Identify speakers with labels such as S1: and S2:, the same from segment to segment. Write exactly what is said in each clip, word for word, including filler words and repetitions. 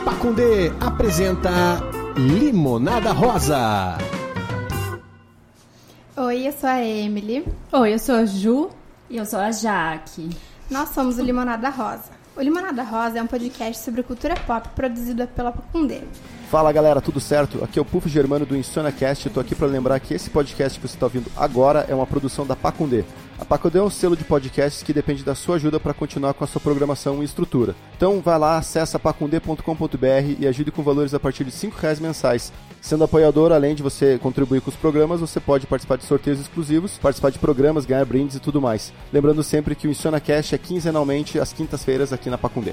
S1: Pacundê apresenta Limonada Rosa.
S2: Oi, eu sou a Emily.
S3: Oi, eu sou a Ju.
S4: E eu sou a Jaque.
S2: Nós somos o Limonada Rosa. O Limonada Rosa é um podcast sobre cultura pop produzido pela Pacundê.
S5: Fala galera, tudo certo? Aqui é o Puff Germano do InsôniaCast. Eu tô aqui para lembrar que esse podcast que você está ouvindo agora é uma produção da Pacundê. A Pacundê é um selo de podcasts que depende da sua ajuda para continuar com a sua programação e estrutura. Então vai lá, acessa pacundê ponto com ponto b r e ajude com valores a partir de cinco reais mensais. Sendo apoiador, além de você contribuir com os programas, você pode participar de sorteios exclusivos, participar de programas, ganhar brindes e tudo mais. Lembrando sempre que o InsôniaCast é quinzenalmente às quintas-feiras aqui na Pacundê.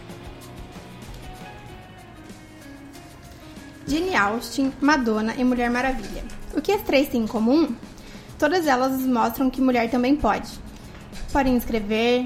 S2: Jane Austen, Madonna e Mulher Maravilha. O que as três têm em comum? Todas elas mostram que mulher também pode. Podem escrever,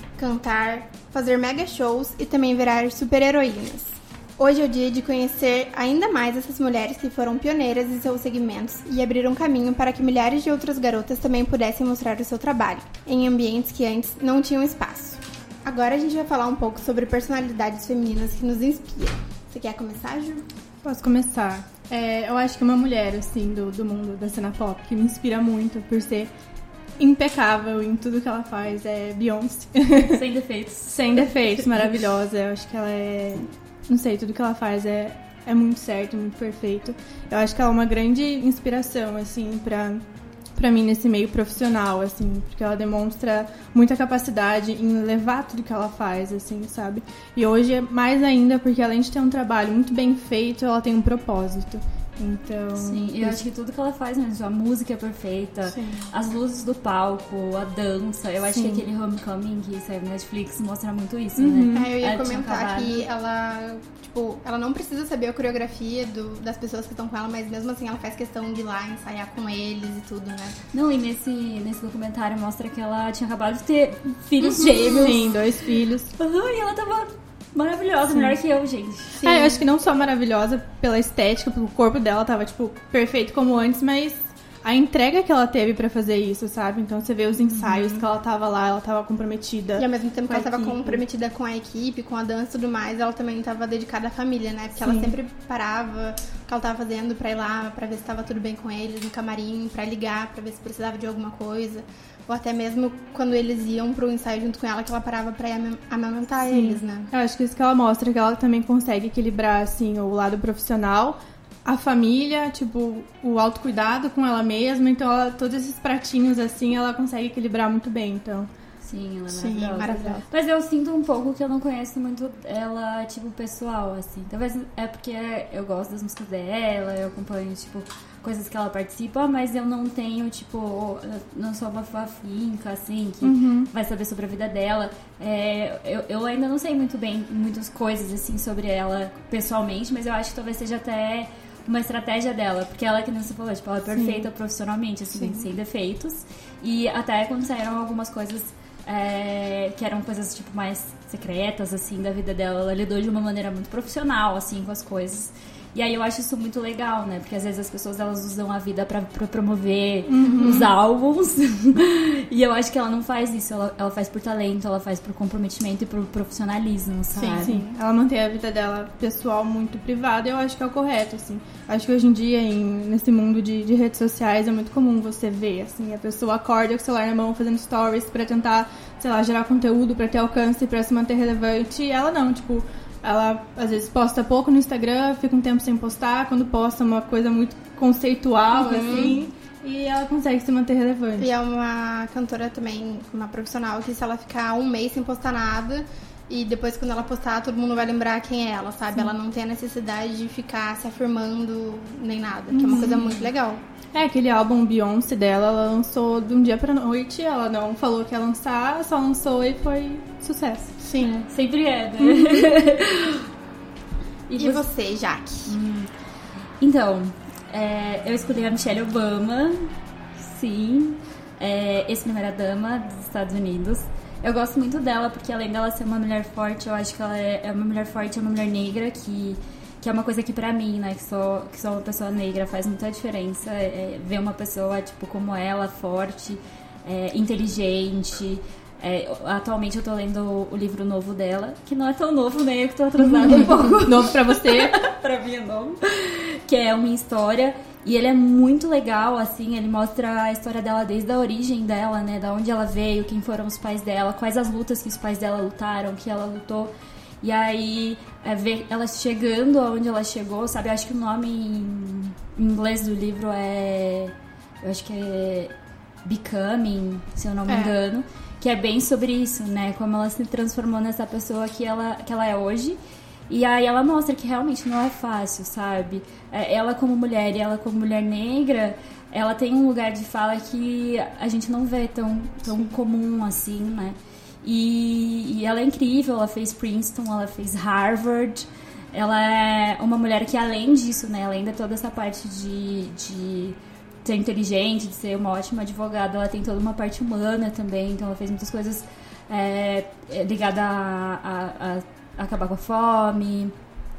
S2: cantar, fazer mega shows e também virar super-heroínas. Hoje é o dia de conhecer ainda mais essas mulheres que foram pioneiras em seus segmentos e abriram caminho para que milhares de outras garotas também pudessem mostrar o seu trabalho, em ambientes que antes não tinham espaço. Agora a gente vai falar um pouco sobre personalidades femininas que nos inspiram. Você quer começar, Ju?
S3: Posso começar? É, eu acho que uma mulher, assim, do, do mundo da cena pop que me inspira muito por ser impecável em tudo que ela faz é Beyoncé.
S4: Sem defeitos.
S3: Sem defeitos, maravilhosa. Eu acho que ela é... Não sei, tudo que ela faz é, é muito certo, muito perfeito. Eu acho que ela é uma grande inspiração, assim, pra... pra mim nesse meio profissional, assim, porque ela demonstra muita capacidade em levar tudo que ela faz, assim, sabe? E hoje, mais ainda, porque além de ter um trabalho muito bem feito, ela tem um propósito. Então...
S4: Sim, eu acho que tudo que ela faz mesmo, a música é perfeita, Sim. as luzes do palco, a dança, eu Sim. acho que aquele Homecoming que saiu no Netflix mostra muito isso,
S2: uhum.
S4: né?
S2: Ah, eu ia ela comentar que ela, tipo, ela não precisa saber a coreografia do, das pessoas que estão com ela, mas mesmo assim ela faz questão de ir lá ensaiar com eles e tudo, né?
S4: Não, e nesse, nesse documentário mostra que ela tinha acabado de ter filhos uhum. gêmeos.
S3: Sim, dois filhos.
S4: Uhum, e ela tava... maravilhosa, Sim. melhor que eu, gente.
S3: Sim. Ah, eu acho que não só maravilhosa pela estética, porque o corpo dela tava, tipo, perfeito como antes, mas a entrega que ela teve pra fazer isso, sabe? Então você vê os ensaios uhum. que ela tava lá, ela tava comprometida.
S2: E ao mesmo tempo que ela tava comprometida com a equipe, com a dança e tudo mais, ela também tava dedicada à família, né? Porque Sim. ela sempre parava o que ela tava fazendo pra ir lá, pra ver se tava tudo bem com eles no camarim, pra ligar, pra ver se precisava de alguma coisa. Ou até mesmo quando eles iam pro ensaio junto com ela, que ela parava pra ir amamentar Sim. eles, né?
S3: Eu acho que isso que ela mostra, que ela também consegue equilibrar, assim, o lado profissional, a família, tipo, o autocuidado com ela mesma. Então, ela, todos esses pratinhos, assim, ela consegue equilibrar muito bem, então...
S4: Sim, ela é
S2: Sim,
S4: maravilhosa.
S2: maravilhosa.
S4: Mas eu sinto um pouco que eu não conheço muito ela, tipo, pessoal, assim. Talvez é porque eu gosto das músicas dela, eu acompanho, tipo, coisas que ela participa, mas eu não tenho, tipo, não sou uma fofinca, assim, que uhum. vai saber sobre a vida dela. É, eu, eu ainda não sei muito bem, muitas coisas, assim, sobre ela pessoalmente, mas eu acho que talvez seja até... uma estratégia dela, porque ela, que nem você falou, tipo, ela é perfeita Sim. profissionalmente, assim, Sim. sem defeitos. E até quando saíram algumas coisas é, que eram coisas, tipo, mais secretas, assim, da vida dela, ela lidou de uma maneira muito profissional, assim, com as coisas. E aí eu acho isso muito legal, né? Porque às vezes as pessoas, elas usam a vida pra, pra promover uhum. os álbuns. E eu acho que ela não faz isso. Ela, ela faz por talento, ela faz por comprometimento e por profissionalismo, sabe?
S3: Sim, sim. Ela mantém a vida dela pessoal muito privada e eu acho que é o correto, assim. Acho que hoje em dia, em, nesse mundo de, de redes sociais, é muito comum você ver, assim, a pessoa acorda com o celular na mão fazendo stories pra tentar, sei lá, gerar conteúdo, pra ter alcance, pra se manter relevante. E ela não, tipo... Ela, às vezes, posta pouco no Instagram, fica um tempo sem postar. Quando posta, uma coisa muito conceitual, uhum. assim. E ela consegue se manter relevante.
S2: E é uma cantora também, uma profissional, que se ela ficar um mês sem postar nada... E depois, quando ela postar, todo mundo vai lembrar quem é ela, sabe? Sim. Ela não tem a necessidade de ficar se afirmando nem nada, que é uma
S3: uhum.
S2: coisa muito legal.
S3: É, aquele álbum Beyoncé dela, ela lançou de um dia pra noite. Ela não falou que ia lançar, só lançou e foi sucesso.
S2: Sim.
S4: Sempre é, né?
S2: e, e você, você Jaque?
S4: Hum. Então, é, eu escolhi a Michelle Obama, sim, é, ex-primeira-dama dos Estados Unidos. Eu gosto muito dela porque, além dela ser uma mulher forte, eu acho que ela é, é uma mulher forte, é uma mulher negra, que, que é uma coisa que pra mim, né, que sou, que sou uma pessoa negra, faz muita diferença. É, ver uma pessoa, tipo, como ela, forte, é, inteligente, É, atualmente eu tô lendo o livro novo dela, que não é tão novo, né? Eu que tô atrasada um pouco.
S3: Novo pra você.
S4: Pra mim é novo. Que é uma história. E ele é muito legal, assim, ele mostra a história dela desde a origem dela, né? Da onde ela veio, quem foram os pais dela, quais as lutas que os pais dela lutaram, que ela lutou. E aí, é, ver ela chegando aonde ela chegou, sabe? Eu acho que o nome em inglês do livro é... Eu acho que é Becoming, se eu não me
S2: É.
S4: engano. Que é bem sobre isso, né? Como ela se transformou nessa pessoa que ela, que ela é hoje. E aí ela mostra que realmente não é fácil, sabe? É, ela como mulher e ela como mulher negra, ela tem um lugar de fala que a gente não vê tão, tão comum assim, né? E, e ela é incrível, ela fez Princeton, ela fez Harvard. Ela é uma mulher que, além disso, né? Além de toda essa parte de... de ser inteligente, de ser uma ótima advogada, ela tem toda uma parte humana também, então ela fez muitas coisas é, ligadas a, a, a acabar com a fome,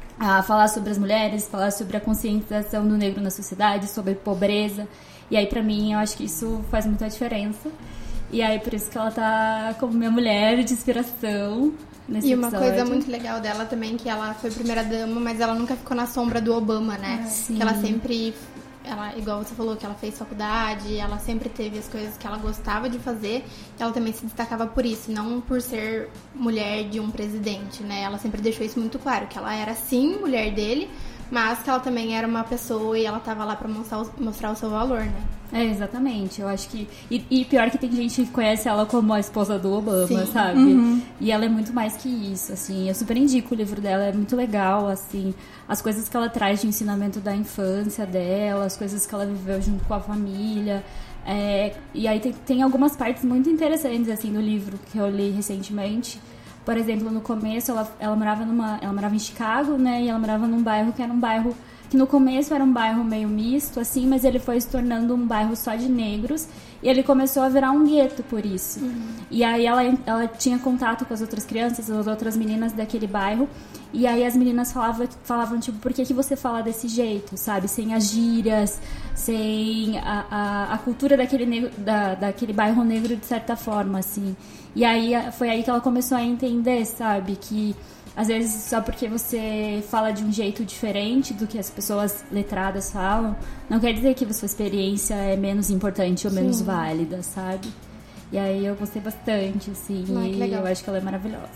S4: a falar sobre as mulheres, falar sobre a conscientização do negro na sociedade, sobre pobreza, e aí pra mim eu acho que isso faz muita diferença, e aí por isso que ela tá como minha mulher de inspiração nesse
S2: E uma
S4: episódio.
S2: coisa muito legal dela também, que ela foi primeira dama, mas ela nunca ficou na sombra do Obama, né?
S4: Sim.
S2: Que ela sempre... Ela, igual você falou, que ela fez faculdade, ela sempre teve as coisas que ela gostava de fazer, ela também se destacava por isso, não por ser mulher de um presidente, né? Ela sempre deixou isso muito claro, que ela era sim mulher dele, mas que ela também era uma pessoa e ela tava lá pra mostrar o, mostrar o seu valor, né?
S4: É, exatamente. Eu acho que... E, e pior que tem gente que conhece ela como a esposa do Obama,
S2: Sim.
S4: sabe?
S3: Uhum.
S4: E ela é muito mais que isso, assim. Eu super indico o livro dela, é muito legal, assim. As coisas que ela traz de ensinamento da infância dela, as coisas que ela viveu junto com a família. É, e aí tem, tem algumas partes muito interessantes, assim, do livro que eu li recentemente. Por exemplo, no começo, ela, ela, morava numa, ela morava em Chicago, né? E ela morava num bairro que era um bairro... que no começo era um bairro meio misto, assim, mas ele foi se tornando um bairro só de negros, e ele começou a virar um gueto por isso. Uhum. E aí ela, ela tinha contato com as outras crianças, as outras meninas daquele bairro, e aí as meninas falavam, falavam tipo, por que, que você fala desse jeito, sabe? Sem as gírias, sem a, a, a cultura daquele, negro, da, daquele bairro negro, de certa forma, assim. E aí foi aí que ela começou a entender, sabe? Que às vezes, só porque você fala de um jeito diferente do que as pessoas letradas falam, não quer dizer que a sua experiência é menos importante ou menos Sim. válida, sabe? E aí eu gostei bastante, assim,
S2: Ah,
S4: e eu acho que ela é maravilhosa.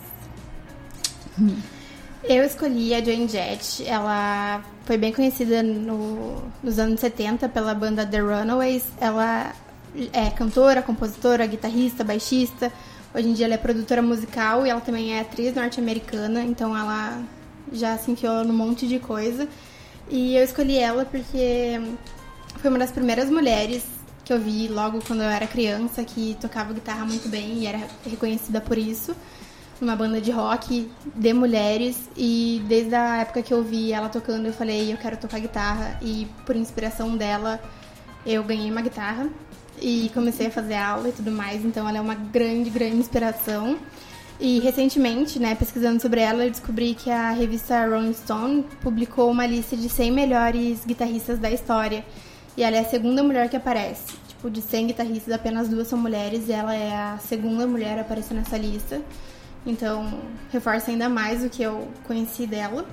S2: Eu escolhi a Joan Jett. Ela foi bem conhecida no, nos anos setenta pela banda The Runaways. Ela é cantora, compositora, guitarrista, baixista. Hoje em dia ela é produtora musical e ela também é atriz norte-americana, então ela já se enfiou num monte de coisa. E eu escolhi ela porque foi uma das primeiras mulheres que eu vi logo quando eu era criança, que tocava guitarra muito bem e era reconhecida por isso, numa banda de rock de mulheres. E desde a época que eu vi ela tocando, eu falei, eu quero tocar guitarra, e por inspiração dela eu ganhei uma guitarra e comecei a fazer aula e tudo mais, então ela é uma grande, grande inspiração. E recentemente, né, pesquisando sobre ela, eu descobri que a revista Rolling Stone publicou uma lista de cem melhores guitarristas da história, e ela é a segunda mulher que aparece. Tipo, de cem guitarristas, apenas duas são mulheres, e ela é a segunda mulher a aparecer nessa lista. Então, reforça ainda mais o que eu conheci dela.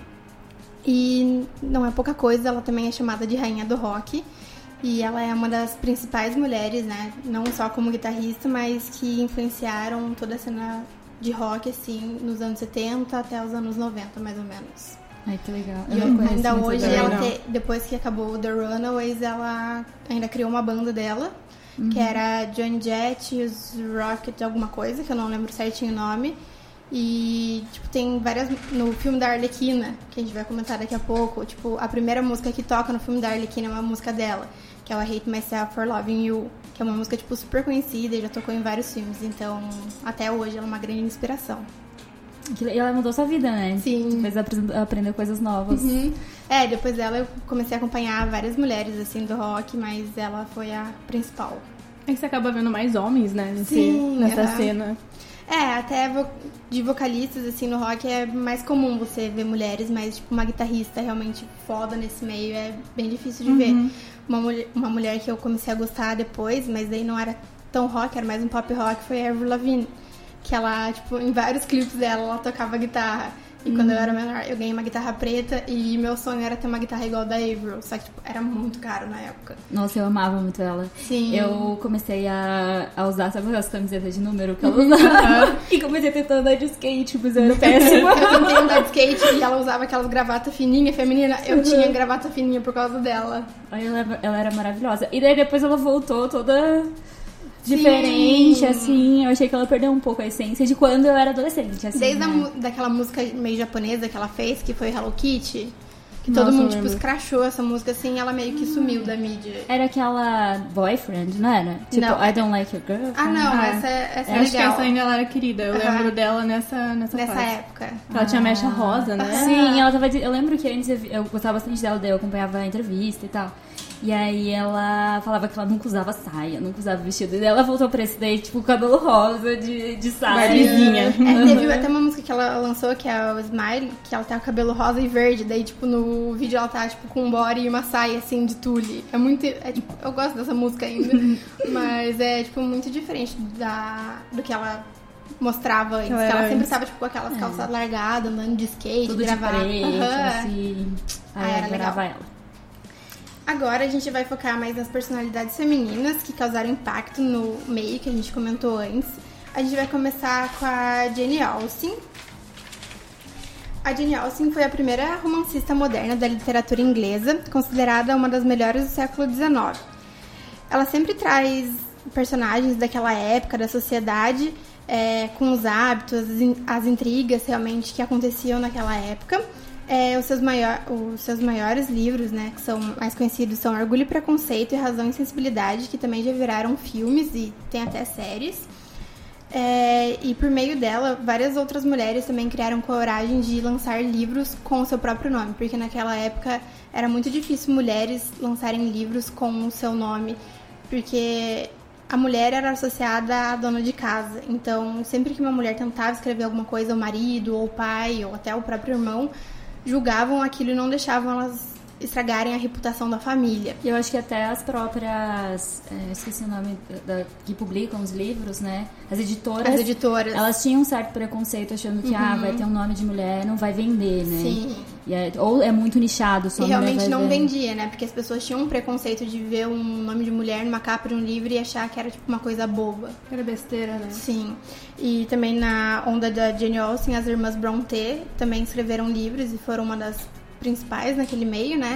S2: E não é pouca coisa, ela também é chamada de rainha do rock. E ela é uma das principais mulheres, né? Não só como guitarrista, mas que influenciaram toda a cena de rock, assim, nos anos setenta até os anos noventa, mais ou menos.
S4: Ai, que legal.
S2: E
S4: eu não conheço
S2: ainda
S4: muito
S2: hoje,
S4: dela.
S2: ela te, depois que acabou The Runaways, ela ainda criou uma banda dela, uhum. que era Joan Jett e os Rocket alguma coisa, que eu não lembro certinho o nome. E, tipo, tem várias... No filme da Arlequina, que a gente vai comentar daqui a pouco, tipo, a primeira música que toca no filme da Arlequina é uma música dela, que é o I Hate Myself for Loving You, que é uma música, tipo, super conhecida e já tocou em vários filmes. Então, até hoje, ela é uma grande inspiração.
S4: E ela mudou sua vida, né?
S2: Sim.
S4: Fez aprender coisas novas.
S2: Uhum. É, depois dela eu comecei a acompanhar várias mulheres, assim, do rock, mas ela foi a principal.
S3: É que você acaba vendo mais homens, né? Nesse,
S2: Sim,
S3: nessa
S2: uhum.
S3: cena.
S2: É, até vo- de vocalistas, assim, no rock é mais comum você ver mulheres, mas, tipo, uma guitarrista realmente foda nesse meio é bem difícil de
S3: Uhum.
S2: ver. Uma, mulher, uma mulher que eu comecei a gostar depois, mas daí não era tão rock, era mais um pop rock, foi a Avril Lavigne. que ela, tipo, em vários clipes dela, ela tocava guitarra. E quando eu era menor, eu ganhei uma guitarra preta e meu sonho era ter uma guitarra igual a da Avril. Só que, tipo, era muito caro na época.
S4: Nossa, eu amava muito ela.
S2: Sim.
S4: Eu comecei a, a usar, sabe aquelas camisetas de número que ela usava? E comecei a tentar andar de skate, mas eu era péssima.
S2: Eu tentei andar de skate e ela usava aquelas gravatas fininhas, feminina. Eu tinha gravata fininha por causa dela.
S4: Aí ela, ela era maravilhosa. E daí depois ela voltou toda... diferente,
S2: Sim.
S4: assim, eu achei que ela perdeu um pouco a essência de quando eu era adolescente, assim,
S2: Desde
S4: né?
S2: a, mu- daquela música meio japonesa que ela fez, que foi Hello Kitty, que
S3: Nossa,
S2: todo mundo,
S3: eu
S2: tipo,
S3: lembro.
S2: escrachou essa música, assim, ela meio que sumiu da mídia.
S4: Era aquela Boyfriend, não era? Tipo,
S2: Não.
S4: I Don't Like Your Girlfriend.
S2: Ah, não,
S3: Ah,
S2: essa, é- essa é
S3: Eu acho que
S2: legal.
S3: essa ainda ela era querida. Eu
S2: Aham.
S3: lembro dela nessa, nessa,
S2: Nessa
S3: fase.
S2: época.
S3: Ela tinha mecha rosa, né?
S4: Sim, ela tava... de- Eu lembro que antes eu, vi- eu gostava bastante dela, daí eu acompanhava a entrevista e tal. E aí ela falava que ela nunca usava saia, nunca usava vestido. E daí ela voltou pra esse daí, tipo, cabelo rosa de, de saia.
S3: Barbizinha.
S2: É, teve até uma música que ela lançou, que é o Smile, que ela tá com o cabelo rosa e verde. Daí, tipo, no vídeo ela tá, tipo, com um body e uma saia, assim, de tule. É muito... É, tipo, eu gosto dessa música ainda. Mas é, tipo, muito diferente da, do que ela mostrava antes.
S3: Ela
S2: Que ela
S3: era
S2: sempre
S3: antes.
S2: tava, tipo, com aquelas calças largadas, andando de skate,
S4: Tudo de
S2: gravata.
S4: preto,
S2: Aham.
S4: assim.
S2: Ah,
S4: Aí
S2: era
S4: eu adorava
S2: legal.
S4: ela.
S2: Agora a gente vai focar mais nas personalidades femininas que causaram impacto no meio, que a gente comentou antes. A gente vai começar com a Jane Austen. A Jane Austen foi a primeira romancista moderna da literatura inglesa, considerada uma das melhores do século dezenove. Ela sempre traz personagens daquela época, da sociedade, é, com os hábitos, as, in- as intrigas realmente que aconteciam naquela época. É, os, seus maior, os seus maiores livros, né, que são mais conhecidos, são Orgulho e Preconceito e Razão e Sensibilidade, que também já viraram filmes e tem até séries. É, e por meio dela, várias outras mulheres também criaram coragem de lançar livros com o seu próprio nome, porque naquela época era muito difícil mulheres lançarem livros com o seu nome, porque a mulher era associada à dona de casa. Então, sempre que uma mulher tentava escrever alguma coisa, o marido, ou o pai, ou até o próprio irmão, julgavam aquilo e não deixavam elas estragarem a reputação da família.
S4: E eu acho que até as próprias, é, esqueci o nome, da, que publicam os livros, né? As editoras.
S2: As editoras.
S4: Elas tinham um certo preconceito, achando que, ah, vai ter um nome de mulher, não vai vender, né?
S2: Sim.
S4: E é- ou é muito nichado, só
S2: E
S4: mulher
S2: realmente
S4: vai
S2: não
S4: ver.
S2: vendia, né? Porque as pessoas tinham um preconceito de ver um nome de mulher numa capa de um livro e achar que era tipo uma coisa boba.
S3: Era besteira, né?
S2: Sim. E também na onda da Jane Austen, as irmãs Brontë também escreveram livros e foram uma das principais naquele meio, né?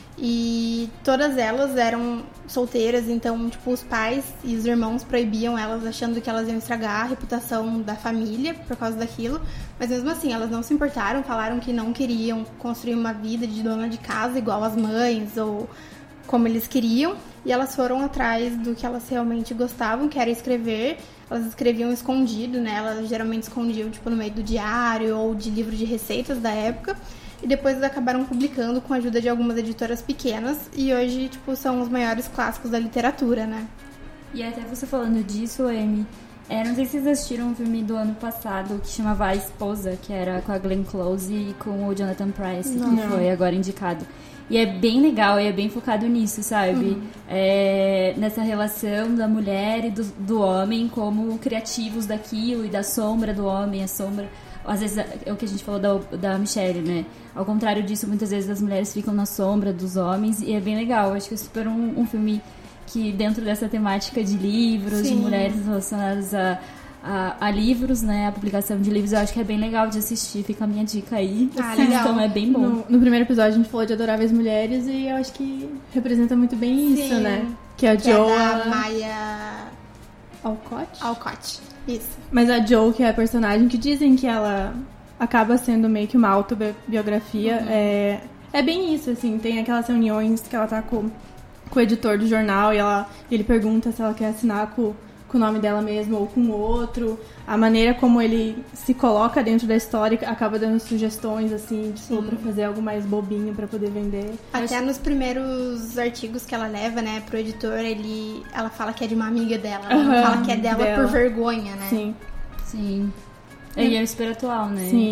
S2: E todas elas eram solteiras, então, tipo, os pais e os irmãos proibiam elas, achando que elas iam estragar a reputação da família por causa daquilo. Mas mesmo assim, elas não se importaram, falaram que não queriam construir uma vida de dona de casa igual as mães ou como eles queriam. E elas foram atrás do que elas realmente gostavam, que era escrever. Elas escreviam escondido, né? Elas geralmente escondiam, tipo, no meio do diário ou de livro de receitas da época. E depois acabaram publicando com a ajuda de algumas editoras pequenas. E hoje, tipo, são os maiores clássicos da literatura, né?
S4: E até você falando disso, Amy, é, não sei se vocês assistiram um filme do ano passado que chamava A Esposa, que era com a Glenn Close e com o Jonathan Pryce, que
S3: Não.
S4: foi agora indicado. E é bem legal, e é bem focado nisso, sabe? É, nessa relação da mulher e do, do homem como criativos daquilo e da sombra do homem, a sombra... Às vezes é o que a gente falou da, da Michelle, né? Ao contrário disso, muitas vezes as mulheres ficam na sombra dos homens e é bem legal. Acho que é super um, um filme que dentro dessa temática de livros, de
S2: Sim.
S4: mulheres relacionadas a, a, a livros, né? A publicação de livros, eu acho que é bem legal de assistir. Fica a minha dica aí.
S2: Ah, legal.
S4: Então é bem bom.
S3: No, no primeiro episódio a gente falou de Adoráveis Mulheres e eu acho que representa muito bem isso,
S2: Sim.
S3: né? Que a
S2: Que é
S3: Joe...
S2: da
S3: ela-
S2: Maia
S3: Alcott?
S2: Alcott. Isso.
S3: Mas a Joe, que é a personagem, que dizem que ela acaba sendo meio que uma autobiografia, é, é bem isso, assim, tem aquelas reuniões que ela tá com, com o editor do jornal e ela, ele pergunta se ela quer assinar com, com o nome dela mesma ou com outro. A maneira como ele se coloca dentro da história acaba dando sugestões, assim, tipo, pra fazer algo mais bobinho pra poder vender.
S2: Até nos primeiros artigos que ela leva, né, pro editor, ele, ela fala que é de uma amiga dela. Ela não
S3: Aham,
S2: fala que é dela,
S3: dela.
S2: por vergonha, né?
S3: Sim,
S4: Sim. E é super atual, né?
S3: sim.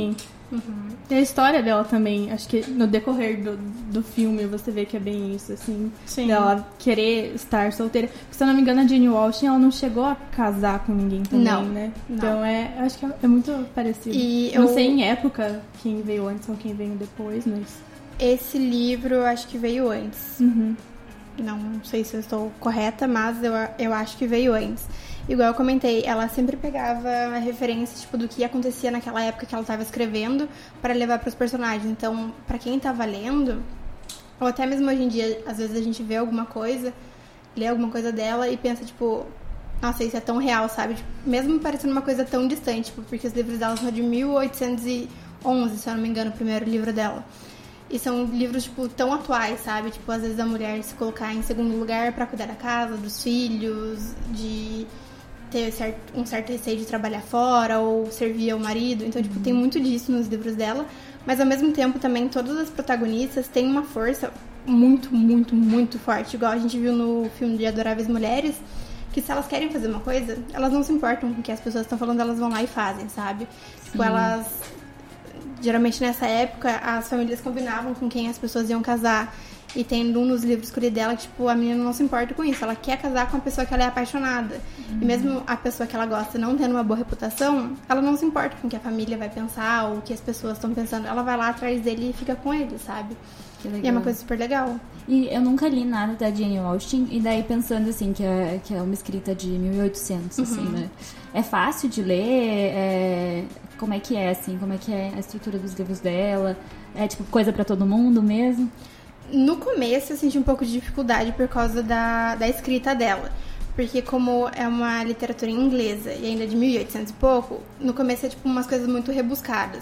S2: Uhum.
S3: E a história dela também, acho que no decorrer do, do filme você vê que é bem isso, assim.
S2: Sim.
S3: Dela querer estar solteira. Porque, se eu não me engano, a Jane Austen, ela não chegou a casar com ninguém também,
S2: Não,
S3: né?
S2: não.
S3: Então, é, acho que é, é muito parecido.
S2: E
S3: não
S2: eu-
S3: sei em época quem veio antes ou quem veio depois, mas...
S2: Esse livro eu acho que veio antes.
S3: Uhum.
S2: Não sei se eu estou correta, mas eu, eu acho que veio antes. Igual eu comentei, ela sempre pegava a referência tipo, do que acontecia naquela época que ela estava escrevendo para levar para os personagens. Então, para quem estava lendo, ou até mesmo hoje em dia, às vezes a gente vê alguma coisa, lê alguma coisa dela e pensa, tipo, nossa, isso é tão real, sabe? Tipo, mesmo parecendo uma coisa tão distante, tipo, porque os livros dela são de mil oitocentos e onze, se eu não me engano, o primeiro livro dela. E são livros, tipo, tão atuais, sabe? Tipo, às vezes a mulher se colocar em segundo lugar pra cuidar da casa, dos filhos, de ter certo, um certo receio de trabalhar fora ou servir ao marido. Então, tipo, tem muito disso nos livros dela. Mas, ao mesmo tempo, também, todas as protagonistas têm uma força muito, muito, muito forte. Igual a gente viu no filme de Adoráveis Mulheres, que se elas querem fazer uma coisa, elas não se importam com o que as pessoas estão falando, elas vão lá e fazem, sabe? Tipo, elas... Geralmente nessa época as famílias combinavam com quem as pessoas iam casar. E tem um nos livros que eu li dela que tipo, a menina não se importa com isso. Ela quer casar com a pessoa que ela é apaixonada. Uhum. E mesmo a pessoa que ela gosta não tendo uma boa reputação, ela não se importa com o que a família vai pensar ou o que as pessoas estão pensando. Ela vai lá atrás dele e fica com ele, sabe?
S4: Que legal.
S2: E é uma coisa super legal.
S4: E eu nunca li nada da Jane Austen, e daí pensando assim, que é, que é uma escrita de mil e oitocentos, assim, né? É fácil de ler? É... Como é que é, assim? Como é que é a estrutura dos livros dela? É, tipo, coisa pra todo mundo mesmo?
S2: No começo eu senti um pouco de dificuldade por causa da, da escrita dela. Porque como é uma literatura inglesa e ainda de mil e oitocentos e pouco, no começo é tipo umas coisas muito rebuscadas.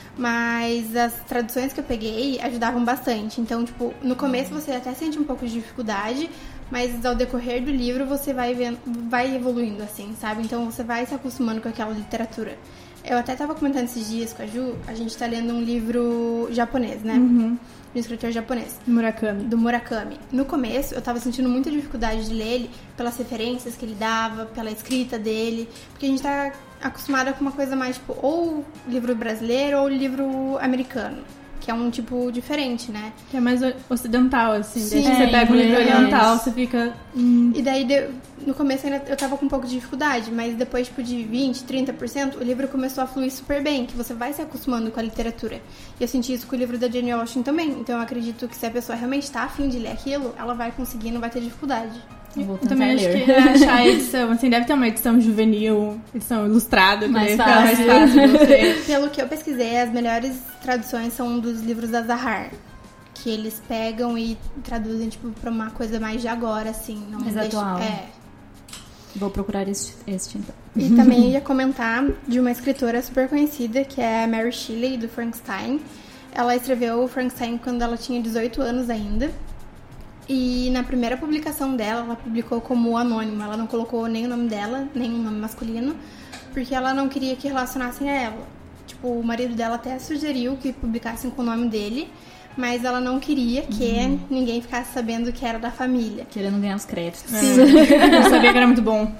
S2: Mas as traduções que eu peguei ajudavam bastante. Então, tipo, no começo você até sente um pouco de dificuldade, mas ao decorrer do livro você vai vendo, vai evoluindo, assim, sabe? Então você vai se acostumando com aquela literatura. Eu até tava comentando esses dias com a Ju, a gente tá lendo um livro japonês, né?
S3: Uhum.
S2: De um escritor japonês.
S3: Murakami.
S2: Do Murakami. No começo, eu tava sentindo muita dificuldade de ler ele pelas referências que ele dava, pela escrita dele, porque a gente tá acostumada com uma coisa mais, tipo, ou livro brasileiro ou livro americano, que é um tipo diferente, né?
S3: Que é mais ocidental, assim.
S2: Sim,
S3: Daí você
S4: é,
S3: pega um livro
S4: inglês.
S3: oriental, você fica... Hum,
S2: E daí, de- no começo ainda eu tava com um pouco de dificuldade, mas depois, tipo, de vinte, trinta por cento, o livro começou a fluir super bem, que você vai se acostumando com a literatura. E eu senti isso com o livro da Jane Austen também. Então eu acredito que se a pessoa realmente tá afim de ler aquilo, ela vai conseguir e não vai ter dificuldade.
S4: Eu vou
S3: eu
S4: tentar
S3: também acho
S4: ler.
S3: que achar a edição, assim, deve ter uma edição juvenil, edição ilustrada, que
S4: Mais
S3: daí fica mais
S4: fácil.
S3: fácil de você...
S2: Pelo que eu pesquisei, as melhores traduções são dos livros da Zahar, que eles pegam e traduzem, tipo, pra uma coisa mais de agora, assim. Não
S4: Mais
S2: deixa-
S4: atual.
S2: É.
S4: Vou procurar este, este então.
S2: E também ia comentar de uma escritora super conhecida, que é a Mary Shelley, do Frankenstein. Ela escreveu o Frankenstein quando ela tinha dezoito anos ainda. E na primeira publicação dela, ela publicou como anônima. Ela não colocou nem o nome dela, nem o nome masculino, porque ela não queria que relacionassem a ela. Tipo, o marido dela até sugeriu que publicassem com o nome dele, mas ela não queria que
S3: Uhum.
S2: ninguém ficasse sabendo que era da família.
S4: Querendo ganhar os créditos.
S3: Eu sabia que era muito bom.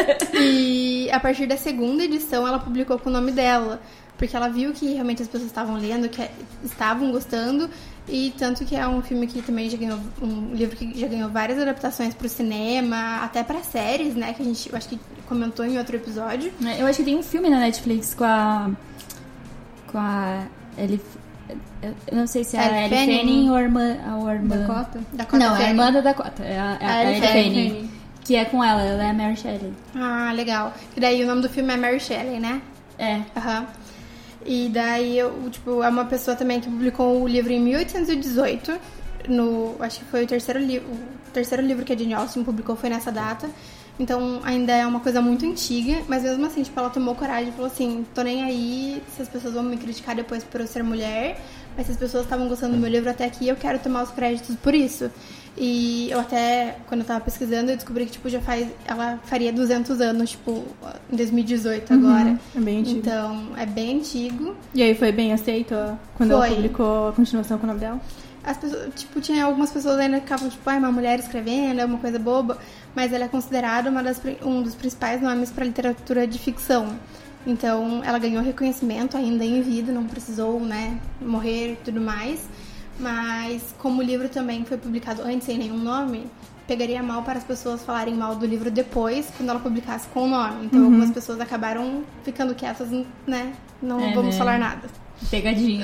S2: E a partir da segunda edição ela publicou com o nome dela, porque ela viu que realmente as pessoas estavam lendo, que estavam gostando, e tanto que é um filme que também já ganhou, um livro que já ganhou várias adaptações pro cinema, até pra séries, né, que a gente, eu acho que comentou em outro episódio.
S4: Eu acho que tem um filme na Netflix com a... Com a... Elif... Eu não sei se é a
S2: Ellie
S4: Ellie
S2: Fanning.
S4: Fanning ou a irmã... Ou a irmã...
S3: Dakota?
S2: Dakota
S4: Não, é a
S2: Fanning.
S4: irmã da Dakota. É a, é a,
S2: A Ellie
S4: Ellie
S2: Fanning.
S4: Fanning. Que é com ela, ela é a Mary Shelley.
S2: Ah, legal. E daí o nome do filme é Mary Shelley, né?
S4: É.
S2: Aham. E daí, eu, tipo, é uma pessoa também que publicou o livro em mil oitocentos e dezoito. No, acho que foi o terceiro, li o terceiro livro que a Jane Austen publicou, foi nessa data. Então, ainda é uma coisa muito antiga. Mas mesmo assim, tipo, ela tomou coragem e falou assim, tô nem aí se as pessoas vão me criticar depois por eu ser mulher. Mas se as pessoas estavam gostando do meu livro até aqui, eu quero tomar os créditos por isso. E eu até, quando eu tava pesquisando, eu descobri que, tipo, já faz... Ela faria duzentos anos, tipo, em dois mil e dezoito agora.
S3: É bem antigo.
S2: Então, é bem antigo.
S3: E aí foi bem aceito ó, quando
S2: Foi.
S3: ela publicou a continuação com o nome dela?
S2: As pessoas, tipo, tinha algumas pessoas ainda que ficavam, tipo, ai, uma mulher escrevendo, é uma coisa boba. Mas ela é considerada uma das, um dos principais nomes pra literatura de ficção. Então, ela ganhou reconhecimento ainda em vida, não precisou, né, morrer e tudo mais. Mas, como o livro também foi publicado antes sem nenhum nome, pegaria mal para as pessoas falarem mal do livro depois, quando ela publicasse com o nome. Então, uhum. algumas pessoas acabaram ficando quietas, né, não é, vamos né? falar nada.
S4: Pegadinha.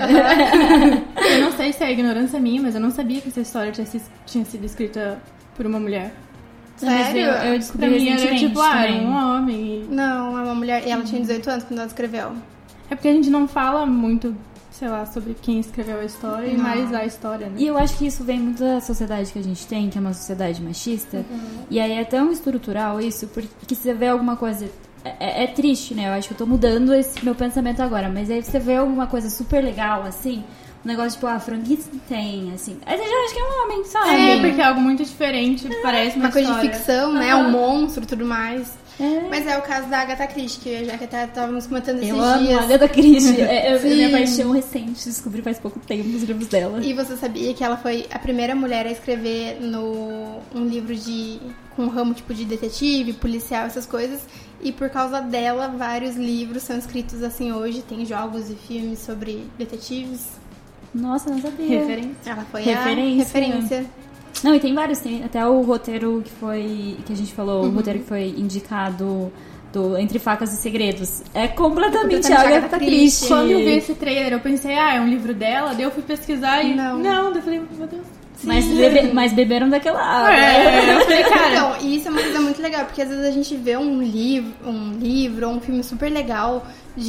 S3: Uhum. Eu não sei se é ignorância minha, mas eu não sabia que essa história tinha, tinha sido escrita por uma mulher.
S2: Sério?
S4: Eu, eu descobri
S3: pra mim era tipo, ah, era
S2: um
S3: homem. E...
S2: Não, é uma mulher. E ela tinha dezoito anos quando ela escreveu.
S3: É porque a gente não fala muito, sei lá, sobre quem escreveu a história, não. e mais a história, né?
S4: E eu acho que isso vem muito da sociedade que a gente tem, que é uma sociedade machista. Uhum. E aí é tão estrutural isso, porque você vê alguma coisa... É, é triste, né? Eu acho que eu tô mudando esse meu pensamento agora. Mas aí você vê alguma coisa super legal, assim... Um negócio tipo, ah, Frankenstein, assim. Aí você já acha que é um homem, sabe?
S3: É, porque é algo muito diferente, é. parece uma,
S2: uma coisa
S3: história.
S2: de ficção, né?
S3: Uhum.
S2: Um monstro e tudo mais.
S4: É.
S2: Mas é o caso da Agatha Christie, que já que até estávamos comentando esses
S4: eu amo
S2: dias.
S4: A Agatha Christie. É, é minha paixão recente, descobri faz pouco tempo os livros dela.
S2: E você sabia que ela foi a primeira mulher a escrever no um livro de com um ramo tipo de detetive, policial, essas coisas. E por causa dela, vários livros são escritos assim hoje. Tem jogos e filmes sobre detetives.
S4: Nossa, não sabia.
S2: Referência. Ela foi
S4: referência.
S2: a referência.
S4: Não, e tem vários, tem até o roteiro que foi, que a gente falou, uhum. o roteiro que foi indicado do Entre Facas e Segredos. É completamente a Agatha Christie.
S3: Quando eu vi esse trailer, eu pensei, ah, é um livro dela, daí eu fui pesquisar e...
S2: Não.
S3: Não, daí eu falei, meu Deus...
S4: Mas, bebe, mas beberam daquela água.
S2: É, eu falei, cara... Então, e isso é uma coisa muito legal, porque às vezes a gente vê um livro, um livro ou um filme super legal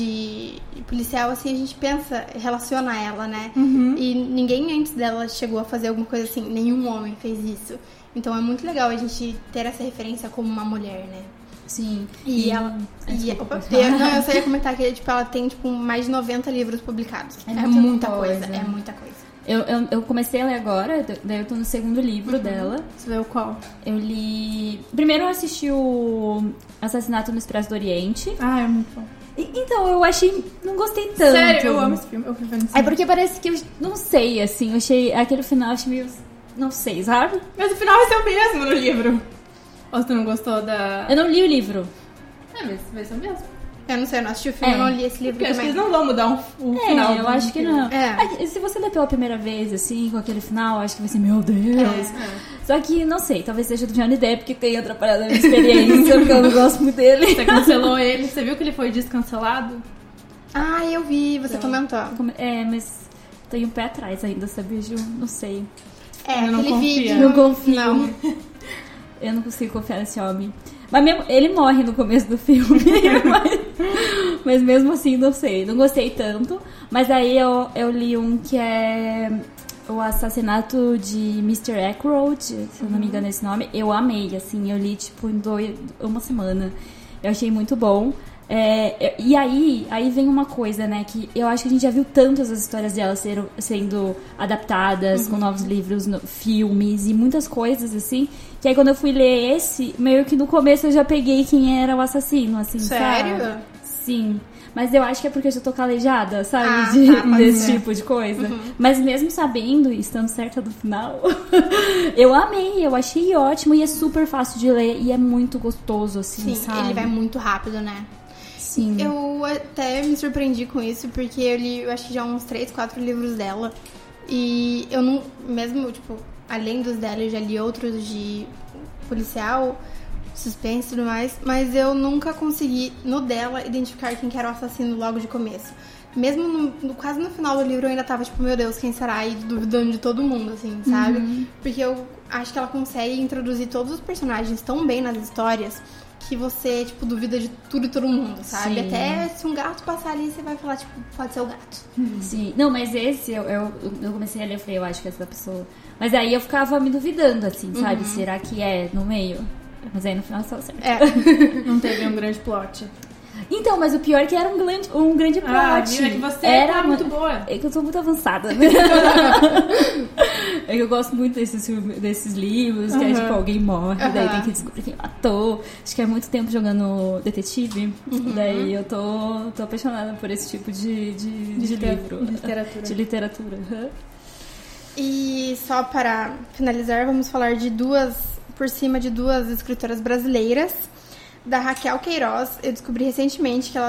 S2: de policial, assim, a gente pensa, relaciona ela, né?
S3: Uhum.
S2: E ninguém antes dela chegou a fazer alguma coisa assim, nenhum homem fez isso. Então é muito legal a gente ter essa referência como uma mulher, né?
S4: Sim.
S2: E, e ela... E, opa, eu, não, eu só ia comentar que tipo, ela tem tipo, mais de noventa livros publicados. É, é muita coisa, coisa, é muita coisa.
S4: Eu, eu, eu comecei a ler agora, daí eu tô no segundo livro uhum. dela.
S3: Você leu qual?
S4: Eu li... Primeiro eu assisti o Assassinato no Expresso do Oriente.
S3: Ah, é muito bom.
S4: E, então, eu achei... Não gostei tanto.
S3: Sério, eu amo esse filme. Eu fui vendo
S4: É porque parece que eu... Não sei, assim, eu achei... Aquele final eu achei meio... Não sei, sabe?
S3: Mas o final vai ser o mesmo no livro. Ou você não gostou da...
S4: Eu não li o livro.
S3: É, mas vai ser o mesmo.
S2: Eu não sei, eu não assisti o filme, é. eu não li esse livro
S3: porque
S2: também.
S3: Acho que eles não vão mudar o, o
S4: é,
S3: final.
S4: eu acho que não.
S2: É.
S4: Se você ler pela primeira vez, assim, com aquele final, acho que vai ser, meu Deus.
S3: É.
S4: Só que, não sei, talvez seja do Johnny Depp que tenha atrapalhado a minha experiência, porque eu não gosto muito dele.
S3: Você cancelou ele, você viu que ele foi descancelado?
S2: Ah, eu vi, você então, comentou.
S4: É, mas tem um pé atrás ainda, sabe, Ju? Não sei.
S2: É,
S3: eu não
S2: aquele
S3: confio.
S2: vídeo...
S4: Não confio.
S2: Não.
S4: Eu não consigo confiar nesse homem. Mas mesmo, ele morre no começo do filme, mas, mas mesmo assim, não sei, não gostei tanto. Mas aí eu, eu li um que é O Assassinato de mister Ackroyd, se eu não me engano esse nome. Eu amei, assim, eu li tipo em dois, uma semana. Eu achei muito bom. É, e aí, aí vem uma coisa, né, que eu acho que a gente já viu tantas as histórias dela ser, sendo adaptadas uhum. com novos livros, no, filmes e muitas coisas, assim, que aí quando eu fui ler esse, meio que no começo eu já peguei quem era o assassino, assim,
S2: Sério?
S4: sabe? Sim. Mas eu acho que é porque eu já tô calejada, sabe?
S2: Ah,
S4: de,
S2: tá,
S4: desse
S2: ser.
S4: tipo de coisa.
S2: Uhum.
S4: Mas mesmo sabendo e estando certa do final, eu amei, eu achei ótimo e é super fácil de ler e é muito gostoso, assim,
S2: Sim,
S4: sabe?
S2: ele vai muito rápido, né?
S4: Sim.
S2: Eu até me surpreendi com isso, porque eu li, eu acho que já uns três, quatro livros dela. E eu não, mesmo, tipo, além dos dela, eu já li outros de policial, suspense e tudo mais, mas eu nunca consegui, no dela, identificar quem que era o assassino logo de começo. Mesmo no, no, quase no final do livro eu ainda tava tipo, meu Deus, quem será? E duvidando de todo mundo, assim, sabe? Uhum. Porque eu acho que ela consegue introduzir todos os personagens tão bem nas histórias que você, tipo, duvida de tudo e todo mundo, sabe? Sim. Até se um gato passar ali, você vai falar, tipo, pode ser o gato.
S4: Sim. Não, mas esse, eu, eu, eu comecei a ler, eu falei, eu acho que é essa pessoa. Mas aí eu ficava me duvidando, assim, sabe? Uhum. Será que é no meio? Mas aí no final só certo.
S2: É.
S3: Não teve um grande plot.
S4: Então, mas o pior é que era um grande, um grande plot.
S3: Ah, viu? É que você
S4: era
S3: tá
S4: uma...
S3: muito boa.
S4: É que eu tô muito avançada. Né? É que eu gosto muito desses, desses livros, uhum. que é tipo, alguém morre, uhum. daí tem que descobrir quem matou. Acho que é muito tempo jogando detetive. Uhum. Daí eu tô, tô apaixonada por esse tipo de, de, de, de livro.
S3: De literatura.
S4: De literatura. Uhum.
S2: E só para finalizar, vamos falar de duas, por cima de duas escritoras brasileiras. Da Raquel Queiroz, eu descobri recentemente que ela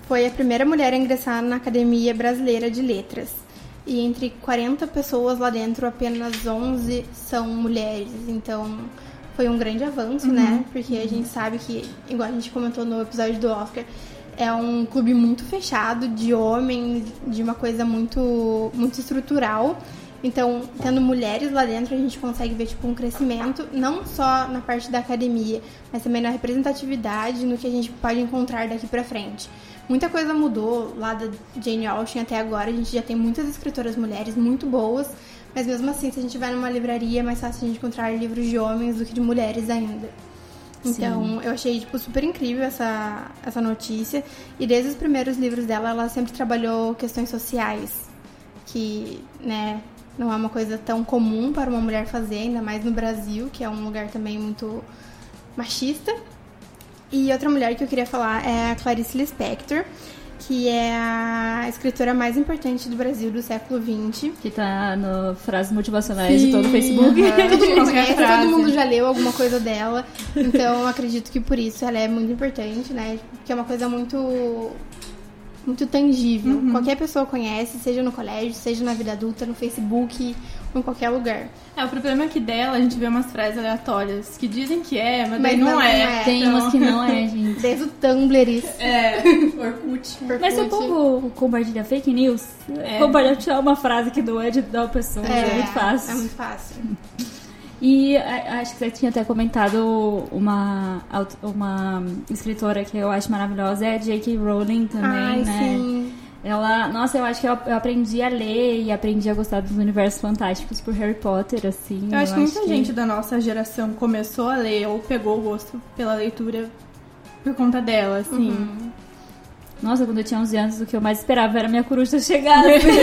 S2: foi a primeira mulher a ingressar na Academia Brasileira de Letras. E entre quarenta pessoas lá dentro, apenas onze são mulheres. Então, foi um grande avanço, uhum. né? Porque a gente sabe que, igual a gente comentou no episódio do Oscar, é um clube muito fechado de homens, de uma coisa muito, muito estrutural. Então, tendo mulheres lá dentro, a gente consegue ver tipo, um crescimento, não só na parte da academia, mas também na representatividade, no que a gente pode encontrar daqui pra frente. Muita coisa mudou lá da Jane Austen até agora, a gente já tem muitas escritoras mulheres muito boas, mas mesmo assim, se a gente vai numa livraria, é mais fácil a gente encontrar livros de homens do que de mulheres ainda. Então, Sim. eu achei, tipo, super incrível essa, essa notícia. E desde os primeiros livros dela, ela sempre trabalhou questões sociais, que, né, não é uma coisa tão comum para uma mulher fazer, ainda mais no Brasil, que é um lugar também muito machista. E outra mulher que eu queria falar é a Clarice Lispector, que é a escritora mais importante do Brasil do século vinte.
S4: Que tá no frases motivacionais Sim, de todo o Facebook.
S2: Uh-huh. Todo mundo conhece, todo mundo já leu alguma coisa dela. Então, eu acredito que por isso ela é muito importante, né? Porque é uma coisa muito, muito tangível. Uhum. Qualquer pessoa conhece, seja no colégio, seja na vida adulta, no Facebook, ou em qualquer lugar.
S3: É, o problema é que dela a gente vê umas frases aleatórias que dizem que é, mas,
S2: mas
S3: daí não, não é.
S4: é. Tem então... umas que não é, gente.
S2: Desde o Tumblr isso.
S3: É, Orkut.
S4: Mas se o povo compartilha fake news, é. compartilhar uma frase que não é de dar uma pessoa, é, é muito fácil.
S2: É muito fácil.
S4: E acho que você tinha até comentado uma, uma escritora que eu acho maravilhosa, é a J K Rowling também,
S2: Ai,
S4: né?
S2: Sim.
S4: Ela, nossa, eu acho que eu, eu aprendi a ler e aprendi a gostar dos universos fantásticos por Harry Potter, assim.
S3: Eu acho
S4: eu
S3: que
S4: acho
S3: muita
S4: que...
S3: gente da nossa geração começou a ler ou pegou o gosto pela leitura por conta dela, assim.
S2: Uhum.
S4: Nossa, quando eu tinha onze anos, o que eu mais esperava era minha coruja chegar.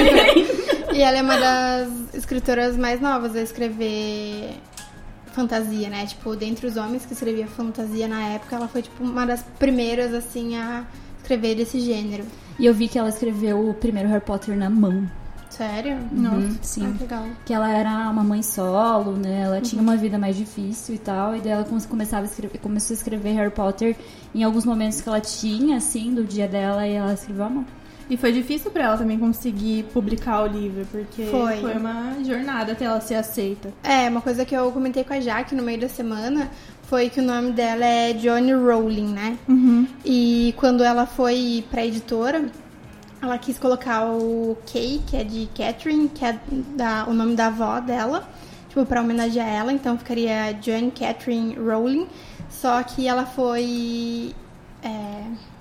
S2: E ela é uma das escritoras mais novas a escrever fantasia, né? Tipo, dentre os homens que escrevia fantasia na época, ela foi, tipo, uma das primeiras, assim, a escrever desse gênero.
S4: E eu vi que ela escreveu o primeiro Harry Potter na mão.
S2: Sério?
S4: Nossa.
S2: Uhum,
S4: sim.
S2: Ah, que legal.
S4: Que ela era uma mãe solo, né? Ela uhum. tinha uma vida mais difícil e tal. E daí ela começava a escrever, começou a escrever Harry Potter em alguns momentos que ela tinha, assim, do dia dela. E ela escreveu à mão.
S3: E foi difícil pra ela também conseguir publicar o livro, porque
S2: foi,
S3: foi uma jornada até ela ser aceita.
S2: É, uma coisa que eu comentei com a Jaque no meio da semana foi que o nome dela é Joanne Rowling, né?
S3: Uhum.
S2: E quando ela foi pra editora, ela quis colocar o Kay, que é de Catherine, que é da, o nome da avó dela, tipo, pra homenagear ela, então ficaria Joanne Catherine Rowling. Só que ela foi... É...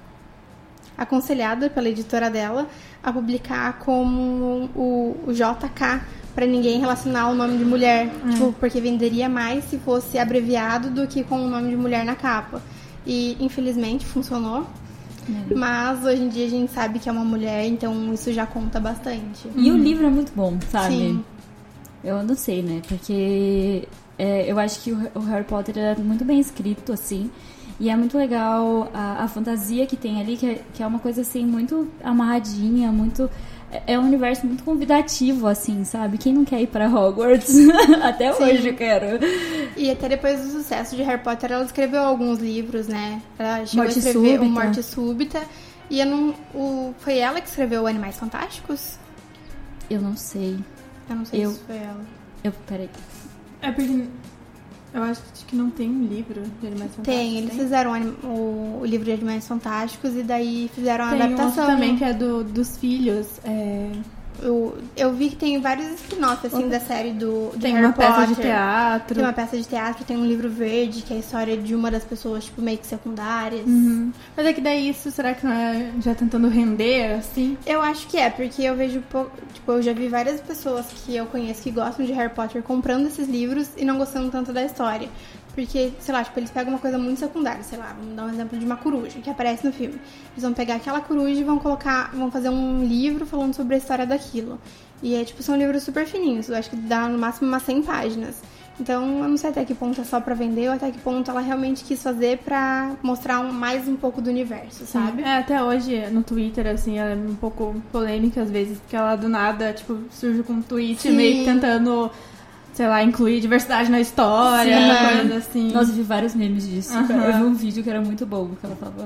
S2: aconselhada pela editora dela a publicar como o, o J K, pra ninguém relacionar o nome de mulher, hum. tipo, porque venderia mais se fosse abreviado do que com o nome de mulher na capa. E infelizmente funcionou, hum. mas hoje em dia a gente sabe que é uma mulher, então isso já conta bastante.
S4: E hum. o livro é muito bom, sabe?
S2: Sim.
S4: Eu não sei, né? Porque é, eu acho que o, o Harry Potter é muito bem escrito, assim. E é muito legal a, a fantasia que tem ali, que é, que é uma coisa, assim, muito amarradinha, muito... É um universo muito convidativo, assim, sabe? Quem não quer ir pra Hogwarts? Até Sim. hoje eu quero.
S2: E até depois do sucesso de Harry Potter, ela escreveu alguns livros, né? Ela chegou
S4: Morte
S2: a escrever
S4: Súbita.
S2: o Morte Súbita. E eu não, o, foi ela que escreveu Animais Fantásticos?
S4: Eu não sei.
S2: Eu não sei
S4: eu,
S2: se foi ela.
S4: Eu, peraí.
S3: É porque... Eu acho que não tem um livro de Animais Fantásticos.
S2: Tem, eles tem? fizeram o, o livro de Animais Fantásticos e daí fizeram a
S3: tem
S2: adaptação.
S3: Tem um também que é do, dos filhos. É...
S2: Eu, eu vi que tem vários spin-offs, assim, da série do, do
S3: Tem
S2: Harry
S3: uma
S2: Potter.
S3: peça de teatro.
S2: Tem uma peça de teatro, tem um livro verde, que é a história de uma das pessoas, tipo, meio que secundárias.
S3: Uhum. Mas é que daí isso, será que não é já tentando render, assim?
S2: Eu acho que é, porque eu vejo, tipo, eu já vi várias pessoas que eu conheço que gostam de Harry Potter comprando esses livros e não gostando tanto da história. Porque, sei lá, tipo, eles pegam uma coisa muito secundária, sei lá, vamos dar um exemplo de uma coruja que aparece no filme. Eles vão pegar aquela coruja e vão colocar, vão fazer um livro falando sobre a história daquilo. E é, tipo, são livros super fininhos, eu acho que dá no máximo umas cem páginas. Então, eu não sei até que ponto é só pra vender ou até que ponto ela realmente quis fazer pra mostrar um, mais um pouco do universo, sabe?
S3: É, até hoje no Twitter, assim, ela é um pouco polêmica às vezes, porque ela do nada, tipo, surge com um tweet Sim. meio que tentando... sei lá, incluir diversidade na história, coisa assim.
S4: Nossa, eu vi vários memes disso.
S3: Uhum.
S4: Eu vi um vídeo que era muito bom, que ela falava...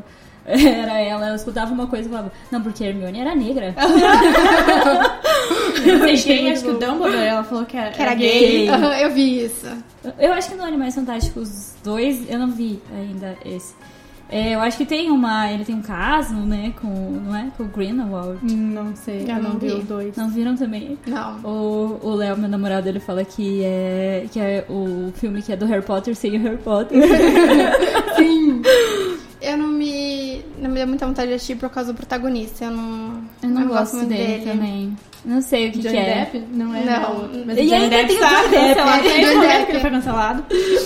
S4: Era ela, ela escutava uma coisa e falava, não, porque a Hermione era negra.
S3: Eu peguei, acho que o Dumbledore, ela falou que era,
S2: Que era
S3: gay.
S2: gay. Uhum, eu vi isso.
S4: Eu acho que no Animais Fantásticos dois, eu não vi ainda esse. É, eu acho que tem uma. Ele tem um caso, né? Com. Não é? Com o Grindelwald.
S3: Não sei, eu,
S2: Eu
S3: não
S2: não
S3: vi
S2: vi.
S3: os dois.
S4: Não viram também?
S2: Não.
S4: O o Léo, meu namorado, ele fala que é, que é o filme que é do Harry Potter sem o Harry Potter.
S2: Sim. Eu não me. Não me deu muita vontade de assistir por causa do protagonista. Eu não.
S4: Eu não, gosto,
S2: muito
S4: dele, também. Não sei o que,
S3: Johnny
S4: que é.
S3: Depp? Não é
S2: Não.
S3: não. Mas
S4: E
S3: o Johnny
S4: ainda
S3: Depp
S4: tem o
S3: tá
S4: Johnny Depp,
S3: cancelado.
S2: é, tem
S3: Tem
S2: o
S3: esse
S2: Johnny
S3: momento
S2: Depp.
S3: que ele foi cancelado.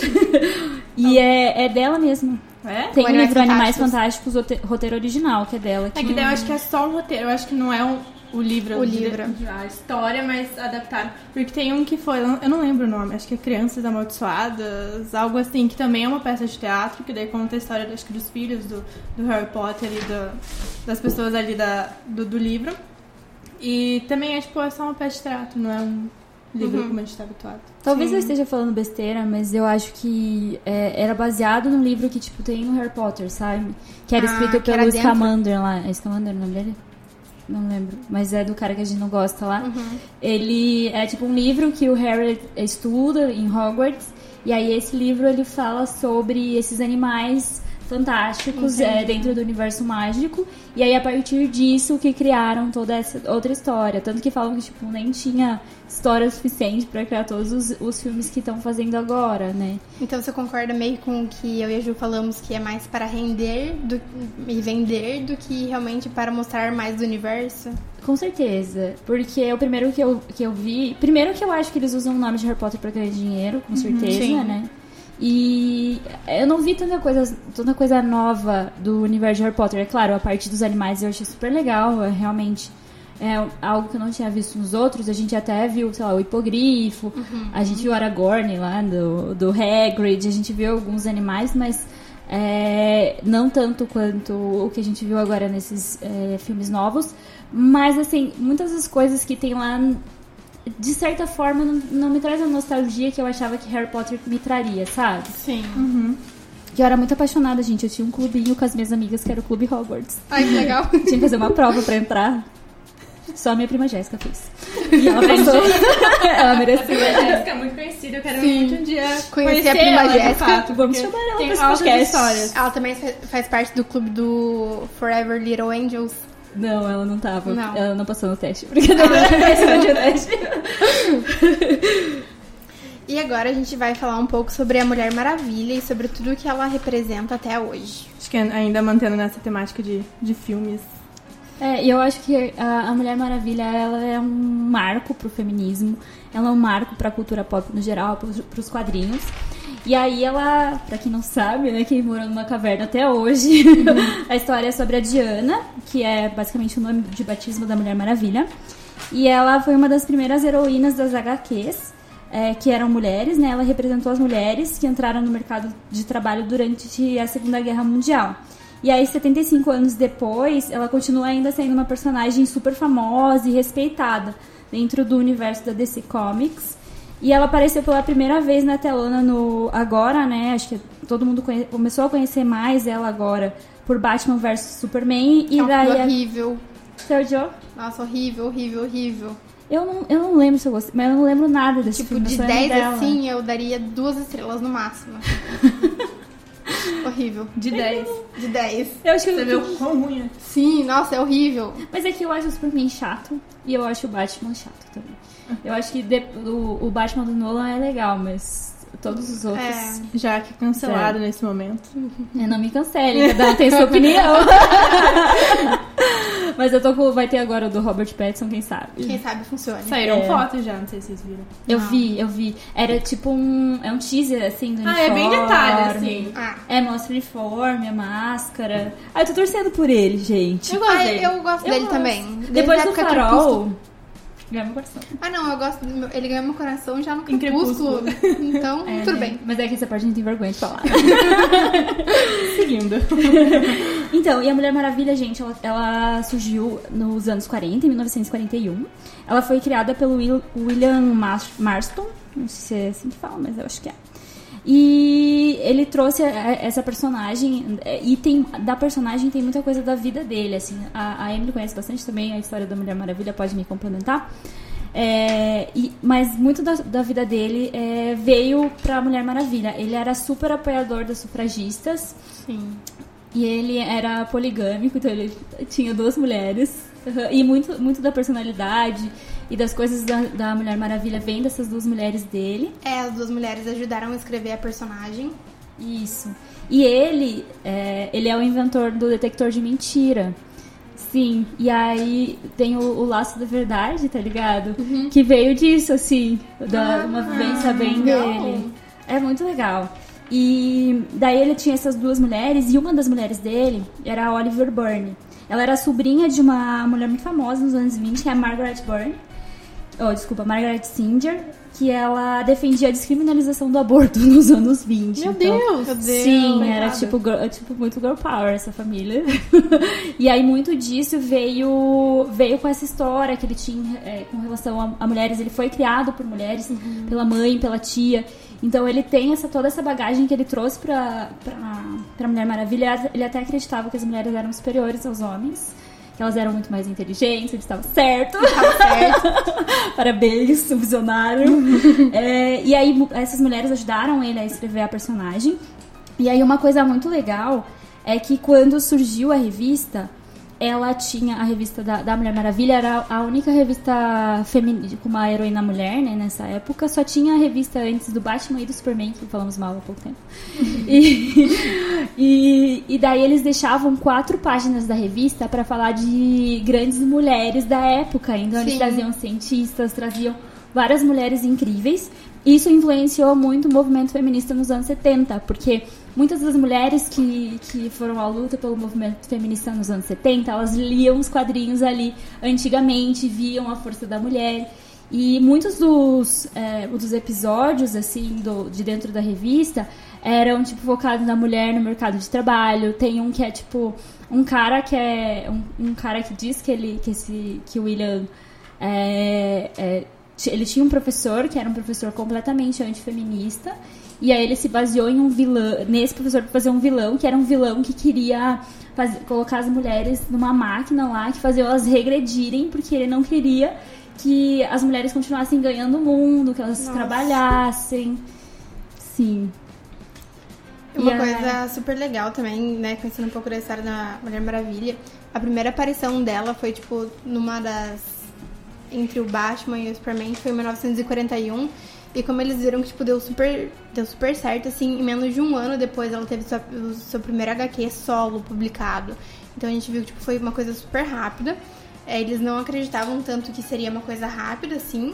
S4: E é, é dela mesmo.
S3: É?
S4: Tem o
S2: Animais
S4: livro Animais
S2: Fantásticos.
S4: Fantásticos, rote- roteiro original, que é dela.
S3: É que daí eu acho que é só um roteiro. Eu acho que não é um, o livro.
S2: O
S3: de-
S2: livro.
S3: de- a história, mas adaptado. Porque tem um que foi, eu não lembro o nome, acho que é Crianças Amaldiçoadas, algo assim, que também é uma peça de teatro, que daí conta a história, acho que dos filhos do, do Harry Potter e do, das pessoas ali da, do, do livro. E também é tipo, é só uma peça de teatro, não é um livro como a gente tá habituado.
S4: Talvez
S2: Sim.
S4: eu esteja falando besteira, mas eu acho que é, era baseado num livro que, tipo, tem no Harry Potter, sabe? Que era
S2: Ah,
S4: escrito
S2: que era
S4: pelo
S2: dentro.
S4: Scamander lá. É Scamander o nome dele? Não lembro. Mas é do cara que a gente não gosta lá.
S2: Uhum.
S4: Ele é tipo um livro que o Harry estuda em Hogwarts. E aí esse livro ele fala sobre esses animais fantásticos é, dentro do universo mágico. E aí a partir disso que criaram toda essa outra história. Tanto que falam que tipo, nem tinha história suficiente pra criar todos os, os filmes que estão fazendo agora, né?
S2: Então você concorda meio com o que eu e a Ju falamos, que é mais para render do, e vender do que realmente para mostrar mais do universo?
S4: Com certeza, porque o primeiro que eu, que eu vi... Primeiro que eu acho que eles usam o nome de Harry Potter pra ganhar dinheiro, com certeza,
S2: sim.
S4: né? E eu não vi tanta coisa, tanta coisa nova do universo de Harry Potter. É claro, a parte dos animais eu achei super legal, é realmente... É algo que eu não tinha visto nos outros. A gente até viu, sei lá, o hipogrifo, a gente viu o Aragorn lá, do, do Hagrid, a gente viu alguns animais, mas é, não tanto quanto o que a gente viu agora nesses é, filmes novos. Mas, assim, muitas das coisas que tem lá, de certa forma, não, não me traz a nostalgia que eu achava que Harry Potter me traria, sabe?
S2: Sim.
S4: Que eu era muito apaixonada, gente. Eu tinha um clubinho com as minhas amigas, que era o Clube Hogwarts.
S2: Ai, que legal.
S4: Tinha que fazer uma prova pra entrar. Só a minha prima Jéssica fez. E ela passou. Ela merecia.
S3: A Jéssica é muito conhecida, eu quero
S2: Sim.
S3: muito um dia
S2: Conhecer a
S3: conhecer
S2: prima
S3: ela, de
S2: Jéssica.
S3: fato,
S4: Vamos
S3: porque
S4: chamar ela
S3: tem
S4: pra esse
S3: altas
S4: podcast.
S3: histórias.
S2: Ela também fa- faz parte do clube do Forever Little Angels.
S4: Não, ela não tava.
S2: Não.
S4: Ela não passou no teste. Brincadeira, ela passou no teste.
S2: E agora a gente vai falar um pouco sobre a Mulher Maravilha e sobre tudo que ela representa até hoje.
S3: Acho que ainda mantendo nessa temática de, de filmes.
S4: É, e eu acho que a, a Mulher Maravilha, ela é um marco pro feminismo. Ela é um marco pra cultura pop no geral, pros, pros quadrinhos. E aí ela, pra quem não sabe, né, quem morou numa caverna até hoje, a história é sobre a Diana, que é basicamente o nome de batismo da Mulher Maravilha. E ela foi uma das primeiras heroínas das agá quês, é, que eram mulheres, né? Ela representou as mulheres que entraram no mercado de trabalho durante a Segunda Guerra Mundial. E aí, setenta e cinco anos depois, ela continua ainda sendo uma personagem super famosa e respeitada dentro do universo da D C Comics. E ela apareceu pela primeira vez na telona no agora, né? Acho que todo mundo conhe... começou a conhecer mais ela agora por Batman versus Superman. E
S2: É um
S4: daí
S2: filme
S4: a...
S2: horrível.
S4: Sergio?
S2: Nossa, horrível, horrível, horrível.
S4: Eu não, eu não lembro se eu gostei, mas eu não lembro nada desse
S2: Tipo,
S4: filme.
S2: de
S4: eu só lembro
S2: dez
S4: dela.
S2: assim, eu daria duas estrelas no máximo. Horrível.
S3: De dez.
S2: De dez.
S4: Eu acho que
S3: Você
S4: eu...
S3: vê o quão ruim é.
S2: Sim, nossa, é horrível.
S4: Mas é que eu acho o Superman chato e eu acho o Batman chato também. Eu acho que de- o, o Batman do Nolan é legal, mas todos os outros...
S2: É.
S3: Já que cancelado
S4: Sério.
S3: nesse momento.
S4: É, não me cancele, cada um tem sua opinião. Mas eu tô com... Vai ter agora o do Robert Pattinson, quem sabe?
S2: Quem sabe funciona.
S3: Saíram
S4: É.
S3: fotos já, não sei se vocês viram.
S4: Eu
S2: Não.
S4: vi, eu vi. Era tipo um... É um teaser, assim, do
S3: Ah, é bem
S4: uniforme.
S3: detalhe, assim.
S2: Ah,
S4: É, mostra o uniforme, a máscara. Ah, eu tô torcendo por ele, gente.
S3: Eu gosto
S2: ah,
S3: dele.
S2: eu gosto
S4: Eu
S2: dele
S4: gosto.
S2: também. Desde
S4: Depois
S2: a
S4: do
S2: época
S4: Farol...
S2: Crepúsculo.
S4: Ganhou meu coração.
S2: Ah, não, eu gosto. do meu- Ele ganhou meu coração já no
S3: Em
S2: Crepúsculo. Então,
S4: É,
S2: tudo
S4: né?
S2: bem.
S4: Mas é que essa parte a gente tem vergonha de falar.
S3: Seguindo.
S4: Então, e a Mulher Maravilha, gente, ela, ela surgiu nos anos quarenta, em mil novecentos e quarenta e um. Ela foi criada pelo Will, William Mas- Marston, não sei se é assim que fala, mas eu acho que é. E ele trouxe essa personagem, e tem, da personagem tem muita coisa da vida dele, assim. A, a Emily conhece bastante também a história da Mulher Maravilha, pode me complementar. É, e, mas muito da, da vida dele é, veio pra Mulher Maravilha. Ele era super apoiador das sufragistas.
S2: Sim.
S4: E ele era poligâmico, então ele tinha duas mulheres. E muito, muito da personalidade e das coisas da, da Mulher Maravilha vem dessas duas mulheres dele.
S2: É, as duas mulheres ajudaram a escrever a personagem.
S4: Isso. E ele, é, ele é o inventor do detector de mentira. Sim, e aí tem o, o laço da verdade, tá ligado? Uhum. Que veio disso, assim, da, ah, uma vivência bem
S2: legal.
S4: dele. É muito legal. E daí ele tinha essas duas mulheres, e uma das mulheres dele era a Oliver Byrne. Ela era sobrinha de uma mulher muito famosa nos anos vinte, que é a Margaret Byrne. Oh, desculpa, Margaret Singer, que ela defendia a descriminalização do aborto nos anos vinte.
S2: Meu
S4: então,
S2: Deus! Meu Deus!
S4: Sim, era tipo, tipo muito girl power essa família. E aí muito disso veio, veio com essa história que ele tinha é, com relação a, a mulheres. Ele foi criado por mulheres, uhum. pela mãe, pela tia. Então ele tem essa, toda essa bagagem que ele trouxe pra, pra, pra Mulher Maravilha. Ele até acreditava que as mulheres eram superiores aos homens, que elas eram muito mais inteligentes, ele estava certo.
S2: Estava certo.
S4: Parabéns, um visionário. É, e aí essas mulheres ajudaram ele a escrever a personagem. E aí uma coisa muito legal é que quando surgiu a revista, ela tinha, a revista da, da Mulher Maravilha era a única revista feminina com uma heroína mulher, né, nessa época. Só tinha a revista antes do Batman e do Superman, que falamos mal há pouco tempo. e, e, e daí eles deixavam quatro páginas da revista para falar de grandes mulheres da época. Então Sim. eles traziam cientistas, traziam várias mulheres incríveis. Isso influenciou muito o movimento feminista nos anos setenta, porque muitas das mulheres que, que foram à luta pelo movimento feminista nos anos setenta, elas liam os quadrinhos ali antigamente, viam a força da mulher. E muitos dos, é, dos episódios, assim, do, de dentro da revista eram, tipo, focados na mulher no mercado de trabalho. Tem um que é, tipo, um cara que é... Um, um cara que diz que ele... Que, esse, que o William... É, é, ele tinha um professor que era um professor completamente antifeminista, e aí ele se baseou em um vilão, nesse professor para fazer um vilão, que era um vilão que queria fazer, colocar as mulheres numa máquina lá, que fazia elas regredirem, porque ele não queria que as mulheres continuassem ganhando o mundo, que elas Nossa. trabalhassem. Sim.
S2: Uma e coisa a... super legal também, né, conhecendo um pouco da história da Mulher Maravilha, a primeira aparição dela foi, tipo, numa das... entre o Batman e o Superman, que foi em mil novecentos e quarenta e um, e como eles viram que, tipo, deu super, deu super certo, assim, em menos de um ano depois ela teve sua, o seu primeiro H Q solo publicado. Então a gente viu que, tipo, foi uma coisa super rápida. É, eles não acreditavam tanto que seria uma coisa rápida, assim,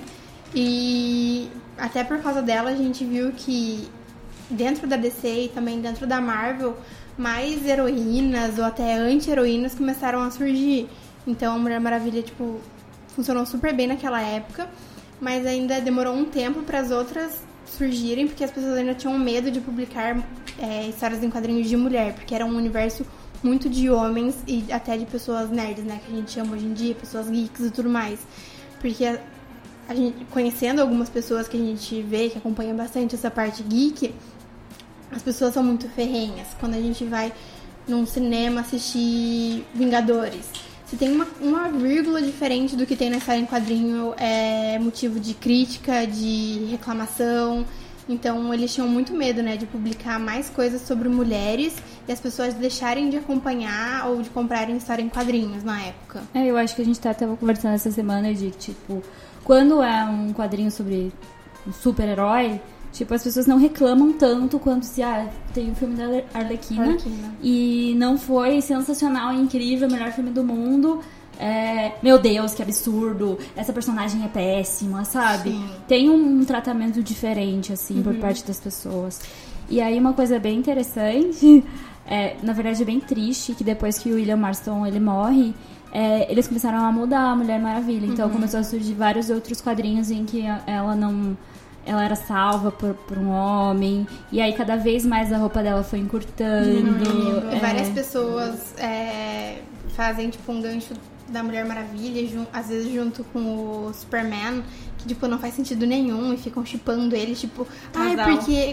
S2: e até por causa dela a gente viu que dentro da D C e também dentro da Marvel, mais heroínas ou até anti-heroínas começaram a surgir. Então a Mulher Maravilha, tipo... funcionou super bem naquela época, mas ainda demorou um tempo para as outras surgirem, porque as pessoas ainda tinham medo de publicar é, histórias em quadrinhos de mulher, porque era um universo muito de homens e até de pessoas nerds, né, que a gente chama hoje em dia, pessoas geeks e tudo mais. Porque a, a gente, conhecendo algumas pessoas que a gente vê, que acompanham bastante essa parte geek, as pessoas são muito ferrenhas. Quando a gente vai num cinema assistir Vingadores, se tem uma, uma vírgula diferente do que tem na história em quadrinho, é motivo de crítica, de reclamação. Então eles tinham muito medo, né, de publicar mais coisas sobre mulheres e as pessoas deixarem de acompanhar ou de comprarem história em quadrinhos na época.
S4: É, eu acho que a gente tá até conversando essa semana de, tipo, quando é um quadrinho sobre um super-herói, tipo, as pessoas não reclamam tanto quanto se, ah, tem o filme da Arlequina, Arlequina. E não foi sensacional, incrível, o melhor filme do mundo. É, meu Deus, que absurdo, essa personagem é péssima, sabe? Sim. Tem um tratamento diferente, assim, uhum. por parte das pessoas. E aí uma coisa bem interessante, é, na verdade é bem triste, que depois que o William Marston ele morre, é, eles começaram a mudar a Mulher Maravilha. Então uhum. começou a surgir vários outros quadrinhos em que ela não... ela era salva por, por um homem, e aí cada vez mais a roupa dela foi encurtando.
S2: Uhum.
S4: É.
S2: Várias pessoas é, fazem, tipo, um gancho da Mulher Maravilha, jun- às vezes junto com o Superman, que, tipo, não faz sentido nenhum, e ficam shippando ele, tipo, ai, porque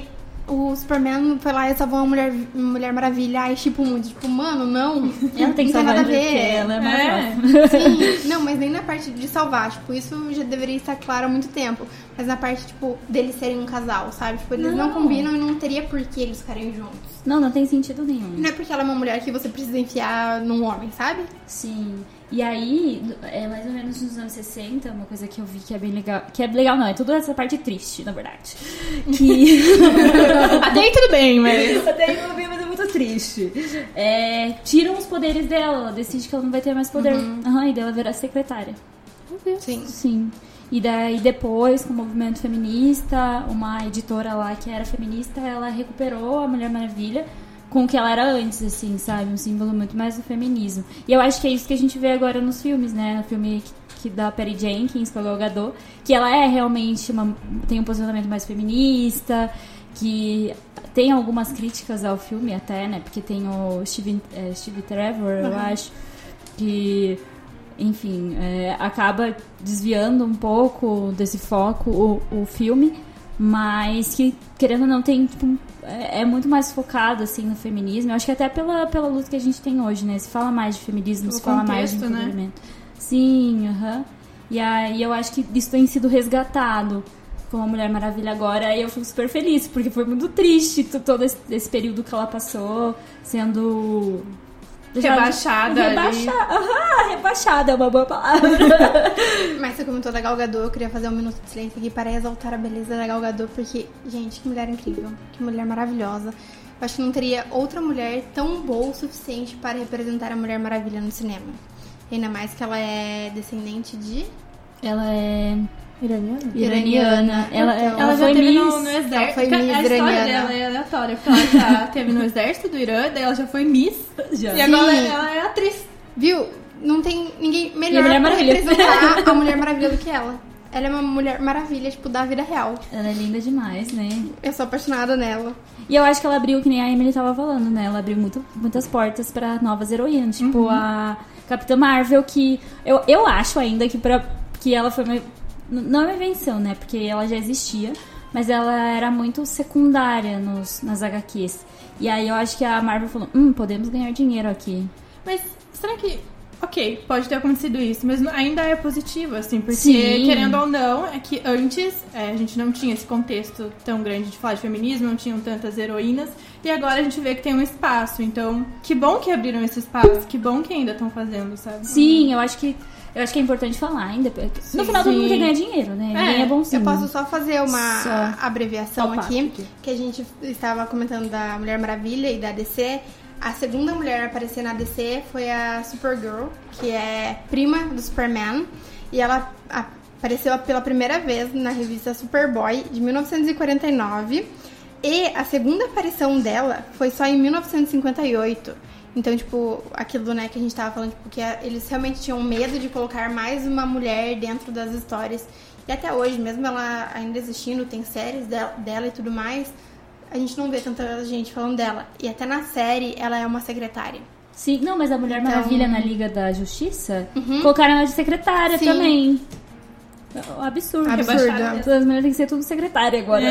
S2: o Superman foi lá e salvou uma mulher, Mulher Maravilha. Ai, tipo, muito. Tipo, mano, não.
S4: Ela tem que
S2: não tem nada a ver.
S4: Ela é mais
S3: É.
S2: Sim, não, mas nem na parte de salvar. Tipo, isso já deveria estar claro há muito tempo. Mas na parte, tipo, deles serem um casal, sabe? Tipo, eles não,
S4: Não.
S2: combinam e não teria por que eles ficarem juntos.
S4: Não, não tem sentido nenhum.
S2: Não é porque ela é uma mulher que você precisa enfiar num homem, sabe?
S4: Sim. E aí, é mais ou menos nos anos sessenta, uma coisa que eu vi que é bem legal. Que é legal, não, é toda essa parte triste, na verdade. Que.
S3: Até aí tudo bem, mas...
S4: Até aí eu vi, mas é muito triste. É, tiram os poderes dela, ela decide que ela não vai ter mais poder.
S2: Uhum.
S4: Aham, e dela virar secretária.
S2: Sim.
S4: Sim. E daí depois, com o movimento feminista, uma editora lá que era feminista, ela recuperou a Mulher Maravilha com o que ela era antes, assim, sabe? Um símbolo muito mais do feminismo. E eu acho que é isso que a gente vê agora nos filmes, né? No filme que, que da Patty Jenkins, com a Gal Gadot, que ela é realmente uma... tem um posicionamento mais feminista, que tem algumas críticas ao filme até, né? Porque tem o Steve, é, Steve Trevor, eu
S2: Uhum.
S4: acho, que... Enfim, é, acaba desviando um pouco desse foco o, o filme, mas que, querendo ou não, tem, tipo, é, é muito mais focado, assim, no feminismo. Eu acho que até pela, pela luta que a gente tem hoje, né? Se fala mais de feminismo,
S3: O
S4: se fala mais de
S3: contexto, né?
S4: empoderamento. Sim, aham. E aí eu acho que isso tem sido resgatado com a Mulher Maravilha agora, e eu fico super feliz, porque foi muito triste t- todo esse, esse período que ela passou sendo...
S3: Rebaixada ali.
S4: Rebaixada, aham, rebaixada é uma boa palavra.
S2: Mas você comentou da Gal Gadot, eu queria fazer um minuto de silêncio aqui para exaltar a beleza da Gal Gadot, porque, gente, que mulher incrível, que mulher maravilhosa. Eu acho que não teria outra mulher tão boa o suficiente para representar a Mulher Maravilha no cinema. Ainda mais que ela é descendente de...
S4: Ela é
S3: Iraniana?
S4: iraniana. Ela,
S2: Então,
S4: ela,
S3: Ela já
S4: foi
S3: teve
S4: Miss.
S3: no, no exército.
S2: Ela foi
S3: a
S2: Miss
S3: história
S2: iraniana.
S3: dela é aleatória, porque ela já teve no exército do Irã, daí ela já foi Miss.
S4: Já.
S3: E agora
S2: Sim.
S3: ela é atriz.
S2: Viu? Não tem ninguém
S4: E a
S2: melhor
S4: Mulher
S2: pra
S4: Maravilha.
S2: representar a Mulher Maravilha do que ela. Ela é uma Mulher Maravilha, tipo, da vida real.
S4: Ela é linda demais, né?
S2: Eu sou apaixonada nela.
S4: E eu acho que ela abriu, que nem a Emily tava falando, né? Ela abriu muito, muitas portas pra novas heroínas. Tipo,
S3: Uhum.
S4: a Capitã Marvel, que eu, eu acho ainda que, pra, que ela foi uma... Não é uma invenção, né? Porque ela já existia, mas ela era muito secundária nos, nas agá quês. E aí eu acho que a Marvel falou, hum, podemos ganhar dinheiro aqui.
S3: Mas será que... Ok, pode ter acontecido isso, mas ainda é positivo, assim, porque,
S4: Sim.
S3: querendo ou não, é que antes é, a gente não tinha esse contexto tão grande de falar de feminismo, não tinham tantas heroínas, e agora a gente vê que tem um espaço. Então, que bom que abriram esse espaço, que bom que ainda estão fazendo, sabe?
S4: Sim, eu acho que eu acho que é importante falar ainda.
S3: Sim,
S4: no final todo mundo
S3: sim.
S4: quer ganhar dinheiro, né?
S3: É,
S4: Ninguém é bom sim.
S2: Eu posso só fazer uma
S4: Só.
S2: abreviação
S3: Só
S2: aqui,
S3: parte.
S2: que a gente estava comentando da Mulher Maravilha e da D C. A segunda mulher a aparecer na D C foi a Supergirl, que é prima do Superman. E ela apareceu pela primeira vez na revista Superboy, de mil novecentos e quarenta e nove. E a segunda aparição dela foi só em mil novecentos e cinquenta e oito. Então, tipo, aquilo, né, que a gente tava falando, tipo, que eles realmente tinham medo de colocar mais uma mulher dentro das histórias. E até hoje, mesmo ela ainda existindo, tem séries dela, dela e tudo mais, a gente não vê tanta gente falando dela. E até na série, ela é uma secretária.
S4: Sim, não, mas a Mulher
S2: Então-
S4: Maravilha na Liga da Justiça
S2: Uhum.
S4: colocaram ela de secretária
S2: Sim.
S4: também. Absurdo.
S2: Absurdo.
S4: Rebaixaram. Todas as mulheres têm que ser tudo secretária agora.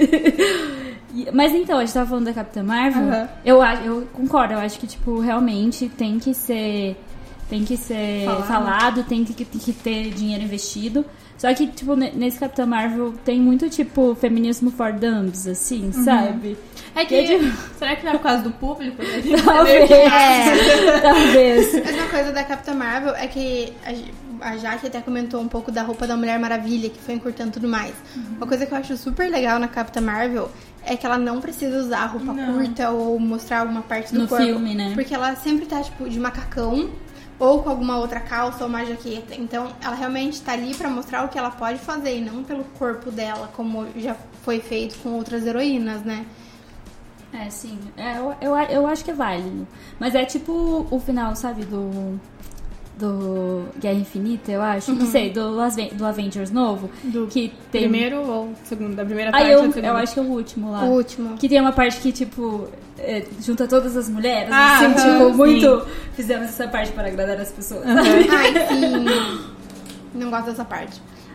S4: E- Mas então, a gente tava falando da Capitã Marvel.
S3: Aham.
S4: Eu, acho- eu concordo, eu acho que, tipo, realmente tem que ser. Tem que ser
S3: Falado.
S4: falado, tem que, tem que ter dinheiro investido. Só que, tipo, ne- nesse Capitã Marvel tem muito, tipo, feminismo for dumps, assim, sabe?
S3: É que,
S4: É de-
S3: será que não é por causa do público?
S4: Talvez.
S2: É.
S4: Talvez.
S2: A mesma coisa da Capitã Marvel é que a, a Jaque até comentou um pouco da roupa da Mulher Maravilha, que foi encurtando tudo mais. Uma coisa que eu acho super legal na Capitã Marvel é que ela não precisa usar roupa
S3: Não.
S2: curta ou mostrar alguma parte do
S4: No
S2: corpo.
S4: filme, né?
S2: Porque ela sempre tá, tipo, de macacão ou com alguma outra calça ou uma jaqueta. Então, ela realmente tá ali pra mostrar o que ela pode fazer e não pelo corpo dela, como já foi feito com outras heroínas, né?
S4: É, sim. É, eu, eu, eu acho que é válido. Mas é tipo o final, sabe, do. Do Guerra Infinita, eu acho. Não sei, do, Asven- do Avengers novo.
S3: Do
S4: que tem.
S3: Primeiro ou segundo? Da primeira parte
S4: Aí eu,
S3: ou da segunda?
S4: eu acho que é o último lá.
S2: O último.
S4: Que tem uma parte que, tipo, é, junta todas as mulheres.
S3: Ah,
S4: assim,
S3: aham,
S4: tipo,
S3: sim.
S4: muito. Fizemos essa parte para agradar as pessoas.
S2: Ai, sim. Não gosto dessa parte.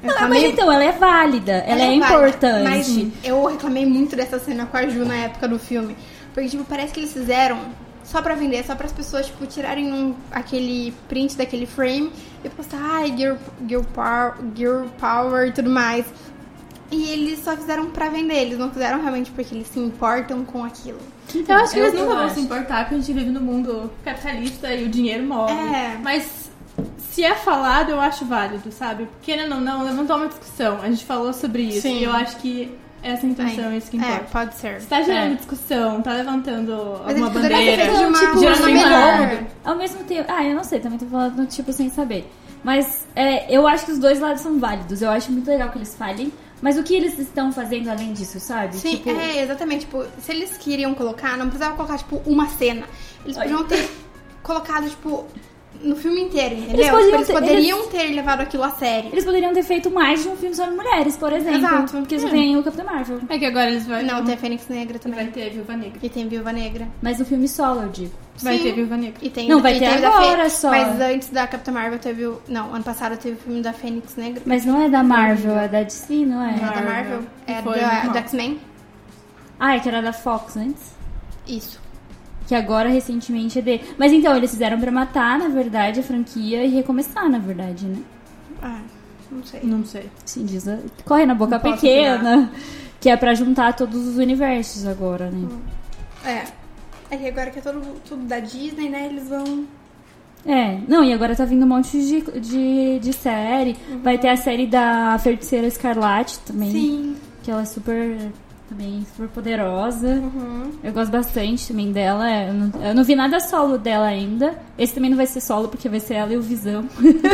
S2: Eu
S4: Não,
S2: reclamei-
S4: mas então, ela é válida, ela, é,
S2: válida,
S4: importante.
S2: Mas eu reclamei muito dessa cena com a Ju na época do filme. Porque, tipo, parece que eles fizeram só pra vender, só para as pessoas, tipo, tirarem um, aquele print daquele frame e postar, ai, girl, girl, power, girl power e tudo mais. E eles só fizeram pra vender, eles não fizeram realmente porque eles se importam com aquilo.
S3: Eu acho que
S4: Eu-
S3: eles nunca
S4: eu
S3: vão
S4: acho.
S3: se importar porque a gente vive no mundo capitalista e o dinheiro move.
S2: É.
S3: Mas se é falado, eu acho válido, sabe? Querendo ou não, levantou uma discussão. A gente falou sobre isso.
S2: Sim.
S3: E eu acho que essa é a intenção, é isso que
S2: É,
S3: importa.
S2: pode ser.
S3: Se tá gerando
S4: É.
S3: discussão, tá levantando
S2: Mas
S3: alguma
S2: eles poderiam ter
S3: bandeira.
S2: feito de uma
S4: Tipo,
S2: forma
S3: gerando
S2: melhor.
S3: incômodo.
S4: Ao mesmo tempo... Ah, eu não sei, também tô falando, tipo, sem saber. Mas é, eu acho que os dois lados são válidos. Eu acho muito legal que eles falem. Mas o que eles estão fazendo além disso, sabe?
S2: Sim,
S4: Tipo,
S2: é, exatamente. Tipo, se eles queriam colocar, não precisava colocar, tipo, uma cena. Eles
S4: Ai.
S2: podiam ter colocado, tipo, no filme inteiro, entendeu?
S4: Eles
S2: Tipo,
S4: poderiam
S2: Eles
S4: ter-
S2: poderiam
S4: eles-
S2: ter levado aquilo a sério.
S4: Eles poderiam ter feito mais de um filme sobre mulheres, por exemplo.
S2: Exato.
S4: Porque eles
S2: É.
S4: têm o Capitão Marvel.
S3: É que agora eles vão.
S2: Não, tem a Fênix Negra
S3: Vai
S2: também.
S3: ter Viúva Negra.
S2: E tem Viúva Negra.
S4: Mas o filme solo, eu digo.
S3: Vai
S2: Sim.
S3: ter Viúva Negra.
S2: E tem,
S4: Não, vai
S2: e
S4: ter
S2: tem o da
S4: agora
S2: Fê-
S4: só.
S2: Mas antes da Capitã Marvel teve o... Não, ano passado teve o filme da Fênix Negra.
S4: Mas não é da Marvel, é da D C, não é?
S2: É da
S3: Marvel.
S2: Marvel. É
S3: Foi
S2: da,
S3: muito
S2: do
S3: mal.
S2: X-Men.
S4: Ah, é que era da Fox antes.
S2: Isso.
S4: Que agora, recentemente, é de... Mas então, eles fizeram pra matar, na verdade, a franquia e recomeçar, na verdade, né?
S2: Ah, não sei.
S3: Não sei.
S4: Assim, diz... a- Corre na boca
S3: Não posso
S4: pequena. Que é pra juntar todos os universos agora, né?
S2: É. É que agora que é todo, tudo da Disney, né? Eles vão...
S4: É, não, e agora tá vindo um monte de, de, de série. Vai ter a série da Feiticeira Escarlate também.
S2: Sim.
S4: Que ela é super... Também super poderosa.
S2: Uhum.
S4: Eu gosto bastante também dela. Eu não, eu não vi nada solo dela ainda. Esse também não vai ser solo, porque vai ser ela e o Visão.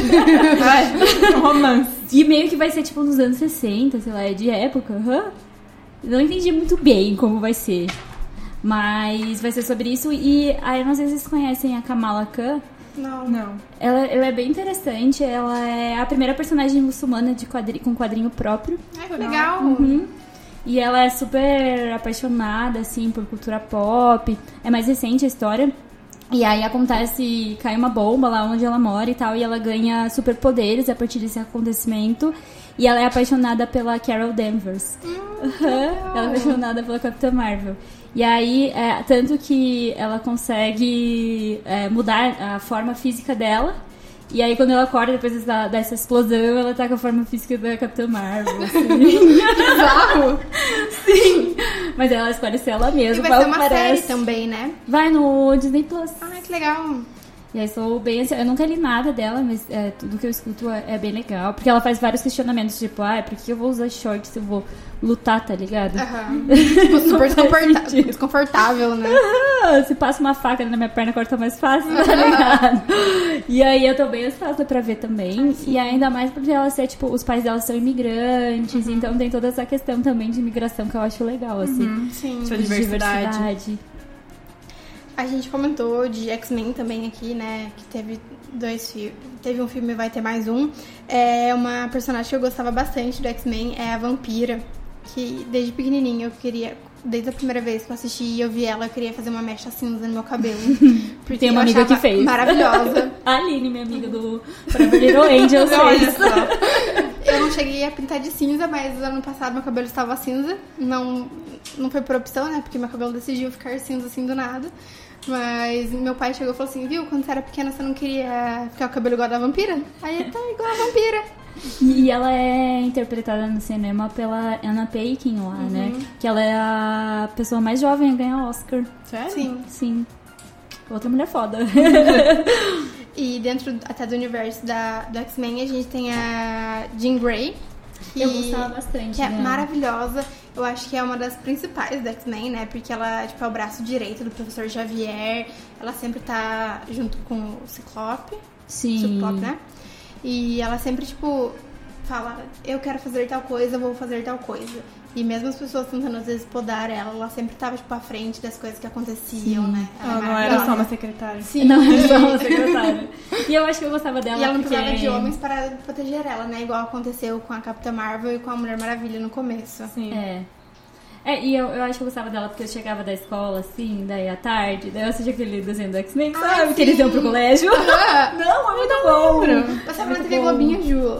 S3: Vai, um romance.
S4: E meio que vai ser tipo nos anos sessenta, sei lá, é de época. Uhum. Não entendi muito bem como vai ser. Mas vai ser sobre isso. E aí, não sei se vocês conhecem a Kamala Khan.
S2: Não.
S3: Não.
S4: Ela, ela é bem interessante. Ela é a primeira personagem muçulmana de quadri, com quadrinho próprio.
S2: Ai, que legal.
S4: Uhum. E ela é super apaixonada, assim, por cultura pop. É mais recente a história. E aí acontece, cai uma bomba lá onde ela mora e tal, e ela ganha superpoderes a partir desse acontecimento. E ela é apaixonada pela Carol Danvers. Uhum. Ela é apaixonada pela Capitã Marvel. E aí, é, tanto que ela consegue é, mudar a forma física dela. E aí, quando ela acorda, depois dessa, dessa explosão, ela tá com a forma física da Capitã Marvel, assim.
S2: Bizarro.
S4: Sim. Mas ela escolhe ser ela
S2: E
S4: mesma,
S2: vai
S4: qual
S2: ser uma
S4: parece.
S2: série também, né?
S4: Vai no Disney Plus.
S2: Ai, que legal.
S4: E aí sou bem assim, eu nunca li nada dela, mas é, tudo que eu escuto é, é bem legal. Porque ela faz vários questionamentos, tipo, ah, por que eu vou usar shorts se eu vou lutar, tá ligado?
S2: Aham. Tipo, super
S4: faz
S2: desconforta-
S4: sentido.
S2: desconfortável, né?
S4: Ah, se passa uma faca na minha perna, corta mais fácil, tá ligado? E aí eu tô bem ansiosa pra ver também. E ainda mais porque ela ser, tipo, os pais dela são imigrantes, então tem toda essa questão também de imigração que eu acho legal, assim.
S2: Sim.
S3: Sua
S4: De
S3: diversidade.
S4: diversidade.
S2: A gente comentou de X-Men também aqui, né? Que teve dois filmes. Teve um filme e vai ter mais um. É uma personagem que eu gostava bastante do X-Men, é a Vampira. Que desde pequenininha eu queria... Desde a primeira vez que eu assisti e eu vi ela, eu queria fazer uma mecha cinza no meu cabelo. Porque
S4: Tem uma
S2: eu
S4: amiga
S2: achava
S4: que fez.
S2: Maravilhosa.
S4: A Aline, minha amiga do Forever Little Angels,
S2: Olha
S4: fez.
S2: só. Eu não cheguei a pintar de cinza, mas ano passado meu cabelo estava cinza. Não, não foi por opção, né? Porque meu cabelo decidiu ficar cinza assim do nada. Mas meu pai chegou e falou assim, viu, quando você era pequena você não queria ficar com o cabelo igual a da vampira? Aí tá igual a vampira.
S4: E ela é interpretada no cinema pela Anna Paquin lá, né? Que ela é a pessoa mais jovem a ganhar Oscar.
S3: Sério?
S2: Sim.
S4: Sim. Outra mulher foda.
S2: E dentro até do universo da, do X-Men a gente tem a Jean Grey. Que,
S4: Eu gostava bastante
S2: que é
S4: dela.
S2: maravilhosa. Eu acho que é uma das principais do X-Men, né? Porque ela tipo, é o braço direito do professor Xavier. Ela sempre tá junto com o Ciclope.
S4: Sim.
S2: Ciclope, né? E ela sempre, tipo, fala, eu quero fazer tal coisa, eu vou fazer tal coisa. E mesmo as pessoas tentando, às vezes, podar ela, ela sempre tava, tipo, à frente das coisas que aconteciam,
S4: Sim.
S2: né?
S3: Ela
S2: é
S3: não era
S2: maravilhosa.
S3: só uma secretária.
S2: Sim.
S4: Não, era só uma secretária. E eu acho que eu gostava dela
S2: E ela não
S4: porque...
S2: precisava de homens para proteger ela, né? Igual aconteceu com a Capitã Marvel e com a Mulher Maravilha no começo.
S3: Sim.
S4: É. É, e eu, eu acho que eu gostava dela porque eu chegava da escola, assim, daí à tarde, daí eu assistia aquele desenho do X-Men, sabe?
S2: sim.
S4: Que eles iam pro colégio.
S2: Ah,
S4: Não, é muito bom.
S2: passava
S4: É
S2: na
S4: muito
S2: T V
S4: bom.
S2: Globinho, Ju.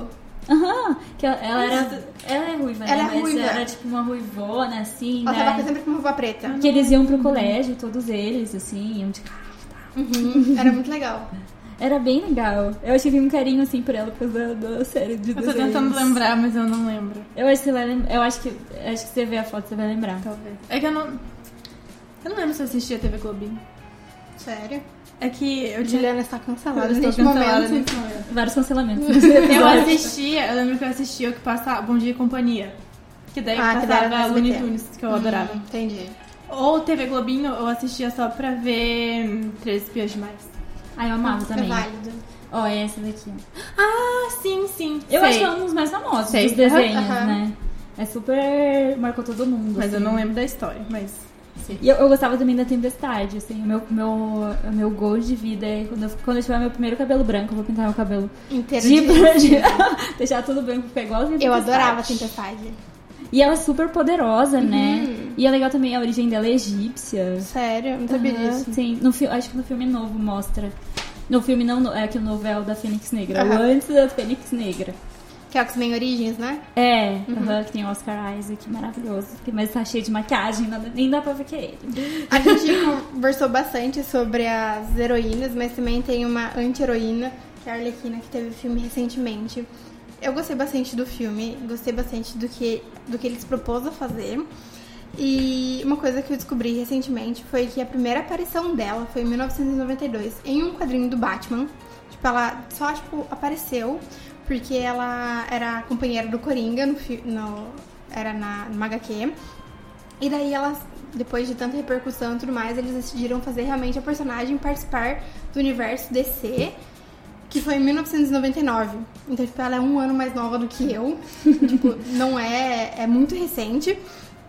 S4: Aham, que ela, ela era. Ela é ruiva,
S2: Ela
S4: né?
S2: é
S4: Mas
S2: ruiva.
S4: era tipo uma ruivona, assim,
S2: Ela
S4: né?
S2: tava sempre com roupa preta.
S4: Que eles iam pro colégio, todos eles, assim, iam de carro.
S2: Uhum. Era muito legal.
S4: Era bem legal. Eu achei que tinha um carinho assim por ela por causa da, da série de
S3: Eu tô
S4: desenhos.
S3: tentando lembrar, mas eu não lembro.
S4: Eu acho que você vai lembrar. Eu acho que, acho que você vê a foto, você vai lembrar.
S3: Talvez. É que eu não. Eu não lembro se eu assistia a T V Globinho.
S2: Sério?
S3: É que eu tinha.
S2: Juliana está cancelada
S3: Eu estou
S2: neste
S3: cancelada
S2: momento.
S3: nesse momento.
S4: Vários cancelamentos.
S3: Eu assistia, eu lembro que eu assistia o que passava Bom Dia e Companhia. Que daí
S2: Ah, que daí era
S3: passava
S2: no
S3: Looney
S2: S B T.
S3: Tunes, que eu adorava.
S2: Hum, entendi.
S3: Ou T V Globinho, eu assistia só pra ver hum, Três Espiãs Demais.
S4: Ah, eu amava
S2: É
S4: também.
S2: válido.
S4: Ó, é essa daqui.
S3: Ah, sim, sim.
S4: Eu
S3: sei.
S4: acho que é um dos mais famosos
S3: Sei.
S4: dos desenhos,
S2: Aham.
S4: né? É super... marcou todo mundo.
S3: Mas eu
S4: assim.
S3: não lembro da história, mas...
S4: E eu, eu gostava também da Tempestade, assim. O meu, meu, o meu goal de vida é quando eu, quando eu tiver meu primeiro cabelo branco, eu vou pintar meu cabelo
S2: Inteiro
S4: de,
S2: de...
S4: de deixar tudo branco, ficar igualzinho a
S2: Eu
S4: Tempestade.
S2: adorava a Tempestade.
S4: E ela é super poderosa, né? E é legal também, a origem dela é egípcia.
S2: Sério? Eu não sabia
S4: Aham,
S2: disso.
S4: Sim, no, fi- acho que no filme novo mostra. No filme não, no- é que o novo é o da Fênix Negra. O
S2: Aham.
S4: antes da Fênix Negra.
S2: Que é o X-Men Origins, né?
S4: É, aham, que tem o Oscar Isaac, maravilhoso. Mas tá cheio de maquiagem, nada- nem dá pra ver que é ele.
S2: A gente conversou bastante sobre as heroínas, mas também tem uma anti-heroína, que é a Arlequina, que teve filme recentemente. Eu gostei bastante do filme, gostei bastante do que, do que ele se propôs a fazer. E uma coisa que eu descobri recentemente foi que a primeira aparição dela foi em mil novecentos e noventa e dois, em um quadrinho do Batman. Tipo, ela só, tipo, apareceu porque ela era companheira do Coringa, no, fi- no, era na, no H Q. E daí elas, depois de tanta repercussão e tudo mais, eles decidiram fazer realmente a personagem participar do universo D C, que foi em mil novecentos e noventa e nove. Então, tipo, ela é um ano mais nova do que eu. Tipo, não é... É muito recente.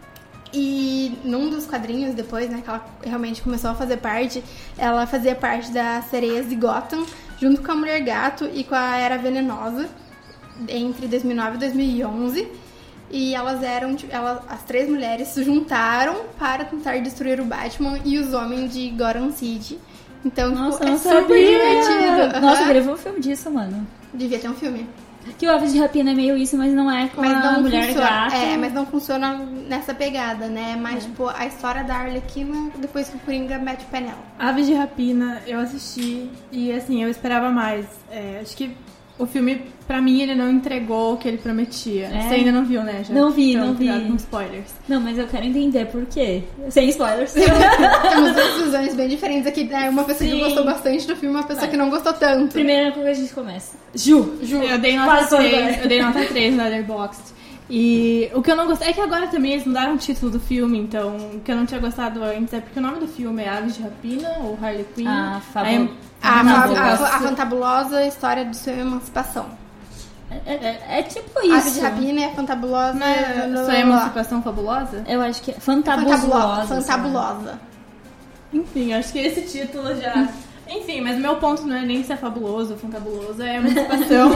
S2: E num dos quadrinhos depois, né, que ela realmente começou a fazer parte, ela fazia parte das Sereias de Gotham, junto com a Mulher Gato e com a Era Venenosa, entre dois mil e nove e dois mil e onze. E elas eram, tipo, elas, as três mulheres se juntaram para tentar destruir o Batman e os homens de Gotham City. Então,
S4: Nossa,
S2: tipo,
S4: eu
S2: é
S4: não
S2: super
S4: sabia.
S2: divertido.
S4: Nossa, eu
S2: Aham.
S4: queria ver um filme disso, mano.
S2: Devia ter um filme.
S4: Que o Aves de Rapina é meio isso, mas não é com
S2: Mas
S4: a
S2: não
S4: mulher
S2: funciona.
S4: gata.
S2: É, mas não funciona nessa pegada, né? Mas, tipo, a história da Arlequina depois que o Coringa mete o pé nela.
S3: Aves de Rapina, eu assisti e, assim, eu esperava mais. É, acho que o filme, pra mim, ele não entregou o que ele prometia.
S4: É?
S3: Você ainda não viu, né? Já?
S4: Não vi,
S3: Então,
S4: não vi.
S3: cuidado com spoilers.
S4: Não, mas eu quero entender por quê. Sem spoilers.
S2: Temos duas visões bem diferentes aqui, né? Uma pessoa
S4: Sim.
S2: que gostou bastante do filme e uma pessoa que não gostou tanto.
S4: Primeiro, como a gente começa? Ju.
S2: Ju,
S3: Eu dei nota
S4: Fala sobre
S3: três,
S4: agora.
S3: eu dei nota três no Letterboxd. E o que eu não gostei é que agora também eles mudaram o título do filme, então o que eu não tinha gostado antes é porque o nome do filme é Aves de Rapina ou Harley Quinn.
S4: Ah,
S3: Aí,
S4: fabul...
S2: a,
S4: Não,
S2: a,
S4: eu
S2: a,
S4: gosto.
S2: a fantabulosa história de sua emancipação.
S4: É, é- é tipo
S2: A Ave
S4: isso.
S2: de Rapina é a fantabulosa...
S3: não é
S2: blá, blá,
S3: sua
S2: blá.
S3: emancipação fabulosa?
S4: Eu acho que é
S2: Fantabulosa.
S4: fantabulosa.
S2: Fantabulosa.
S3: Enfim, acho que esse título já... Enfim, mas meu ponto não é nem se é fabuloso ou fantabuloso, é emancipação.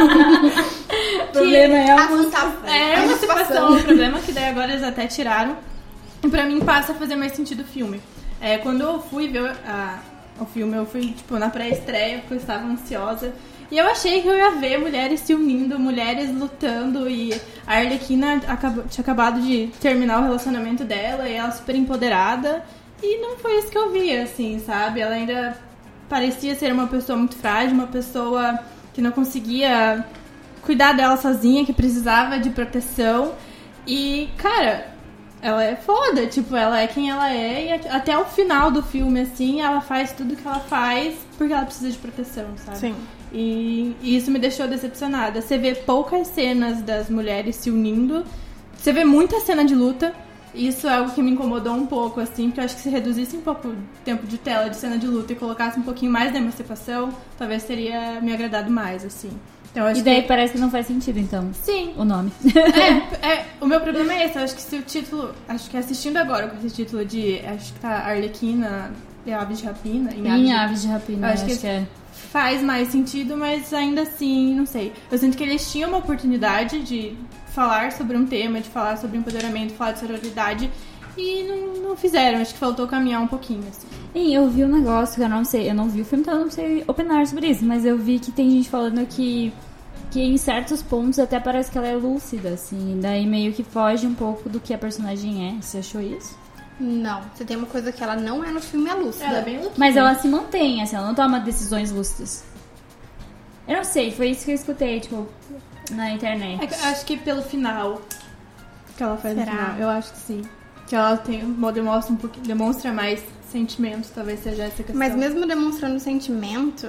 S4: O problema é
S2: A
S4: a música.
S2: fantabulosa.
S3: É emancipação, o problema é que daí agora eles até tiraram. E pra mim passa a fazer mais sentido o filme. É, quando eu fui ver a, o filme, eu fui tipo na pré-estreia, porque eu estava ansiosa. E eu achei que eu ia ver mulheres se unindo, mulheres lutando. E a Arlequina acabou, tinha acabado de terminar o relacionamento dela e ela super empoderada. E não foi isso que eu vi, assim, sabe? Ela ainda parecia ser uma pessoa muito frágil, uma pessoa que não conseguia cuidar dela sozinha, que precisava de proteção. E, cara, ela é foda, tipo, ela é quem ela é. E até o final do filme, assim, ela faz tudo que ela faz porque ela precisa de proteção, sabe?
S2: Sim.
S3: E, e isso me deixou decepcionada. Você vê poucas cenas das mulheres se unindo. Você vê muita cena de luta. Isso é algo que me incomodou um pouco, assim, porque eu acho que se reduzisse um pouco o tempo de tela de cena de luta e colocasse um pouquinho mais de emancipação, talvez teria me agradado mais, assim. Então, eu acho
S4: E daí
S3: que...
S4: parece que não faz sentido, então.
S3: Sim.
S4: O nome.
S3: É, é, o meu problema é esse. Eu acho que se o título... Acho que assistindo agora com esse título de... Acho que tá Arlequina e Aves de Rapina. Em
S4: Em
S3: de-
S4: Aves de Rapina,
S3: Eu
S4: acho,
S3: acho
S4: que, é.
S3: Faz mais sentido, mas ainda assim, não sei. Eu sinto que eles tinham uma oportunidade de falar sobre um tema, de falar sobre empoderamento, falar de sororidade, e não, não fizeram. Acho que faltou caminhar um pouquinho, assim.
S4: E eu vi um negócio que eu não sei, eu não vi o filme, então eu não sei opinar sobre isso, mas eu vi que tem gente falando que que em certos pontos até parece que ela é lúcida, assim. Daí meio que foge um pouco do que a personagem é. Você achou isso?
S2: Não, você tem uma coisa que ela não é no filme, é lúcida.
S3: Ela é bem lúcida.
S4: Mas ela se mantém, assim, ela não toma decisões lúcidas. Eu não sei, foi isso que eu escutei, tipo, na internet.
S3: É que eu acho que pelo final que ela faz
S2: Será?
S3: no final, eu acho que sim. Que ela tem, demonstra um pouquinho, demonstra mais sentimentos, talvez seja essa questão.
S2: Mas mesmo demonstrando sentimento,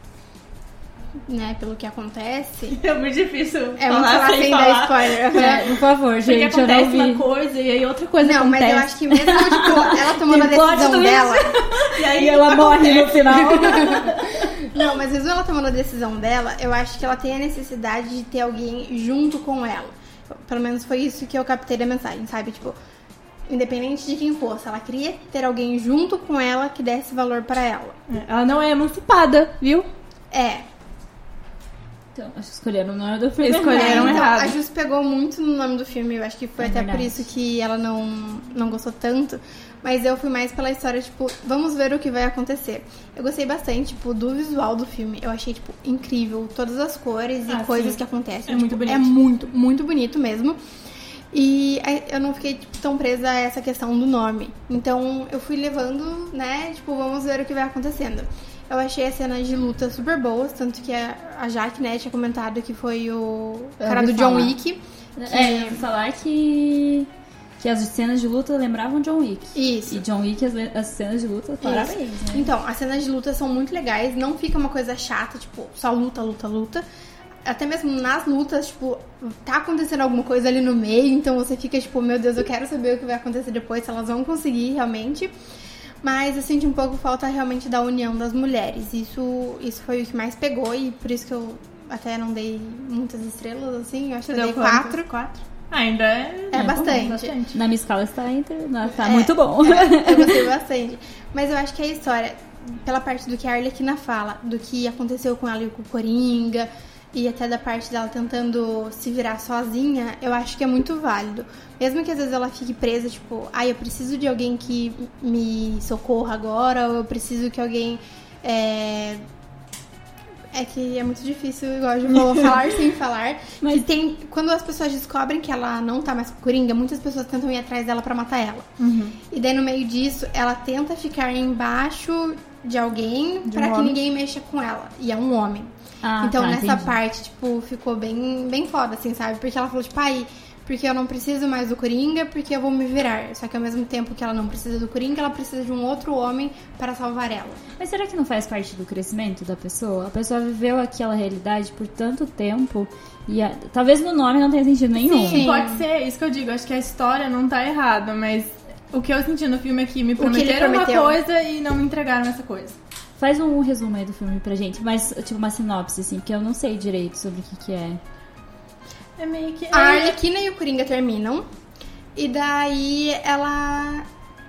S2: né, pelo que acontece...
S3: É muito difícil
S2: É muito
S3: falar
S2: sem,
S3: sem
S2: dar
S3: falar.
S2: spoiler.
S4: É, por favor,
S3: Porque
S4: gente, eu
S3: acontece
S4: não vi.
S3: uma coisa e aí outra coisa
S2: Não,
S3: acontece.
S2: mas eu acho que mesmo, tipo, ela tomando a
S4: Tem plot
S2: decisão
S4: twist.
S2: dela...
S3: E aí
S4: E ela morre no final.
S2: Não, mas mesmo ela tomando a decisão dela, eu acho que ela tem a necessidade de ter alguém junto com ela. Pelo menos foi isso que eu captei da mensagem, sabe? Tipo, independente de quem fosse, ela queria ter alguém junto com ela que desse valor pra ela.
S3: Ela não é emancipada, viu?
S2: É.
S4: Então, acho que escolheram o nome do filme.
S3: Escolheram
S2: É, então,
S3: errado.
S2: a Jus pegou muito no nome do filme, eu acho que foi
S4: É
S2: até
S4: verdade.
S2: por isso que ela não, não gostou tanto. Mas eu fui mais pela história, tipo, vamos ver o que vai acontecer. Eu gostei bastante, tipo, do visual do filme. Eu achei, tipo, incrível. Todas as cores e
S3: Ah,
S2: coisas
S3: sim.
S2: que acontecem.
S3: É
S2: tipo,
S3: muito bonito.
S2: É muito, muito bonito mesmo. E eu não fiquei tipo, tão presa a essa questão do nome. Então eu fui levando, né? Tipo, vamos ver o que vai acontecendo. Eu achei as cenas de luta super boas, tanto que a a Jaque, né, tinha comentado que foi o
S4: Eu
S2: cara
S4: ouvi
S2: do John
S4: falar.
S2: Wick.
S4: É, eu vou falar que, que as cenas de luta lembravam John Wick.
S2: Isso.
S4: E John Wick, as, as cenas de luta, parabéns, né?
S2: Então, as cenas de luta são muito legais, não fica uma coisa chata, tipo, só luta, luta, luta. Até mesmo nas lutas, tipo, tá acontecendo alguma coisa ali no meio, então você fica tipo, meu Deus, eu quero saber o que vai acontecer depois, se elas vão conseguir realmente. Mas eu senti um pouco falta realmente da união das mulheres. Isso, isso foi o que mais pegou e por isso que eu até não dei muitas estrelas, assim. Eu acho
S3: Você
S2: que eu
S3: deu
S2: dei
S3: quantas?
S2: quatro.
S3: Quatro? Ah, ainda é...
S2: É,
S4: É
S2: bastante.
S3: bastante.
S4: Na minha escala está, entre, tá
S2: É,
S4: muito bom.
S2: Eu gostei bastante. Mas eu acho que a história, pela parte do que a Arlequina fala, do que aconteceu com ela e com o Coringa, e até da parte dela tentando se virar sozinha, eu acho que é muito válido. Mesmo que às vezes ela fique presa, tipo, ai, ah, eu preciso de alguém que me socorra agora, ou eu preciso que alguém. É, é que é muito difícil, igual eu vou falar sem falar.
S4: Mas-
S2: Que tem, quando as pessoas descobrem que ela não tá mais com o Coringa, muitas pessoas tentam ir atrás dela pra matar ela.
S3: Uhum.
S2: E daí no meio disso, ela tenta ficar embaixo de alguém
S3: De um
S2: pra que
S3: homem.
S2: ninguém mexa com ela. E é um homem.
S4: Ah,
S2: então
S4: tá,
S2: nessa
S4: entendi.
S2: parte, tipo, ficou bem, bem foda, assim, sabe? Porque ela falou, tipo, ai, porque eu não preciso mais do Coringa, porque eu vou me virar. Só que ao mesmo tempo que ela não precisa do Coringa, ela precisa de um outro homem para salvar ela.
S4: Mas será que não faz parte do crescimento da pessoa? A pessoa viveu aquela realidade por tanto tempo e a- talvez no nome não tenha sentido nenhum.
S3: Sim, pode ser, isso que eu digo. Acho que a história não tá errada, mas o que eu senti no filme é que me
S2: que ele
S3: prometeram uma
S2: prometeu.
S3: coisa e não me entregaram essa coisa.
S4: Faz um resumo aí do filme pra gente, mas tipo uma sinopse, assim, porque eu não sei direito sobre o que que é.
S3: É meio que...
S2: A Arlequina e o Coringa terminam. E daí ela...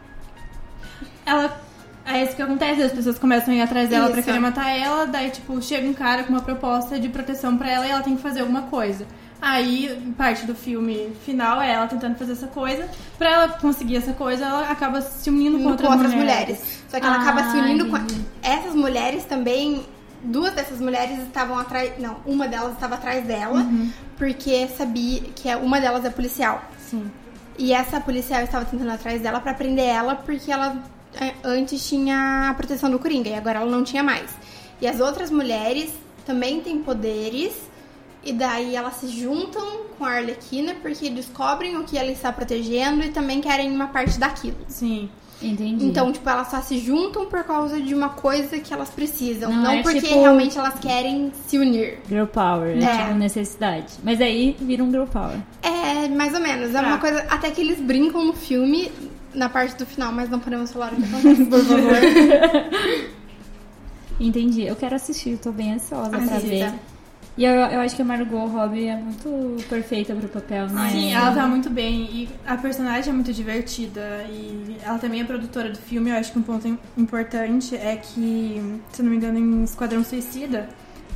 S3: Ela... É isso que acontece, as pessoas começam a ir atrás dela pra
S2: Isso.
S3: querer matar ela, daí, tipo, chega um cara com uma proposta de proteção pra ela e ela tem que fazer alguma coisa. Aí, parte do filme final é ela tentando fazer essa coisa. Pra ela conseguir essa coisa, ela acaba se unindo com
S2: com
S3: outras,
S2: outras
S3: mulheres.
S2: mulheres. Só que ela
S4: Ah,
S2: acaba se unindo
S4: entendi.
S2: com... Essas mulheres também... Duas dessas mulheres estavam atrás... Não, uma delas estava atrás dela. Porque sabia que uma delas é policial.
S3: Sim.
S2: E essa policial estava tentando ir atrás dela pra prender ela porque ela é, antes tinha a proteção do Coringa e agora ela não tinha mais. E as outras mulheres também têm poderes e daí elas se juntam com a Arlequina porque descobrem o que ela está protegendo e também querem uma parte daquilo.
S3: Sim.
S4: Entendi.
S2: Então, tipo, elas só se juntam por causa de uma coisa que elas precisam,
S4: Não
S2: não,
S4: é
S2: porque
S4: tipo-
S2: realmente elas querem se unir.
S4: Girl Power, é,
S2: É.
S4: tipo necessidade. Mas aí vira um Girl Power.
S2: É, mais ou menos. É
S3: Tá.
S2: uma coisa. Até que eles brincam no filme, na parte do final, mas não podemos falar o que acontece, por favor.
S4: Entendi. Eu quero assistir, tô bem ansiosa pra
S2: Assista.
S4: ver. E eu, eu acho que a Margot Robbie é muito perfeita pro papel, né?
S3: Sim, ela tá muito bem e a personagem é muito divertida e ela também é produtora do filme. Eu acho que um ponto im- importante é que, se não me engano, em Esquadrão Suicida,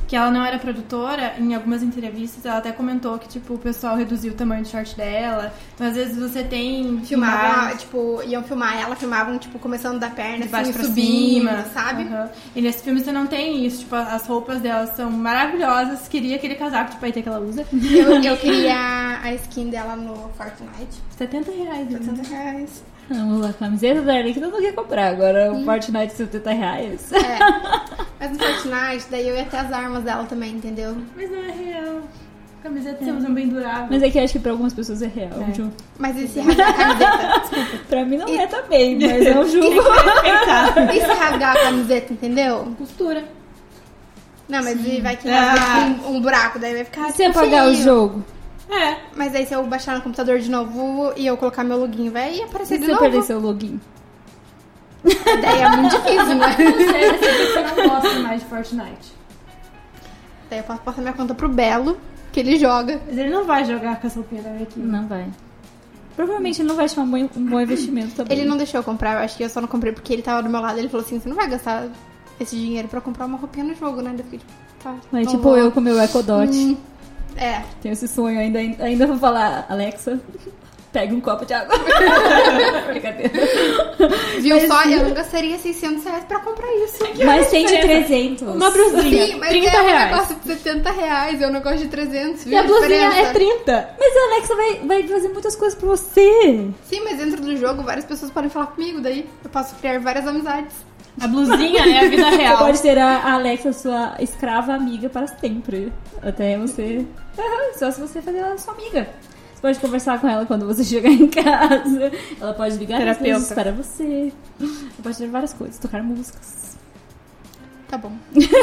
S3: que ela não era produtora, em algumas entrevistas ela até comentou que, tipo, o pessoal reduziu o tamanho do short dela. Então, às vezes, você tem...
S2: Filmavam,
S3: imagens
S2: tipo, iam filmar ela, filmavam, tipo, começando da perna,
S3: de
S2: assim,
S3: baixo pra
S2: subindo,
S3: cima,
S2: sabe?
S3: Uhum. E nesse filme você não tem isso, tipo, as roupas dela são maravilhosas. Queria aquele casaco de paetê que ela usa.
S2: Eu, eu queria a skin dela no Fortnite.
S3: setenta reais. né?
S2: setenta reais.
S4: Não, a camiseta da Arlequina eu não queria comprar. Agora o Fortnite setenta reais.
S2: É. Mas no Fortnite, daí eu ia ter as armas dela também, entendeu?
S3: Mas não é real. Camiseta é. São bem durável.
S4: Mas é que eu acho que pra algumas pessoas é real.
S3: É.
S4: Ju.
S2: Mas e se rasgar a camiseta? Desculpa.
S4: Pra mim não
S2: E-
S4: é também, mas é um jogo.
S2: E se rasgar a camiseta, entendeu?
S3: Costura.
S2: Não, mas e vai que rasga
S3: Ah.
S2: tipo, um, um buraco, daí vai ficar.
S4: E se apagar o
S2: feio.
S4: jogo?
S3: É.
S2: Mas aí se eu baixar no computador de novo e eu colocar meu login, vai aparecer
S4: Se
S2: de
S4: você
S2: novo.
S4: perder seu login?
S2: Daí é muito difícil, né?
S3: Você não gosta mais de Fortnite.
S2: Daí eu posso passar minha conta pro Belo, que ele joga.
S3: Mas ele não vai jogar com essa roupinha da Arlequina.
S4: Não vai. Provavelmente ele não vai chamar um bom, um bom investimento também.
S2: Ele não deixou eu comprar, eu acho que eu só não comprei porque ele tava do meu lado. Ele falou assim: você não vai gastar esse dinheiro pra comprar uma roupinha no jogo, né? Daí eu fiquei tipo, tá.
S4: Mas
S2: não
S4: tipo
S2: vou.
S4: eu com meu Echo Dot.
S2: Hum, é.
S4: Tenho esse sonho ainda. Ainda vou falar, Alexa, pega um copo de água. Brincadeira.
S2: Viu só? Eu não gastaria seiscentos reais pra comprar isso.
S4: Mas tem de trezentos.
S3: Uma blusinha,
S2: Sim, mas
S3: trinta
S2: é um
S3: reais.
S2: negócio de setenta reais, é um negócio de trezentos, viu?
S3: E a blusinha
S2: diferença?
S3: é trinta.
S4: Mas a Alexa vai, vai fazer muitas coisas pra você.
S2: Sim, mas dentro do jogo várias pessoas podem falar comigo, daí eu posso criar várias amizades.
S3: A blusinha é a vida
S4: Você
S3: real.
S4: pode ter a Alexa, sua escrava amiga, para sempre. Até você... Só se você fazer ela sua amiga. Você pode conversar com ela quando você chegar em casa. Ela pode ligar
S3: Terapeuta.
S4: mensagens para você. Ela pode fazer várias coisas. Tocar músicas.
S2: Tá bom.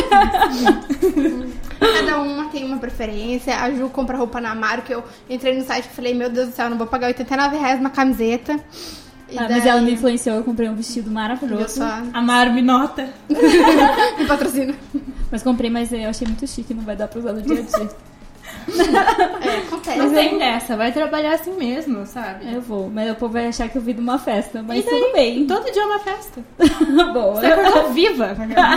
S2: Cada uma tem uma preferência. A Ju compra roupa na Amaro, que eu entrei no site e falei, meu Deus do céu, eu não vou pagar oitenta e nove reais uma camiseta. E
S4: Ah,
S2: daí...
S4: mas ela me influenciou. Eu comprei um vestido
S2: Eu
S4: maravilhoso.
S2: só
S3: Amaro me nota.
S2: me patrocina.
S4: Mas comprei, mas eu achei muito chique. Não vai dar pra usar no dia a dia.
S2: É, acontece.
S3: Não tem dessa, vai trabalhar assim mesmo, sabe?
S4: Eu vou. Mas o povo vai achar que eu vim de uma festa. Mas
S3: E daí?
S4: tudo bem.
S3: Todo dia é uma festa.
S4: Boa.
S3: Você acordou viva.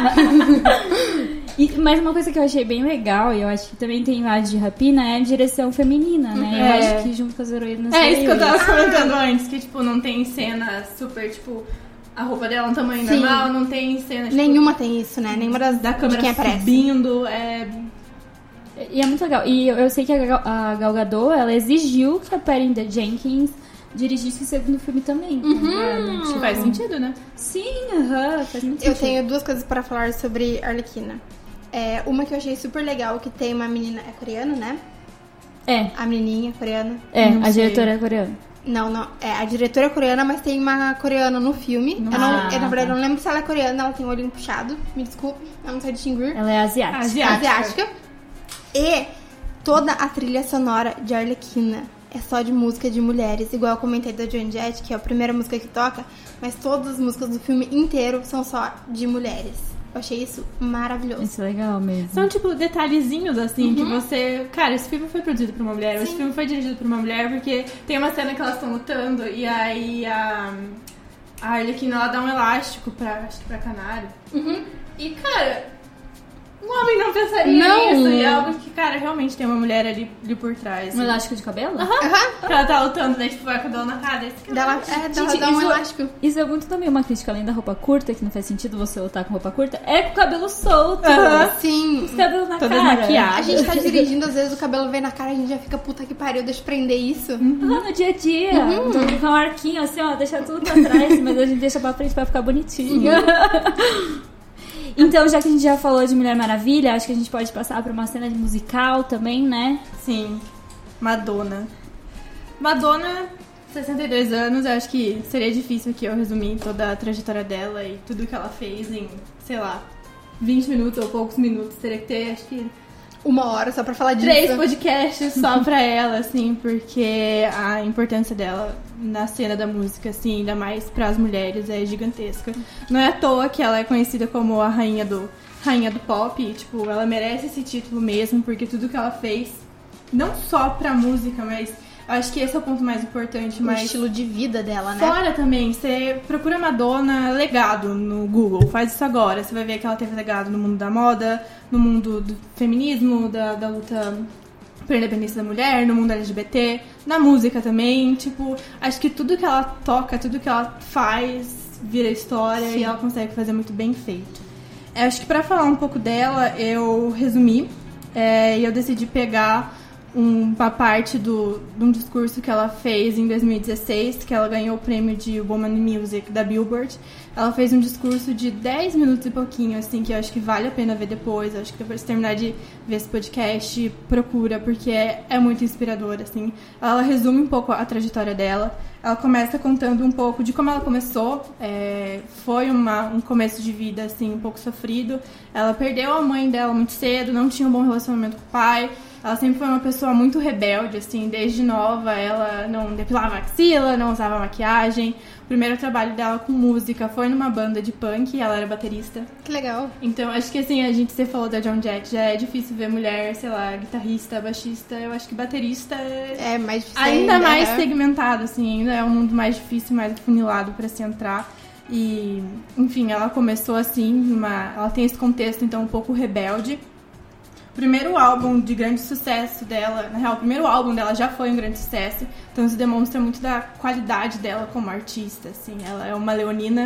S4: E, mas uma coisa que eu achei bem legal, e eu acho que também tem imagem de rapina, é a direção feminina, né? Eu
S3: É.
S4: acho que junto com as heroínas...
S3: É isso que eu
S4: veio
S3: tava comentando antes, que tipo, não tem cena super, tipo, a roupa dela é um tamanho
S2: Sim.
S3: normal, não tem cena, tipo,
S2: Nenhuma tem isso, né? Nenhuma das
S3: da
S2: de
S3: câmera
S2: quem aparece.
S3: subindo, é...
S4: E é muito legal. E eu, eu sei que a, Gal- a Gal Gadot, ela exigiu que a Patty Jenkins dirigisse o segundo filme também. tá ligado? Tipo,
S3: Faz sentido, né?
S4: Sim, aham, faz muito
S2: Eu
S4: sentido.
S2: tenho duas coisas pra falar sobre Arlequina. É, uma que eu achei super legal, que tem uma menina... É coreana, né?
S4: É,
S2: A menininha coreana.
S4: é,
S3: Não
S4: a
S3: sei.
S4: diretora é coreana.
S2: Não, não. É, a diretora é coreana, mas tem uma coreana no filme. Eu, não,
S4: Ah,
S2: eu, na verdade,
S4: tá.
S2: não lembro se ela é coreana, ela tem o olhinho puxado. Me desculpe, eu não sei distinguir.
S4: Ela é asiática.
S3: Asiática.
S2: Asiática. E toda a trilha sonora de Arlequina é só de música de mulheres. Igual eu comentei da Joan Jett, que é a primeira música que toca. Mas todas as músicas do filme inteiro são só de mulheres. Eu achei isso maravilhoso.
S4: Isso é legal mesmo.
S3: São, tipo, detalhezinhos, assim, que você... Cara, esse filme foi produzido por uma mulher, esse filme foi dirigido por uma mulher, porque tem uma cena que elas estão lutando e aí a... A Arlequina, ela dá um elástico pra, acho que pra Canário. E, cara... Um homem não pensaria
S2: Não.
S3: nisso. E é algo que, cara, realmente tem uma mulher ali, ali por trás.
S4: Um elástico de cabelo?
S2: Aham.
S3: Que ela tá lutando, né? Tipo, vai com a dor na cara. Esse cara...
S2: Dela, é, dela
S4: Gente,
S2: dá um
S4: isso-
S2: elástico.
S4: Isso é muito também uma crítica, além da roupa curta, que não faz sentido você lutar com roupa curta, é com o cabelo solto.
S3: Aham.
S2: Sim.
S4: Os cabelos na
S3: Toda
S4: cara.
S3: maquiada.
S2: A gente tá dirigindo, às vezes o cabelo vem na cara, a gente já fica puta que pariu, deixa eu prender isso.
S4: Ah, no dia a dia. Então, colocar um arquinho assim, ó, deixar tudo pra trás, mas a gente deixa pra frente pra ficar bonitinho. Então, já que a gente já falou de Mulher Maravilha, acho que a gente pode passar pra uma cena de musical também, né?
S3: Sim. Madonna. Madonna, sessenta e dois anos, eu acho que seria difícil aqui eu resumir toda a trajetória dela e tudo que ela fez em, sei lá, vinte minutos ou poucos minutos. Teria que ter, acho que,
S2: Uma hora só pra falar disso.
S3: três podcasts só pra ela, assim, porque a importância dela na cena da música, assim, ainda mais pras mulheres, é gigantesca. Não é à toa que ela é conhecida como a rainha do, rainha do pop, e, tipo, ela merece esse título mesmo, porque tudo que ela fez, não só pra música, mas Eu acho que esse é o ponto mais importante.
S2: O
S3: mas
S2: estilo de vida dela, né?
S3: Fora também, você procura Madonna legado no Google, faz isso agora. Você vai ver que ela teve legado no mundo da moda, no mundo do feminismo, da, da luta pela independência da mulher, no mundo L G B T, na música também. Tipo, acho que tudo que ela toca, tudo que ela faz vira história. Sim. E ela consegue fazer muito bem feito. Eu acho que pra falar um pouco dela, eu resumi é, e eu decidi pegar uma parte do, de um discurso que ela fez em dois mil e dezesseis, que ela ganhou o prêmio de Woman in Music da Billboard. Ela fez um discurso de dez minutos e pouquinho, assim, que eu acho que vale a pena ver depois. Eu acho que depois de terminar de ver esse podcast, procura, porque é, é muito inspirador, assim. Ela resume um pouco a trajetória dela. Ela começa contando um pouco de como ela começou. É, foi uma, um começo de vida, assim, um pouco sofrido. Ela perdeu a mãe dela muito cedo, não tinha um bom relacionamento com o pai. Ela sempre foi uma pessoa muito rebelde, assim, desde nova. Ela não depilava a axila, não usava maquiagem. O primeiro trabalho dela com música foi numa banda de punk, e ela era baterista.
S2: Que legal.
S3: Então, acho que, assim, a gente, você falou da Joan Jett, já é difícil ver mulher, sei lá, guitarrista, baixista. Eu acho que baterista é,
S2: é mais difícil
S3: ainda, ainda mais
S2: é.
S3: segmentado, assim, ainda é um mundo mais difícil, mais afunilado pra se entrar. E, enfim, ela começou assim, uma, ela tem esse contexto, então, um pouco rebelde. O primeiro álbum de grande sucesso dela, na real, o primeiro álbum dela já foi um grande sucesso, então isso demonstra muito da qualidade dela como artista, assim. Ela é uma leonina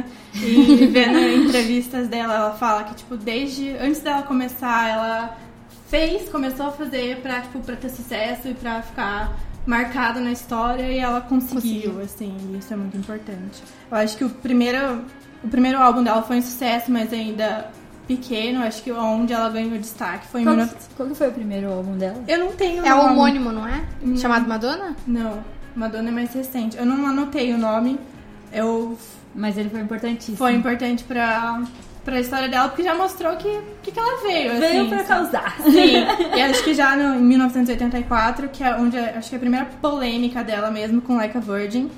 S3: e vendo entrevistas dela, ela fala que, tipo, desde antes dela começar, ela fez, começou a fazer pra, tipo, pra ter sucesso e pra ficar marcada na história, e ela conseguiu, conseguiu. assim, e isso é muito importante. Eu acho que o primeiro, o primeiro álbum dela foi um sucesso, mas ainda pequeno, acho que onde ela ganhou destaque foi em...
S4: Qual,
S3: mil...
S4: qual que foi o primeiro álbum dela?
S3: Eu não tenho
S2: É
S3: nome.
S2: homônimo, não é?
S3: Não.
S2: Chamado Madonna?
S3: Não, Madonna é mais recente. Eu não anotei o nome. Eu...
S4: Mas ele foi importantíssimo.
S3: Foi importante pra, pra história dela, porque já mostrou que, que, que ela veio. Assim,
S4: veio pra
S3: sabe?
S4: causar.
S3: Sim, e acho que já no, em mil novecentos e oitenta e quatro, que é onde acho que é a primeira polêmica dela mesmo, com Like a Virgin.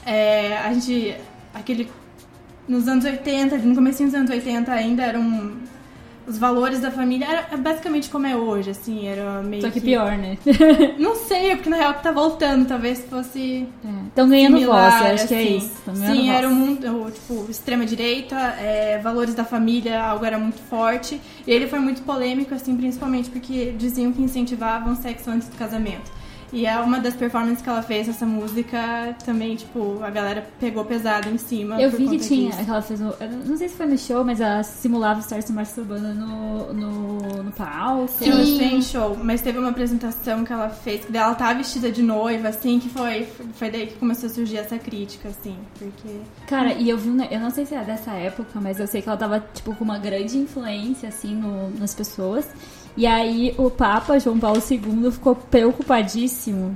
S3: É, a gente... Aquele... Nos anos oitenta, no comecinho dos anos oitenta ainda eram... Os valores da família era basicamente como é hoje, assim, era meio
S4: Só que,
S3: que...
S4: pior, né?
S3: Não sei, porque na real que tá voltando, talvez fosse...
S4: Estão é. ganhando
S3: similar,
S4: voz, eu acho
S3: assim.
S4: que é isso.
S3: Sim, era um mundo, tipo, extrema-direita, é, valores da família, algo era muito forte. E ele foi muito polêmico, assim, principalmente porque diziam que incentivavam sexo antes do casamento. E é uma das performances que ela fez nessa música também, tipo, a galera pegou pesado em cima.
S4: Eu
S3: por
S4: vi que
S3: conta
S4: tinha,
S3: disso.
S4: que ela fez, no, eu não sei se foi no show, mas ela simulava estar se masturbando no, no, no palco.
S3: Sim, ela tem show, mas teve uma apresentação que ela fez, que ela tava vestida de noiva, assim, que foi, foi daí que começou a surgir essa crítica, assim, porque...
S4: Cara, e eu vi, eu não sei se é dessa época, mas eu sei que ela tava, tipo, com uma grande influência, assim, no, nas pessoas. E aí o Papa João Paulo segundo ficou preocupadíssimo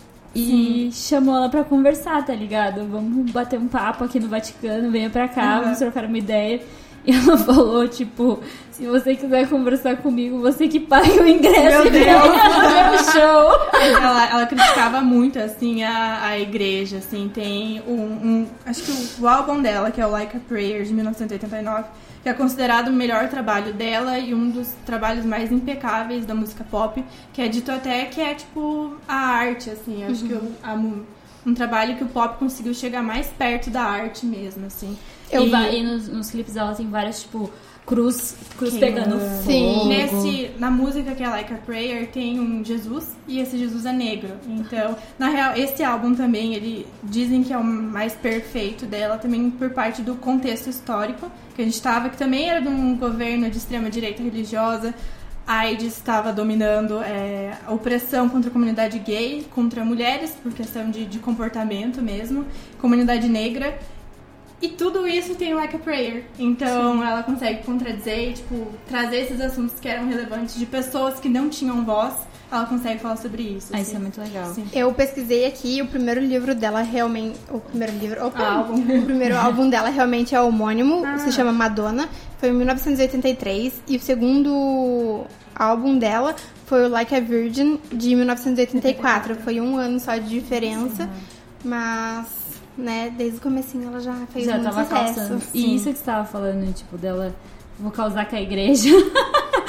S4: e Sim. chamou ela pra conversar, tá ligado? Vamos bater um papo aqui no Vaticano, venha pra cá, uhum. vamos trocar uma ideia. E ela falou, tipo, se você quiser conversar comigo, você que paga o ingresso. Meu Deus! No show.
S3: Ela, ela criticava muito, assim, a, a igreja, assim, tem um, um... Acho que o, o álbum dela, que é o Like a Prayer, de mil novecentos e oitenta e nove, que é considerado o melhor trabalho dela e um dos trabalhos mais impecáveis da música pop, que é dito até que é, tipo, a arte, assim, acho uhum. que o, a, um trabalho que o pop conseguiu chegar mais perto da arte mesmo, assim.
S4: Eu, e, e nos, nos clipes dela tem várias, tipo, cruz, cruz
S3: Queima.
S4: pegando fogo.
S3: Sim. Nesse, na música que é Like a Prayer tem um Jesus e esse Jesus é negro. Então, na real, esse álbum também, ele dizem que é o mais perfeito dela, também por parte do contexto histórico que a gente estava, que também era de um governo de extrema-direita religiosa. A AIDS estava dominando é, a opressão contra a comunidade gay, contra mulheres, por questão de, de comportamento mesmo, comunidade negra. E tudo isso tem Like a Prayer. Então, Sim. ela consegue contradizer e, tipo, trazer esses assuntos que eram relevantes de pessoas que não tinham voz. Ela consegue falar sobre isso.
S4: Ah,
S3: assim.
S4: isso é muito legal.
S2: Sim. Eu pesquisei aqui, o primeiro livro dela realmente... O primeiro livro... Opa, álbum. O primeiro álbum dela realmente é homônimo, ah. se chama Madonna. Foi em mil novecentos e oitenta e três. E o segundo álbum dela foi o Like a Virgin, de mil novecentos e oitenta e quatro. Foi um ano só de diferença. Sim. Mas... né, desde o comecinho ela já fez já muito
S4: tava
S2: sucesso.
S4: Causando. E isso que você tava falando, tipo, dela, vou causar com a igreja.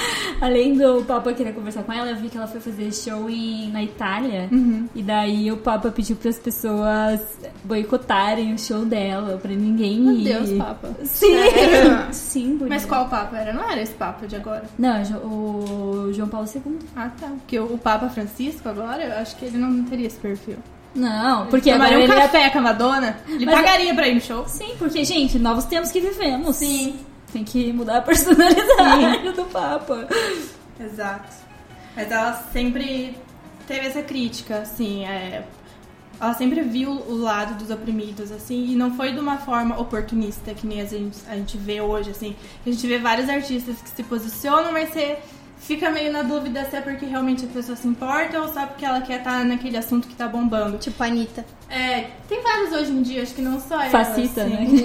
S4: além do Papa querer conversar com ela, eu vi que ela foi fazer show em, na Itália.
S3: Uhum.
S4: E daí o Papa pediu para as pessoas boicotarem o show dela, pra ninguém
S3: Meu
S4: ir.
S3: Deus, Papa.
S4: Sim,
S3: Sério?
S4: sim. Podia.
S3: Mas qual Papa era? Não era esse Papa de agora?
S4: Não, o João Paulo segundo.
S3: Ah, tá. Porque o Papa Francisco agora, eu acho que ele não teria esse perfil.
S4: Não, porque
S3: ele
S4: agora
S3: tomaria um
S4: ele
S3: café com a Madonna, ele
S4: Mas
S3: pagaria pra ir no show.
S4: Sim, porque, gente, novos tempos que vivemos.
S3: Sim.
S4: Tem que mudar a personalidade do Papa.
S3: Exato. Mas ela sempre teve essa crítica, assim, é... ela sempre viu o lado dos oprimidos, assim, e não foi de uma forma oportunista, que nem a gente, a gente vê hoje, assim. A gente vê vários artistas que se posicionam, mas você fica meio na dúvida se é porque realmente a pessoa se importa ou só porque ela quer estar naquele assunto que tá bombando.
S2: Tipo a Anitta.
S3: É, tem vários hoje em dia, acho que não só ela.
S4: Fascista,
S3: assim.
S4: né?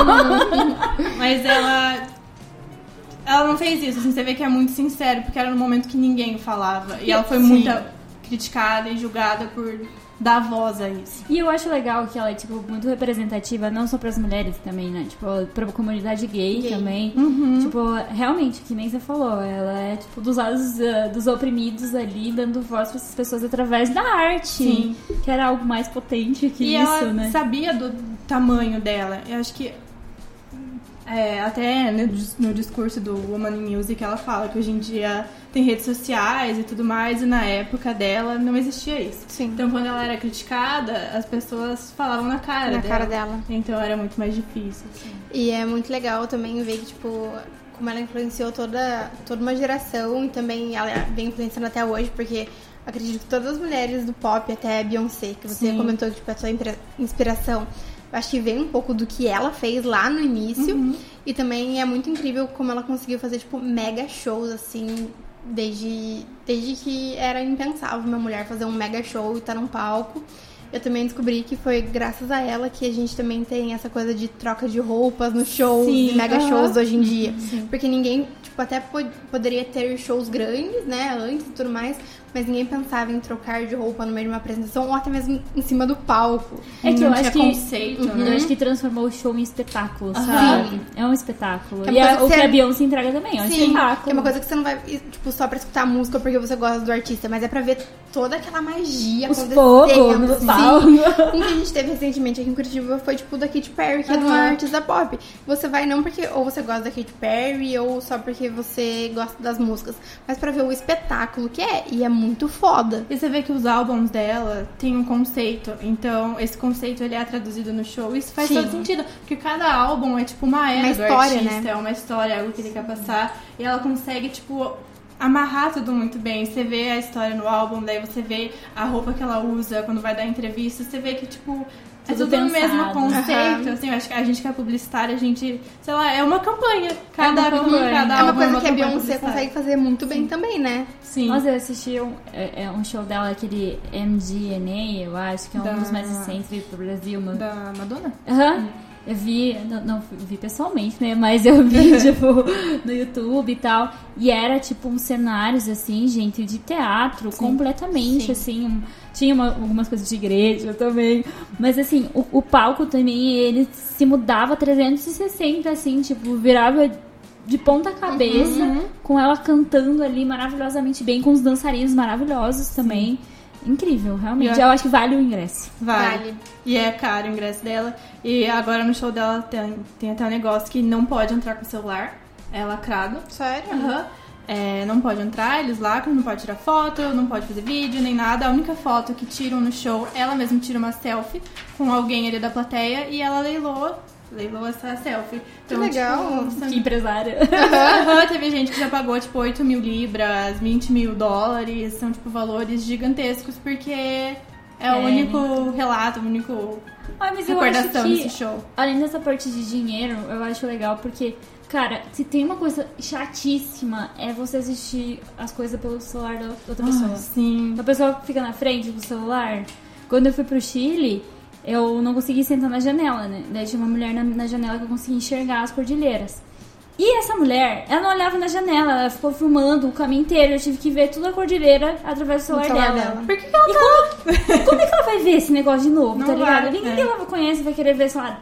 S3: Mas ela... Ela não fez isso, assim, você vê que é muito sincero, porque era no momento que ninguém falava. E ela foi
S4: Sim.
S3: muito criticada e julgada por dar voz a isso.
S4: E eu acho legal que ela é, tipo, muito representativa, não só pras mulheres também, né? Tipo, pra comunidade gay,
S2: Gay.
S4: também.
S3: Uhum.
S4: Tipo, realmente, que nem você falou, ela é, tipo, dos lados uh, dos oprimidos ali, dando voz pra essas pessoas através da arte.
S3: Sim.
S4: Que era algo mais potente que
S3: E
S4: isso,
S3: ela
S4: né?
S3: sabia do tamanho dela. Eu acho que... É, até no, no discurso do Woman in Music ela fala que hoje em dia tem redes sociais e tudo mais, e na época dela não existia isso.
S2: Sim.
S3: Então quando ela era criticada, as pessoas falavam na cara
S2: Na
S3: dela.
S2: cara dela.
S3: Então era muito mais difícil. Assim.
S2: E é muito legal também ver que, tipo, como ela influenciou toda, toda uma geração e também ela vem influenciando até hoje, porque acredito que todas as mulheres do pop, até a Beyoncé, que você
S3: Sim.
S2: comentou que, tipo, a sua inspiração, eu acho que vem um pouco do que ela fez lá no início.
S3: Uhum.
S2: E também é muito incrível como ela conseguiu fazer, tipo, mega shows, assim, desde, desde que era impensável uma mulher fazer um mega show e estar num palco. Eu também descobri que foi graças a ela que a gente também tem essa coisa de troca de roupas nos shows
S3: Sim,
S2: e mega
S3: aham.
S2: shows hoje em dia.
S3: Sim.
S2: Porque ninguém, tipo, até pod- poderia ter shows grandes, né, antes e tudo mais, mas ninguém pensava em trocar de roupa no meio de uma apresentação ou até mesmo em cima do palco.
S4: É que
S3: Não
S4: eu
S3: tinha
S4: acho que
S3: conceito,
S4: eu
S3: né?
S4: acho que transformou o show em espetáculo,
S3: Aham.
S4: sabe? É um espetáculo.
S2: Que é
S4: E
S2: uma
S4: é
S2: coisa
S4: o
S2: que
S4: que
S2: você-
S4: a Beyoncé entrega também, é um
S2: Sim,
S4: espetáculo.
S2: que é uma coisa que você não vai, tipo, só pra escutar a música porque você gosta do artista, mas é pra ver toda aquela magia
S4: Os
S2: acontecendo.
S4: fogos no
S2: Sim.
S4: palco.
S2: Um que a gente teve recentemente aqui em Curitiba foi, tipo, da Katy Perry, que é uma
S3: Aham.
S2: artista pop. Você vai não porque ou você gosta da Katy Perry ou só porque você gosta das músicas, mas pra ver o espetáculo que é, e é muito foda.
S3: E você vê que os álbuns dela têm um conceito, então esse conceito ele é traduzido no show. Isso faz
S2: Sim.
S3: todo sentido, porque cada álbum é tipo uma era
S2: Uma
S3: do
S2: história,
S3: artista,
S2: né?
S3: é uma história, algo que ele quer passar, e ela consegue, tipo, amarrar tudo muito bem. Você vê a história no álbum, daí você vê a roupa que ela usa quando vai dar entrevista, você vê que, tipo, é
S4: Tudo
S3: tudo no mesmo
S4: pensado.
S3: conceito.
S2: Aham.
S3: Assim, eu acho que a gente que é publicitária, a gente, sei lá, é uma campanha. Cada,
S4: É uma campanha.
S3: cada
S2: É uma
S3: álbum
S2: coisa que a
S3: campanha
S2: Beyoncé
S3: publicitária.
S2: consegue fazer muito bem também, né?
S3: Sim.
S4: Nossa, eu assisti um, é, é um show dela, aquele M D N A, eu acho, que é um
S3: Da-
S4: dos mais recentes veio pro Brasil. Mano.
S3: Da Madonna?
S4: Aham. Eu vi, não, não vi pessoalmente, né? Mas eu vi, tipo, no YouTube e tal. E era, tipo, uns cenários, assim, gente, de teatro, completamente,
S2: Sim.
S4: assim. Um, tinha uma- algumas coisas de igreja também. Mas, assim, o, o palco também, ele se mudava trezentos e sessenta, assim, tipo, virava de ponta cabeça,
S3: Uhum.
S4: com ela cantando ali maravilhosamente bem, com os dançarinos maravilhosos também. Incrível, realmente.
S3: E a-
S4: Eu acho que vale o ingresso.
S3: Vale.
S2: Vale.
S3: E é caro o ingresso dela. E agora no show dela tem, tem até um negócio que não pode entrar com o celular. É lacrado.
S2: Sério?
S3: Aham. É, não pode entrar, eles lacram, não pode tirar foto, não pode fazer vídeo, nem nada. A única foto que tiram no show, ela mesma tira uma selfie com alguém ali da plateia e ela leiloa, leiloa essa selfie. Então,
S2: Que legal.
S3: Tipo, você-
S4: Que empresária.
S3: Aham, teve gente que já pagou, tipo, oito mil libras, vinte mil dólares. São, tipo, valores gigantescos, porque é,
S4: É,
S3: o único relato, o único
S4: Ai, mas eu acho
S3: recordação
S4: que,
S3: desse show.
S4: além dessa parte de dinheiro, eu acho legal porque, cara, se tem uma coisa chatíssima é você assistir as coisas pelo celular da outra pessoa.
S3: Ah, sim.
S4: A pessoa fica na frente do celular. Quando eu fui pro Chile, eu não consegui sentar na janela, né? Daí tinha uma mulher na, na janela que eu conseguia enxergar as cordilheiras. E essa mulher, ela não olhava na janela, ela ficou filmando o caminho inteiro. Eu tive que ver toda a cordilheira através do celular,
S2: celular
S4: dela.
S2: dela.
S3: Por que, que ela
S4: E como, como é que ela vai ver esse negócio de novo,
S3: Não
S4: tá ligado?
S3: vai,
S4: Ninguém
S3: é.
S4: que ela conhece vai querer ver, sei lá,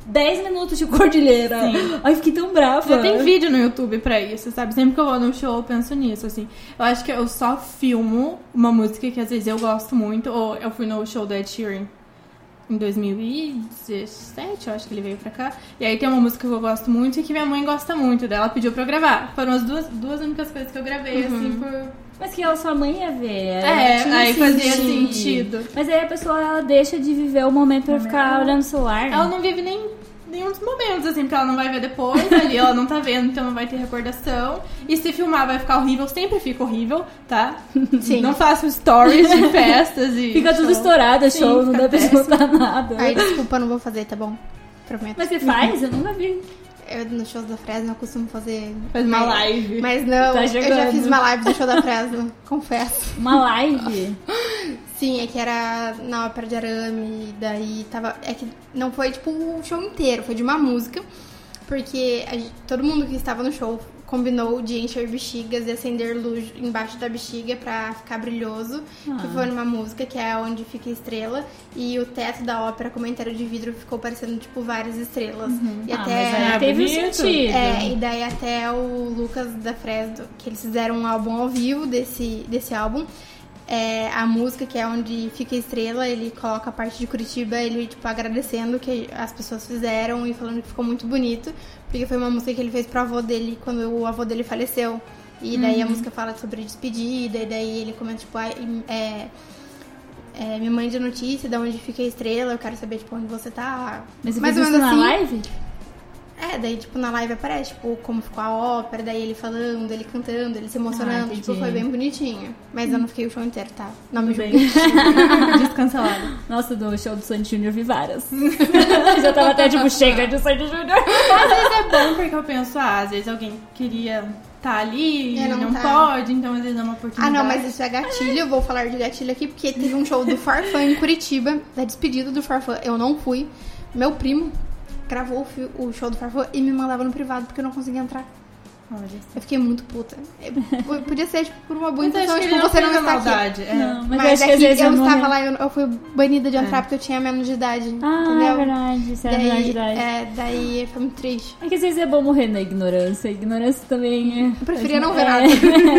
S4: dez minutos de Cordilheira.
S3: Sim.
S4: Ai, fiquei tão brava.
S3: Já tem vídeo no YouTube pra isso, sabe? Sempre que eu vou num show, eu penso nisso, assim. Eu acho que eu só filmo uma música que às vezes eu gosto muito, ou eu fui no show do Ed Sheeran em dois mil e dezessete, eu acho que ele veio pra cá. E aí tem uma música que eu gosto muito e que minha mãe gosta muito dela, pediu pra eu gravar. Foram as duas, duas únicas coisas que eu gravei,
S2: Uhum.
S3: assim, por...
S4: Mas que a sua mãe ia ver.
S3: É,
S4: tinha
S3: aí fazia
S4: sentido.
S3: sentido.
S4: Mas aí a pessoa, ela deixa de viver o momento pra ficar olhando o celular.
S3: Ela não vive nem nenhum dos momentos, assim, porque ela não vai ver depois, ali ela não tá vendo, então não vai ter recordação. E se filmar vai ficar horrível, sempre fica horrível, tá?
S2: Sim.
S3: Não faço stories de festas e...
S4: Fica tudo
S3: show.
S4: estourado,
S3: Sim,
S4: show, não
S3: fica
S4: dá pra escutar nada.
S2: Ai, desculpa, não vou fazer, tá bom? Prometo.
S4: Mas você faz? Eu nunca vi.
S2: Eu, nos shows da Fresno, eu costumo fazer...
S3: Faz uma
S2: mas-
S3: live.
S2: Mas não,
S4: Tá
S2: eu já
S4: jogando.
S2: fiz uma live do show da Fresno, confesso.
S4: Uma live.
S2: Sim, é que era na Ópera de Arame, daí tava... É que não foi, tipo, o show inteiro, foi de uma música, porque a gente- todo mundo que estava no show combinou de encher bexigas e acender luz embaixo da bexiga pra ficar brilhoso,
S4: Ah.
S2: que foi numa música que é Onde Fica a Estrela, e o teto da ópera, como inteiro de vidro, ficou parecendo, tipo, várias estrelas. E
S4: Ah,
S2: até...
S4: mas aí
S3: É
S4: teve
S3: bonito.
S4: sentido.
S2: É, e daí até o Lucas da Fresno, que eles fizeram um álbum ao vivo desse, desse álbum. É, a música, que é Onde Fica a Estrela, ele coloca a parte de Curitiba, ele, tipo, agradecendo o que as pessoas fizeram e falando que ficou muito bonito, porque foi uma música que ele fez pro avô dele, quando o avô dele faleceu. E daí a música fala sobre despedida, e daí ele comenta, tipo, ah, é, é, me mande a notícia de onde fica a estrela, eu quero saber, tipo, onde você tá.
S4: Mas você
S2: Mais
S4: fez
S2: ou
S4: isso
S2: menos
S4: na
S2: assim.
S4: live?
S2: É, daí, tipo, na live aparece, tipo, como ficou a ópera, daí ele falando, ele cantando, ele se emocionando,
S4: Ah,
S2: tipo,
S4: entendi.
S2: foi bem bonitinho. Mas eu não fiquei o show inteiro, tá? Não me
S4: Tudo
S2: julguei.
S4: bem.
S3: Descancelado.
S4: Nossa, do show do Sandy Júnior eu vi várias. Já tava até tipo, chega de Sandy Júnior.
S3: Às vezes é bom porque eu penso, ah, às vezes alguém queria tá ali
S2: É,
S3: e
S2: não
S3: não,
S2: tá.
S3: pode, então às vezes é uma
S2: Ah,
S3: oportunidade.
S2: não, mas isso é gatilho, eu vou falar de gatilho aqui, porque teve um show do Farfã em Curitiba, da despedida do Farfã, eu não fui. Meu primo gravou o fi- o show do Farfã e me mandava no privado, porque eu não conseguia entrar.
S3: Olha,
S2: Eu fiquei muito puta. Eu- podia ser, tipo, por uma boa
S3: mas acho
S2: intenção,
S3: que
S2: tipo,
S3: ele não
S2: você não
S3: fez a
S2: está aqui.
S3: maldade. É.
S4: Não, mas,
S2: Mas,
S4: eu acho
S2: é
S4: que às
S2: que
S4: vezes
S2: eu
S4: eu não...
S2: estava lá, eu, eu fui banida de entrar porque eu tinha menos de idade,
S4: Ah,
S2: entendeu?
S4: é verdade, isso é menor de idade.
S2: É, daí foi muito triste.
S4: É que às vezes é bom morrer na ignorância. A ignorância também é...
S2: Eu preferia não ver
S4: é.
S2: nada.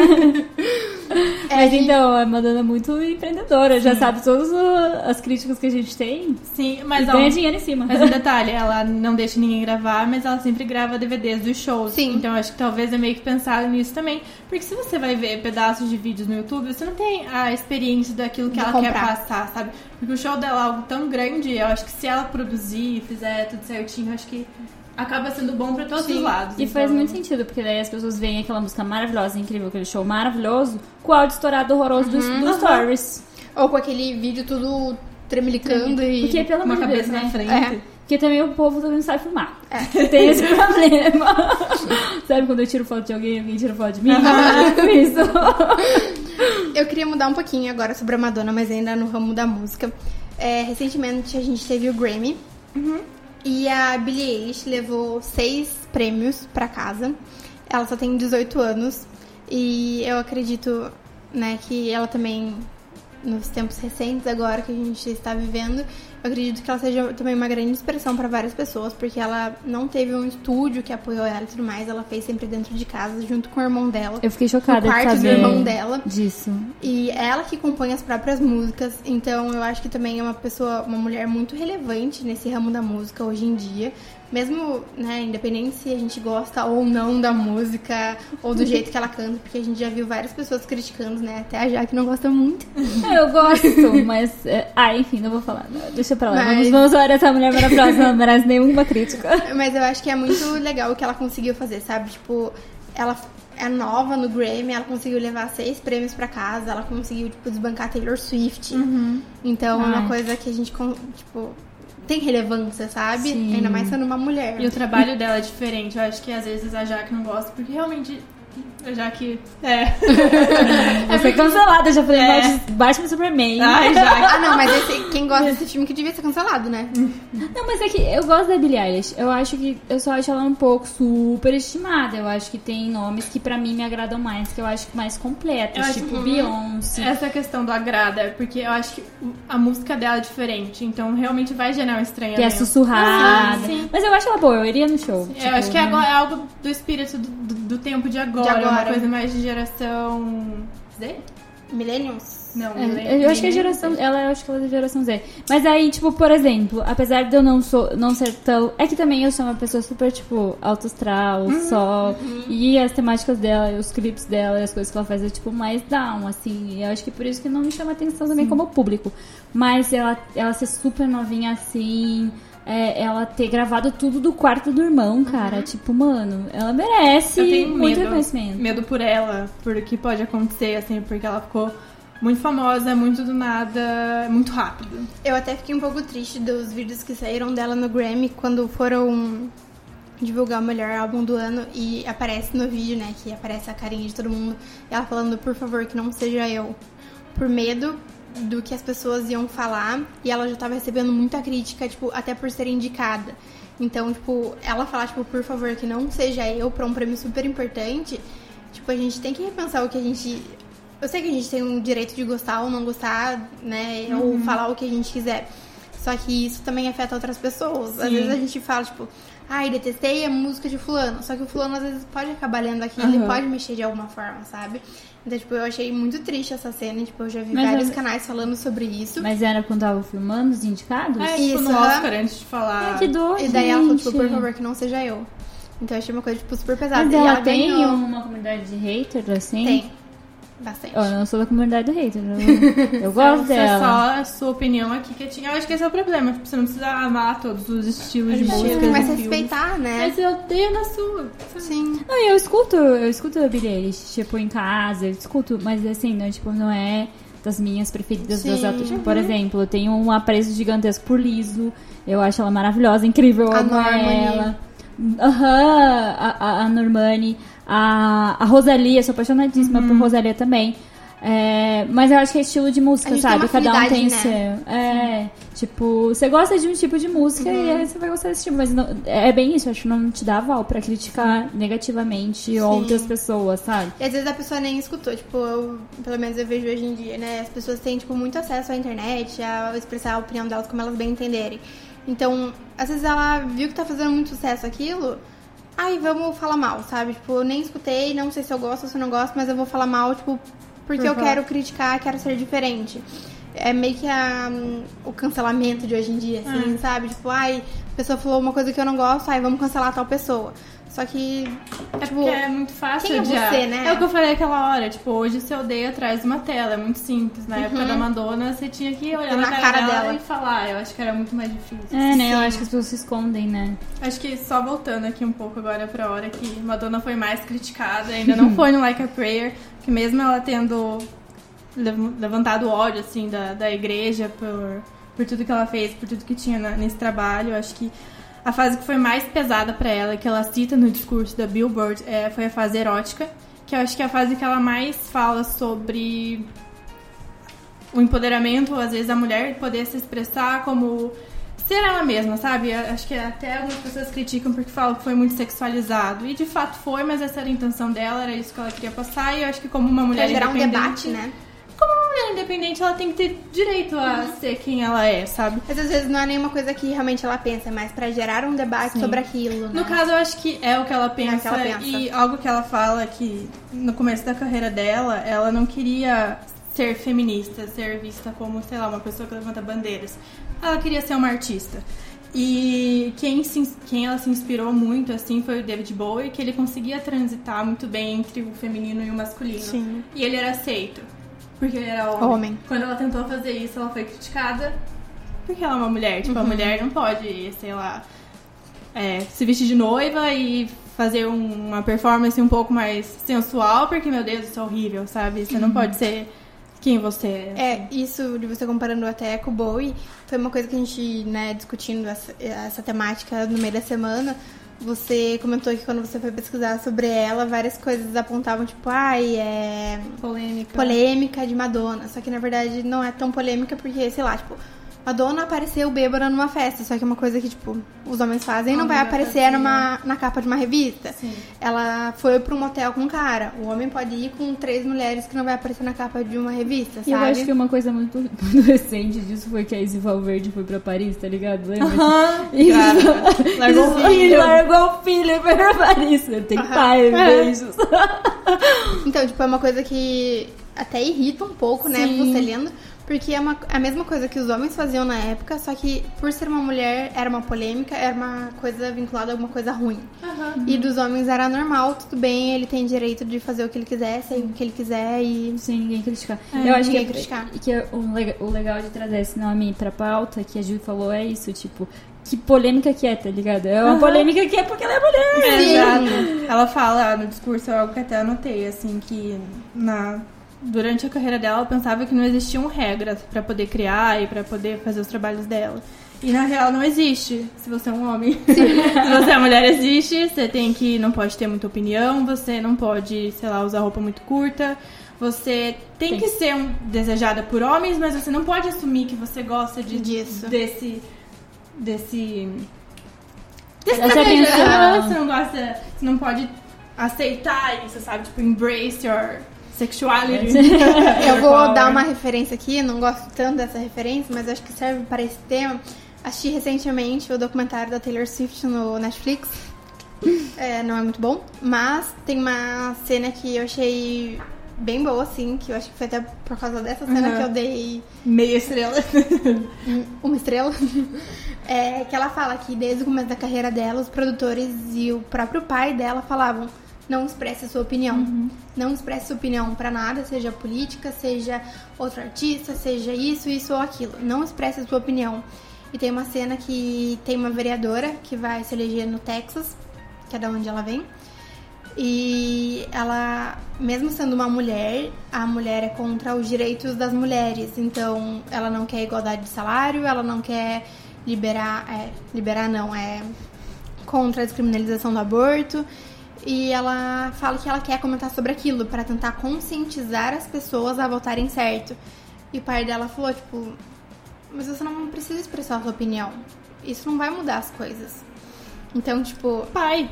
S2: É,
S4: Mas
S2: e-
S4: então, a Madonna é muito empreendedora. Já sabe todas o- as críticas que a gente tem.
S3: Sim,
S4: E
S3: mas ó,
S4: ganha dinheiro em cima.
S3: mas um detalhe, ela não deixa ninguém gravar, mas ela sempre grava D V Ds dos shows.
S2: Sim.
S3: Então eu acho que talvez é meio que pensar nisso também. Porque se você vai ver pedaços de vídeos no YouTube, você não tem a experiência daquilo que
S2: De
S3: ela
S2: comprar.
S3: quer passar, sabe? Porque o show dela é algo tão grande, eu acho que se ela produzir, fizer tudo certinho, eu acho que acaba sendo bom pra todos
S2: Sim.
S3: os lados.
S4: E faz
S3: então-
S4: muito sentido, porque daí as pessoas veem aquela música maravilhosa, incrível, aquele show maravilhoso, com o áudio estourado horroroso dos, dos stories.
S2: Ou com aquele vídeo tudo tremelicando e...
S4: Porque, pelo
S3: Uma
S4: amor de Deus,
S3: cabeça
S4: né?
S3: na frente.
S2: É.
S4: Porque também o povo também não sabe filmar. Tem esse problema. Sabe quando eu tiro foto de alguém e alguém tira foto de mim? É isso.
S2: Eu queria mudar um pouquinho agora sobre a Madonna, mas ainda no ramo da música. É, recentemente a gente teve o Grammy. E a Billie Eilish levou seis prêmios pra casa. Ela só tem dezoito anos. E eu acredito, né, que ela também, nos tempos recentes agora que a gente está vivendo, eu acredito que ela seja também uma grande inspiração para várias pessoas, porque ela não teve um estúdio que apoiou ela e tudo mais, ela fez sempre dentro de casa, junto com o irmão dela.
S4: Eu fiquei chocada
S2: no
S4: de
S2: quarto do
S4: saber
S2: irmão dela.
S4: disso.
S2: E ela que compõe as próprias músicas, então eu acho que também é uma pessoa, uma mulher muito relevante nesse ramo da música hoje em dia. Mesmo, né, independente se a gente gosta ou não da música, ou do jeito que ela canta, porque a gente já viu várias pessoas criticando, né, até a Jaque não gosta muito.
S4: Eu gosto, mas... é, Ah, enfim, não vou falar. Deixa pra lá.
S2: Mas-
S4: Vamos, vamos falar dessa mulher maravilhosa, não merece nenhuma crítica.
S2: Mas eu acho que é muito legal o que ela conseguiu fazer, sabe? Tipo, ela é nova no Grammy, ela conseguiu levar seis prêmios pra casa, ela conseguiu, tipo, desbancar Taylor Swift. Então é uma
S4: Ai.
S2: coisa que a gente, con- tipo, tem relevância, sabe?
S4: Sim.
S2: Ainda mais sendo uma mulher.
S3: E o trabalho dela é diferente. Eu acho que às vezes a Jaque não gosta, porque realmente Já que... É.
S4: Eu fui cancelada, já falei é. Batman Superman.
S3: Ai, já.
S2: Ah, não, mas esse, quem gosta desse filme que devia ser cancelado, né?
S4: Não, mas é que eu gosto da Billie Eilish. Eu acho que... Eu só acho ela um pouco superestimada. Eu acho que tem nomes que pra mim me agradam mais, que eu acho mais completos.
S3: Eu
S4: tipo
S3: acho,
S4: Beyoncé.
S3: Essa questão do agrada é porque eu acho que a música dela é diferente. Então realmente vai gerar um estranhamento.
S4: Que é sussurrada.
S3: Sim, sim.
S4: Mas eu acho ela boa. Eu iria no show.
S3: Eu
S4: tipo,
S3: acho que é,
S4: né?
S3: agora, é algo do espírito do, do, do tempo de agora.
S2: De agora.
S3: Uma coisa mais de geração Z?
S2: Millennials?
S3: Não,
S4: É,
S3: millennials.
S4: eu acho que é geração. Ela eu acho que ela é da geração Z. Mas aí, tipo, por exemplo, apesar de eu não, sou, não ser tão. É que também eu sou uma pessoa super, tipo, alto astral, uhum, sol. Uhum. E as temáticas dela, os clipes dela, e as coisas que ela faz é, tipo, mais down, assim. E eu acho que por isso que não me chama atenção também, sim, como público. Mas ela, ela ser super novinha assim. É, ela ter gravado tudo do quarto do irmão, cara. Uhum. Tipo, mano, ela merece
S3: eu tenho
S4: muito
S3: medo,
S4: reconhecimento.
S3: Medo por ela, por o que pode acontecer, assim, porque ela ficou muito famosa, muito do nada, muito rápido.
S2: Eu até fiquei um pouco triste dos vídeos que saíram dela no Grammy quando foram divulgar o melhor álbum do ano e aparece no vídeo, né, que aparece a carinha de todo mundo, ela falando, por favor, que não seja eu. Por medo do que as pessoas iam falar, e ela já tava recebendo muita crítica, tipo, até por ser indicada. Então, tipo, ela falar, tipo, por favor, que não seja eu pra um prêmio super importante, tipo, a gente tem que repensar o que a gente... Eu sei que a gente tem o direito de gostar ou não gostar, né, uhum, ou falar o que a gente quiser. Só que isso também afeta outras pessoas. Sim. Às vezes a gente fala, tipo, ai, detestei a música de fulano. Só que o fulano, às vezes, pode acabar lendo aquilo, uhum, e pode mexer de alguma forma, sabe? Então, tipo, eu achei muito triste essa cena. Tipo, eu já vi mas vários eu... canais falando sobre isso.
S4: Mas era quando tava filmando os indicados?
S3: É, tipo, no Oscar, antes de falar.
S4: É, que dor,
S2: E daí
S4: gente.
S2: ela falou, tipo, por favor, que não seja eu. Então, eu achei uma coisa, tipo, super pesada.
S4: Mas
S2: e
S4: ela,
S2: ela
S4: tem
S2: ganhou...
S4: uma comunidade de haters, assim?
S2: Tem. Bastante.
S4: Eu não sou da comunidade do hater. Eu, eu gosto
S3: é
S4: dela.
S3: Só a sua opinião aqui que tinha. Eu acho que esse é o problema. Tipo, você não precisa amar todos os estilos de música.
S2: Mas respeitar, né?
S3: Mas eu odeio na sua.
S2: Sim.
S4: Não, eu escuto, eu escuto a Billie Eilish, tipo, em casa, eu escuto, mas assim, não, tipo, não é das minhas preferidas. Sim. Das outras. Tipo, por exemplo, eu tenho um apreço gigantesco por Lizzo. Eu acho ela maravilhosa, incrível, eu amo ela. Aham, uhum, a, a, a Normani. A, a Rosalía, sou apaixonadíssima, uhum, por Rosalía também. É, mas eu acho que é estilo de música, sabe? Cada um tem, né, seu. É, sim, tipo, você gosta de um tipo de música, uhum, e aí você vai gostar desse tipo. Mas não, é bem isso, eu acho que não te dá aval pra criticar negativamente, sim, outras pessoas, sabe?
S2: E às vezes a pessoa nem escutou, tipo, eu, pelo menos eu vejo hoje em dia, né? As pessoas têm, tipo, muito acesso à internet, a expressar a opinião delas como elas bem entenderem. Então, às vezes ela viu que tá fazendo muito sucesso aquilo, ai, vamos falar mal, sabe? Tipo, eu nem escutei, não sei se eu gosto ou se eu não gosto, mas eu vou falar mal, tipo, porque Por eu favor. quero criticar, quero ser diferente. É meio que a, o cancelamento de hoje em dia, assim, ah. sabe? Tipo, ai, a pessoa falou uma coisa que eu não gosto, ai, vamos cancelar tal pessoa. Só que,
S3: é
S2: tipo...
S3: porque é muito fácil
S2: quem é
S3: odiar.
S2: você, né?
S3: É o que eu falei aquela hora, tipo, hoje você odeia atrás de uma tela, é muito simples. Na uhum. época da Madonna, você tinha que olhar na, na cara, cara dela, dela e falar. Eu acho que era muito mais difícil.
S4: É, né? Sim. Eu acho que as pessoas se escondem, né?
S3: Acho que só voltando aqui um pouco agora pra hora que Madonna foi mais criticada, ainda não foi no Like a Prayer, que mesmo ela tendo levantado o ódio, assim, da, da igreja por, por tudo que ela fez, por tudo que tinha na, nesse trabalho, eu acho que a fase que foi mais pesada pra ela, que ela cita no discurso da Billboard, é, foi a fase erótica, que eu acho que é a fase que ela mais fala sobre o empoderamento, às vezes, da mulher poder se expressar como ser ela mesma, sabe? Eu acho que até algumas pessoas criticam porque falam que foi muito sexualizado. E de fato foi, mas essa era a intenção dela, era isso que ela queria passar. E eu acho que como uma mulher
S2: pra gerar um
S3: independente...
S2: debate, né?
S3: Como uma mulher independente, ela tem que ter direito a uhum. ser quem ela é, sabe?
S2: Mas às vezes não é nenhuma coisa que realmente ela pensa, é mais pra gerar um debate Sim. sobre aquilo, né?
S3: No caso, eu acho que é o que ela pensa.
S2: É o que ela pensa.
S3: E algo que ela fala que no começo da carreira dela, ela não queria ser feminista, ser vista como, sei lá, uma pessoa que levanta bandeiras. Ela queria ser uma artista. E quem, se, quem ela se inspirou muito, assim, foi o David Bowie, que ele conseguia transitar muito bem entre o feminino e o masculino.
S2: Sim.
S3: E ele era aceito. Porque ele era homem.
S2: homem.
S3: Quando ela tentou fazer isso, ela foi criticada porque ela é uma mulher. Tipo, uhum. a mulher não pode, sei lá, é, se vestir de noiva e fazer um, uma performance um pouco mais sensual, porque, meu Deus, isso é horrível, sabe? Você uhum. não pode ser quem você é.
S2: É, isso de você comparando até com o Bowie, foi uma coisa que a gente, né, discutindo essa, essa temática no meio da semana, você comentou que quando você foi pesquisar sobre ela, várias coisas apontavam, tipo, ai, é...
S3: Polêmica.
S2: polêmica de Madonna. Só que, na verdade, não é tão polêmica porque, sei lá, tipo... Madonna apareceu bêbada numa festa, só que é uma coisa que, tipo, os homens fazem e não, não vai aparecer numa, na capa de uma revista.
S3: Sim.
S2: Ela foi pra um motel com um cara. O homem pode ir com três mulheres que não vai aparecer na capa de uma revista, sabe?
S4: E eu acho que uma coisa muito, muito recente disso foi que a Izzy Valverde foi pra Paris, tá ligado? Lembra?
S3: Aham,
S4: Isso.
S3: largou o filho.
S4: Largou o filho e foi pra Paris. Tem
S2: Aham.
S4: pai, beijos.
S2: Então, tipo, é uma coisa que até irrita um pouco, né,
S3: Sim.
S2: você lendo. Porque é uma, a mesma coisa que os homens faziam na época, só que por ser uma mulher era uma polêmica, era uma coisa vinculada a alguma coisa ruim.
S3: Aham.
S2: E dos homens era normal, tudo bem, ele tem direito de fazer o que ele quiser, sair o que ele quiser e...
S4: Sem ninguém criticar.
S2: É,
S4: eu acho que,
S2: ninguém
S4: é,
S2: criticar.
S4: que é o, lega- o legal de trazer esse nome pra pauta, que a Ju falou, é isso, tipo, que polêmica que é, tá ligado? É uma
S3: Aham.
S4: polêmica que é porque ela é mulher.
S3: É,
S2: Sim.
S3: exato. Ela fala no discurso, é algo que até anotei, assim, que na, durante a carreira dela ela pensava que não existiam regras pra poder criar e pra poder fazer os trabalhos dela. E na real não existe, se você é um homem. Se você é mulher, existe, você tem que, não pode ter muita opinião, você não pode, sei lá, usar roupa muito curta. Você tem,
S4: Tem.
S3: que ser um, desejada por homens, mas você não pode assumir que você gosta de,
S2: Disso.
S3: desse... desse... desse
S4: Essa
S3: desejo.
S4: atenção.
S3: Ah, Você não gosta... Você não pode aceitar isso, sabe? Tipo, embrace your sexuality.
S2: Eu vou
S3: Power.
S2: dar uma referência aqui, não gosto tanto dessa referência, mas acho que serve para esse tema. Assisti recentemente o documentário da Taylor Swift no Netflix. É, não é muito bom, mas tem uma cena que eu achei bem boa, assim, que eu acho que foi até por causa dessa cena
S3: Uhum.
S2: que eu dei
S3: Meia estrela.
S2: uma estrela. É, que ela fala que desde o começo da carreira dela, os produtores e o próprio pai dela falavam: não expresse sua opinião. Não expresse sua opinião pra nada, seja política, seja outro artista, seja isso, isso ou aquilo. Não expresse sua opinião. E tem uma cena que tem uma vereadora que vai se eleger no Texas, que é da onde ela vem. E ela, mesmo sendo uma mulher, a mulher é contra os direitos das mulheres. Então, ela não quer igualdade de salário, ela não quer liberar... É, liberar não, é contra a descriminalização do aborto. E ela fala que ela quer comentar sobre aquilo para tentar conscientizar as pessoas a votarem certo. E o pai dela falou, tipo... Mas você não precisa expressar a sua opinião. Isso não vai mudar as coisas. Então, tipo...
S3: Pai.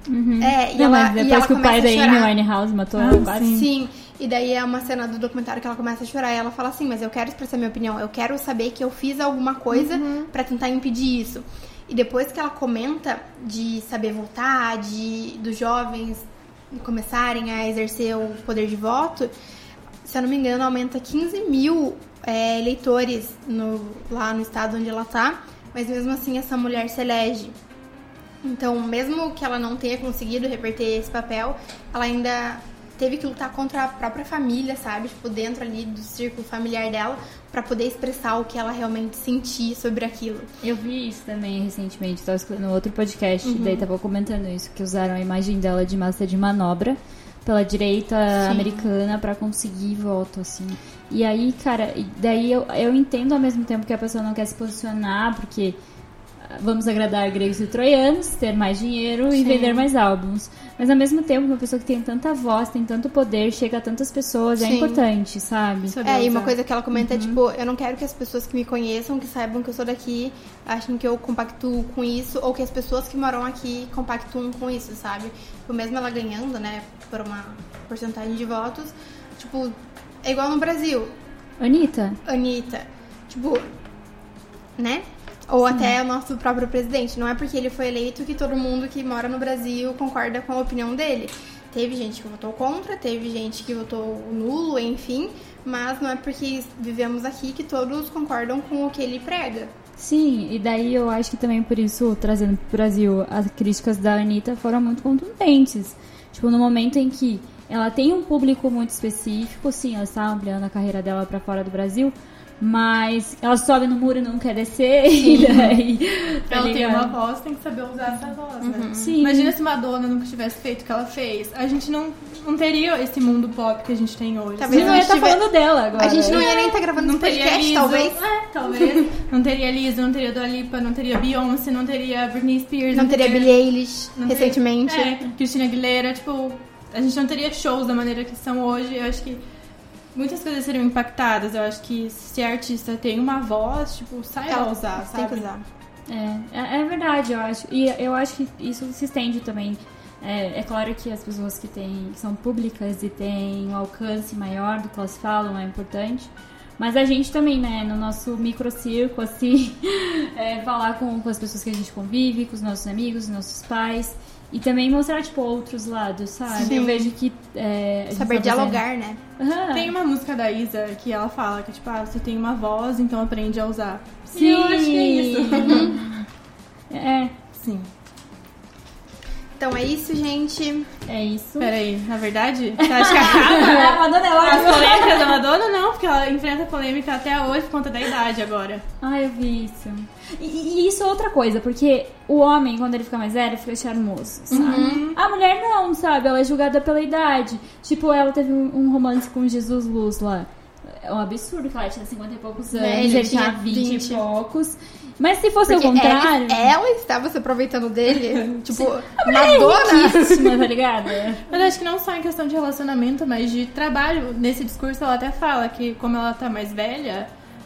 S2: É, e
S4: Não,
S2: ela,
S4: mas
S2: e
S4: depois
S2: ela
S4: que o pai
S2: começa
S4: da
S2: a
S4: Amy
S2: chorar.
S4: Winehouse matou
S3: Ah,
S4: ela quase.
S3: sim.
S2: Sim, e daí é uma cena do documentário que ela começa a chorar e ela fala assim, mas eu quero expressar minha opinião, eu quero saber que eu fiz alguma coisa pra tentar impedir isso. E depois que ela comenta de saber votar, de dos jovens começarem a exercer o poder de voto, se eu não me engano, aumenta quinze mil é, eleitores no, lá no estado onde ela tá, mas mesmo assim essa mulher se elege. Então, mesmo que ela não tenha conseguido reverter esse papel, ela ainda teve que lutar contra a própria família, sabe? Tipo, dentro ali do círculo familiar dela, pra poder expressar o que ela realmente sentia sobre aquilo.
S4: Eu vi isso também recentemente, tava escutando outro podcast,
S2: Uhum.
S4: daí tava comentando isso, que usaram a imagem dela de massa de manobra pela direita
S2: Sim.
S4: americana pra conseguir voto, assim. E aí, cara, e daí eu, eu entendo ao mesmo tempo que a pessoa não quer se posicionar, porque vamos agradar gregos e troianos, ter mais dinheiro e
S2: Sim.
S4: vender mais álbuns. Mas ao mesmo tempo, uma pessoa que tem tanta voz, tem tanto poder, chega a tantas pessoas, é
S2: Sim.
S4: importante, sabe?
S3: Saber
S2: É, e uma
S3: usar.
S2: coisa que ela comenta é, tipo, eu não quero que as pessoas que me conheçam, que saibam que eu sou daqui, achem que eu compactuo com isso, ou que as pessoas que moram aqui compactuam com isso, sabe? Tipo, mesmo ela ganhando, né, por uma porcentagem de votos, tipo, é igual no Brasil.
S4: Anitta,
S2: Anitta, tipo, né? Ou até o nosso próprio presidente. Não é porque ele foi eleito que todo mundo que mora no Brasil concorda com a opinião dele. Teve gente que votou contra, teve gente que votou nulo, enfim. Mas não é porque vivemos aqui que todos concordam com o que ele prega.
S4: sim, e daí eu acho que também por isso, trazendo pro Brasil, as críticas da Anitta foram muito contundentes. Tipo, no momento em que ela tem um público muito específico, sim, ela está ampliando a carreira dela pra fora do Brasil, Mas ela sobe no muro e não quer descer. E daí, tá
S3: ela tem
S4: ligado?
S3: uma voz, tem que saber usar essa voz, né?
S4: Uhum. Sim.
S3: Imagina se Madonna nunca tivesse feito o que ela fez. A gente não, não teria esse mundo pop que a gente tem hoje.
S2: Talvez
S4: Você
S2: a
S4: não ia
S2: gente
S4: estar
S2: tiver-
S4: falando dela agora.
S2: A gente não ia nem estar gravando
S3: Não
S2: esse
S3: teria
S2: podcast,
S3: Lizzo,
S2: talvez.
S3: É, talvez. Não teria Lizzo, não teria Dua Lipa, não teria Beyoncé, não teria Britney Spears.
S2: Não teria Billie Eilish,
S3: não teria-
S2: recentemente.
S3: É, Christina Aguilera, tipo, a gente não teria shows da maneira que são hoje. Eu acho que muitas coisas seriam impactadas. Eu acho que se a artista tem uma voz, tipo, saiba
S2: Ela
S3: usar,
S2: tem
S3: sabe?
S2: que usar.
S4: É, é, é verdade, eu acho. E eu acho que isso se estende também. É, é claro que as pessoas que, têm, que são públicas e têm um alcance maior do que elas falam é importante. Mas a gente também, né, no nosso microcírculo, assim, é, falar com, com as pessoas que a gente convive, com os nossos amigos, os nossos pais. E também mostrar, tipo, outros lados, sabe?
S2: Sim.
S4: Eu vejo que... É, a gente
S2: Saber
S4: tá fazendo-
S2: dialogar, né?
S4: Aham.
S3: Tem uma música da Isa que ela fala que, tipo, ah, você tem uma voz, então aprende a usar.
S4: Sim.
S3: E eu acho que é isso.
S4: É,
S3: Sim.
S2: Então é isso, gente.
S4: é isso.
S3: Peraí, na verdade, você acha que acaba?
S4: A Madonna é
S3: As
S4: ótima.
S3: polêmicas da Madonna, não, porque ela enfrenta polêmica até hoje por conta da idade agora.
S4: Ah, eu vi isso. E, e isso é outra coisa, porque o homem, quando ele fica mais velho, fica charmoso, sabe? A mulher não, sabe? Ela é julgada pela idade. Tipo, ela teve um, um romance com Jesus Luz lá. É um absurdo que ela tinha cinquenta e poucos anos,
S2: É,
S4: ele,
S2: ele
S4: tinha
S2: tinha
S4: vinte
S2: vinte.
S4: e poucos. Mas se fosse
S2: Porque
S4: o contrário...
S2: ela, ela estava se aproveitando dele. Tipo,
S4: Ela é
S2: Madonna.
S4: riquíssima, tá ligado?
S3: Mas eu acho que não só em questão de relacionamento, mas de trabalho. Nesse discurso ela até fala que como ela tá mais velha,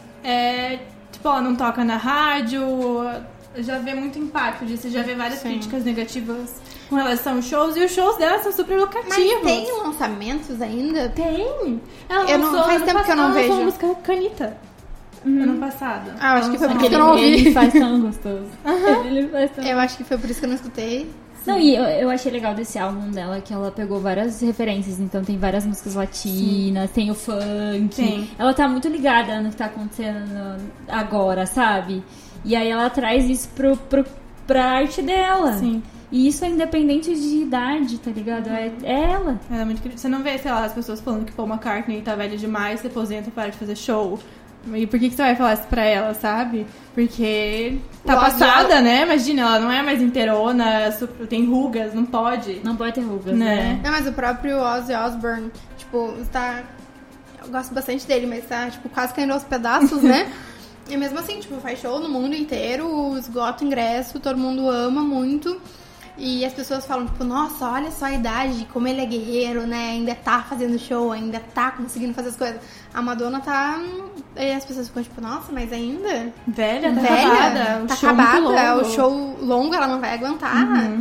S3: é, tipo, ela não toca na rádio, já vê muito impacto disso, já vê várias
S2: Sim.
S3: críticas negativas com relação aos shows, e os shows dela são super lucrativos.
S2: Mas tem lançamentos ainda?
S3: Tem. Ela
S2: Eu não-
S3: lançou
S2: faz
S3: ano
S2: tempo que eu não
S3: passado, ela lançou
S2: vejo.
S3: a música Canita. Ano passado.
S2: Ah, eu acho que foi
S3: Ela
S2: porque
S3: lançou-
S2: eu não ouvi.
S4: Ele faz tão gostoso. Ele faz tão
S2: Eu acho que foi por isso que eu não escutei.
S4: Não, e eu, eu achei legal desse álbum dela que ela pegou várias referências, então tem várias músicas latinas, tem o funk.
S3: Tem.
S4: Ela tá muito ligada no que tá acontecendo no- agora, sabe? E aí ela traz isso pro, pro, pra arte dela.
S3: Sim.
S4: E isso é independente de idade, tá ligado? É, é ela.
S3: Ela é muito querida. Você não vê, sei lá, as pessoas falando que Paul McCartney tá velho demais, se aposenta e para de fazer show. E por que, que você vai falar isso pra ela, sabe? Porque tá
S2: O Ozzy-
S3: passada, né? Imagina, ela não é mais inteirona, super- tem rugas, não pode.
S4: Não pode ter rugas,
S3: Né?
S4: né?
S2: Não, mas o próprio Ozzy Osbourne, tipo, está... Eu gosto bastante dele, mas tá, tipo, quase caindo aos pedaços, né? E mesmo assim, tipo, faz show no mundo inteiro, esgota o ingresso, todo mundo ama muito. E as pessoas falam, tipo, nossa, olha só a idade, como ele é guerreiro, né? Ainda tá fazendo show, ainda tá conseguindo fazer as coisas. A Madonna tá... E as pessoas ficam, tipo, nossa, mas ainda...
S3: Velha, tá
S2: velha,
S3: acabada. O
S2: tá
S3: show muito
S2: acabada,
S3: longo.
S2: o show longo ela não vai aguentar.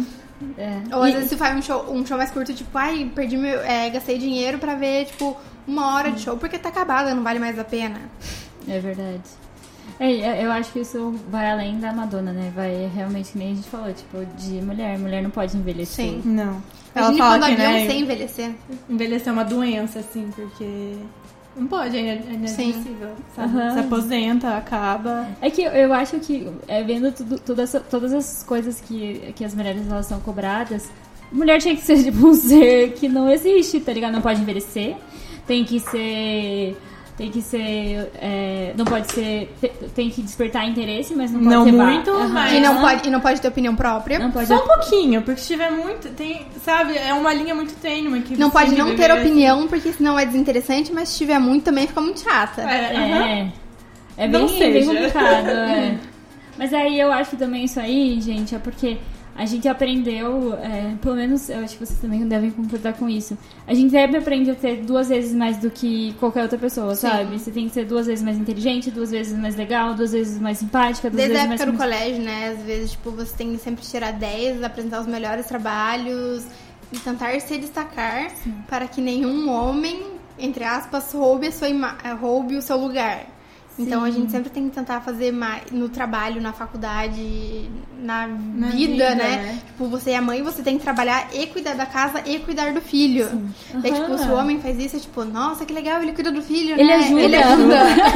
S4: É.
S2: Ou às
S4: E-
S2: vezes se faz um show, um show mais curto, tipo, ai, perdi meu, é, gastei dinheiro pra ver, tipo, uma hora de show porque tá acabada, não vale mais a pena.
S4: É verdade. É, eu acho que isso vai além da Madonna, né? Vai realmente, que nem a gente falou, tipo, de mulher. Mulher não pode envelhecer.
S2: Sim.
S3: Não. Ela
S2: Imagine
S3: fala
S2: quando a
S3: que,
S2: Beyoncé
S3: né,
S2: envelhecer.
S3: envelhecer é uma doença, assim, porque não pode, é inadmissível, sabe?
S4: Aham.
S3: Se aposenta, acaba.
S4: É que eu acho que, é, vendo tudo, tudo essa- todas as coisas que, que as mulheres elas são cobradas, mulher tinha que ser tipo um ser que não existe, tá ligado? Não pode envelhecer, tem que ser... Tem que ser... é, não pode ser... te- Tem que despertar interesse, mas não pode
S3: Não
S4: ser ba-
S3: muito,
S4: Aham.
S3: mas-
S2: E não, pode, e não pode ter opinião própria.
S4: Não pode...
S3: Só um pouquinho, porque se tiver muito, tem, sabe, é uma linha muito tênue que
S2: Não
S3: você
S2: pode
S3: tem que
S2: não ter
S3: viver,
S2: opinião, porque senão é desinteressante, mas se tiver muito também fica muito chata.
S3: É, aham.
S4: É, é
S3: Não
S4: bem, é bem
S3: seja.
S4: complicado. É. Mas aí eu acho que também isso aí, gente, é porque a gente aprendeu, é, pelo menos eu acho que vocês também devem concordar com isso. A gente sempre aprende a ter duas vezes mais do que qualquer outra pessoa,
S2: Sim.
S4: sabe? Você tem que ser duas vezes mais inteligente, duas vezes mais legal, duas vezes mais simpática, duas
S2: Desde a
S4: vezes mais...
S2: época do colégio, né? Às vezes, tipo, você tem que sempre tirar dez, apresentar os melhores trabalhos e tentar se destacar para que nenhum homem, entre aspas, roube, a sua ima- roube o seu lugar. Então a gente sempre tem que tentar fazer mais no trabalho, na faculdade, na,
S3: Na
S2: vida,
S3: vida,
S2: né?
S3: né?
S2: Tipo, você é mãe, você tem que trabalhar e cuidar da casa e cuidar do filho. Daí, tipo, se o homem faz isso, é tipo, nossa, que legal, ele cuida do filho,
S4: Ele
S2: né?
S4: ajuda.
S2: Ele ajuda.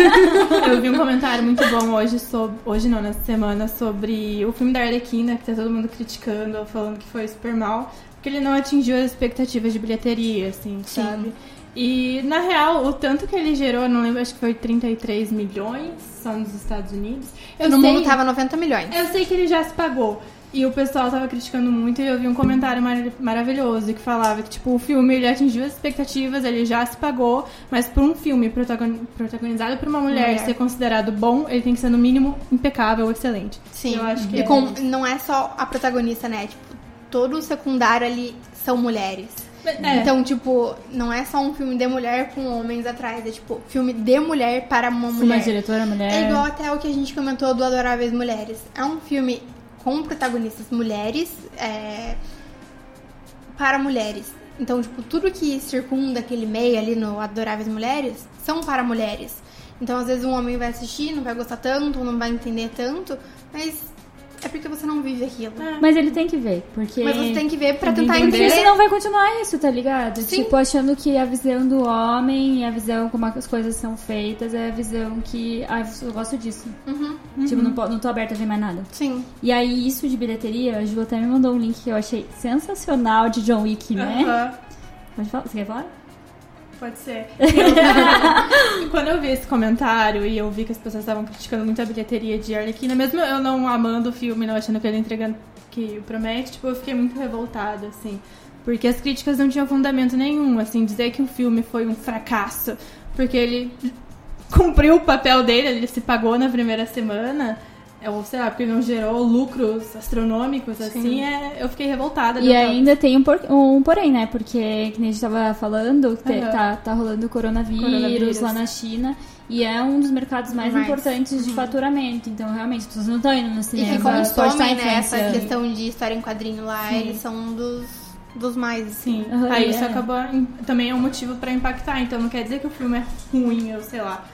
S3: Eu vi um comentário muito bom hoje sobre. Hoje não, nessa semana, sobre o filme da Arlequina, que tá todo mundo criticando, falando que foi super mal, porque ele não atingiu as expectativas de bilheteria, assim, sabe? E, na real, o tanto que ele gerou, não lembro, acho que foi trinta e três milhões, só nos Estados Unidos. Eu
S2: no
S3: sei,
S2: mundo tava noventa milhões.
S3: Eu sei que ele já se pagou. E o pessoal tava criticando muito e eu vi um comentário mar- maravilhoso que falava que, tipo, o filme ele atingiu as expectativas, ele já se pagou, mas por um filme protagon- protagonizado por uma mulher, mulher ser considerado bom, ele tem que ser, no mínimo, impecável, excelente.
S2: Sim,
S3: eu acho que
S2: e
S3: é
S2: com, não é só a protagonista, né? Tipo, todo o secundário ali são mulheres.
S3: É.
S2: Então, tipo, não é só um filme de mulher com homens atrás, é tipo, filme de mulher para uma mulher.
S4: Uma diretora mulher.
S2: É igual até o que a gente comentou do Adoráveis Mulheres. É um filme com protagonistas mulheres é, para mulheres. Então, tipo, tudo que circunda aquele meio ali no Adoráveis Mulheres são para mulheres. Então, às vezes um homem vai assistir, não vai gostar tanto, não vai entender tanto, mas é porque você não vive aquilo.
S3: É.
S4: Mas ele tem que ver, porque...
S2: Mas você tem que ver pra
S3: Tem que
S2: tentar
S3: entender.
S2: entender.
S4: Porque senão vai continuar isso, tá ligado?
S2: Sim.
S4: Tipo, achando que a visão do homem e a visão como as coisas são feitas é a visão que... Ah, eu gosto disso.
S2: Uhum.
S4: Tipo, não, po- não tô aberta a ver mais nada.
S2: Sim.
S4: E aí, isso de bilheteria, a Ju até me mandou um link que eu achei sensacional de John Wick, né?
S3: Aham.
S4: Pode falar? Você quer falar?
S3: Pode ser. Eu- quando eu vi esse comentário e eu vi que as pessoas estavam criticando muito a bilheteria de Arlequina, mesmo eu não amando o filme, não achando que ele entregando que promete, tipo, eu fiquei muito revoltada, assim. Porque as críticas não tinham fundamento nenhum, assim, dizer que o filme foi um fracasso, porque ele cumpriu o papel dele, ele se pagou na primeira semana, ou sei lá, porque ele não gerou lucros astronômicos, assim, é, eu fiquei revoltada.
S4: E
S3: deu tal-
S4: ainda tem um, por, um porém, né? Porque, que nem a gente tava falando, que te-
S3: Aham.
S4: tá, tá rolando o coronavírus,
S3: Coronavírus.
S4: lá na China. E é um dos mercados mais,
S2: Mais.
S4: importantes de faturamento. Então, realmente, as pessoas não estão indo no
S2: E
S4: cinema.
S2: que
S4: pode estar
S2: consomem, né, essa
S4: influenciando.
S2: questão de história em quadrinho lá,
S3: Sim.
S2: eles são um dos, dos mais, assim.
S3: Sim,
S4: Aham,
S3: aí
S4: é.
S3: isso acaba também é um motivo pra impactar, então não quer dizer que o filme é ruim, eu sei lá.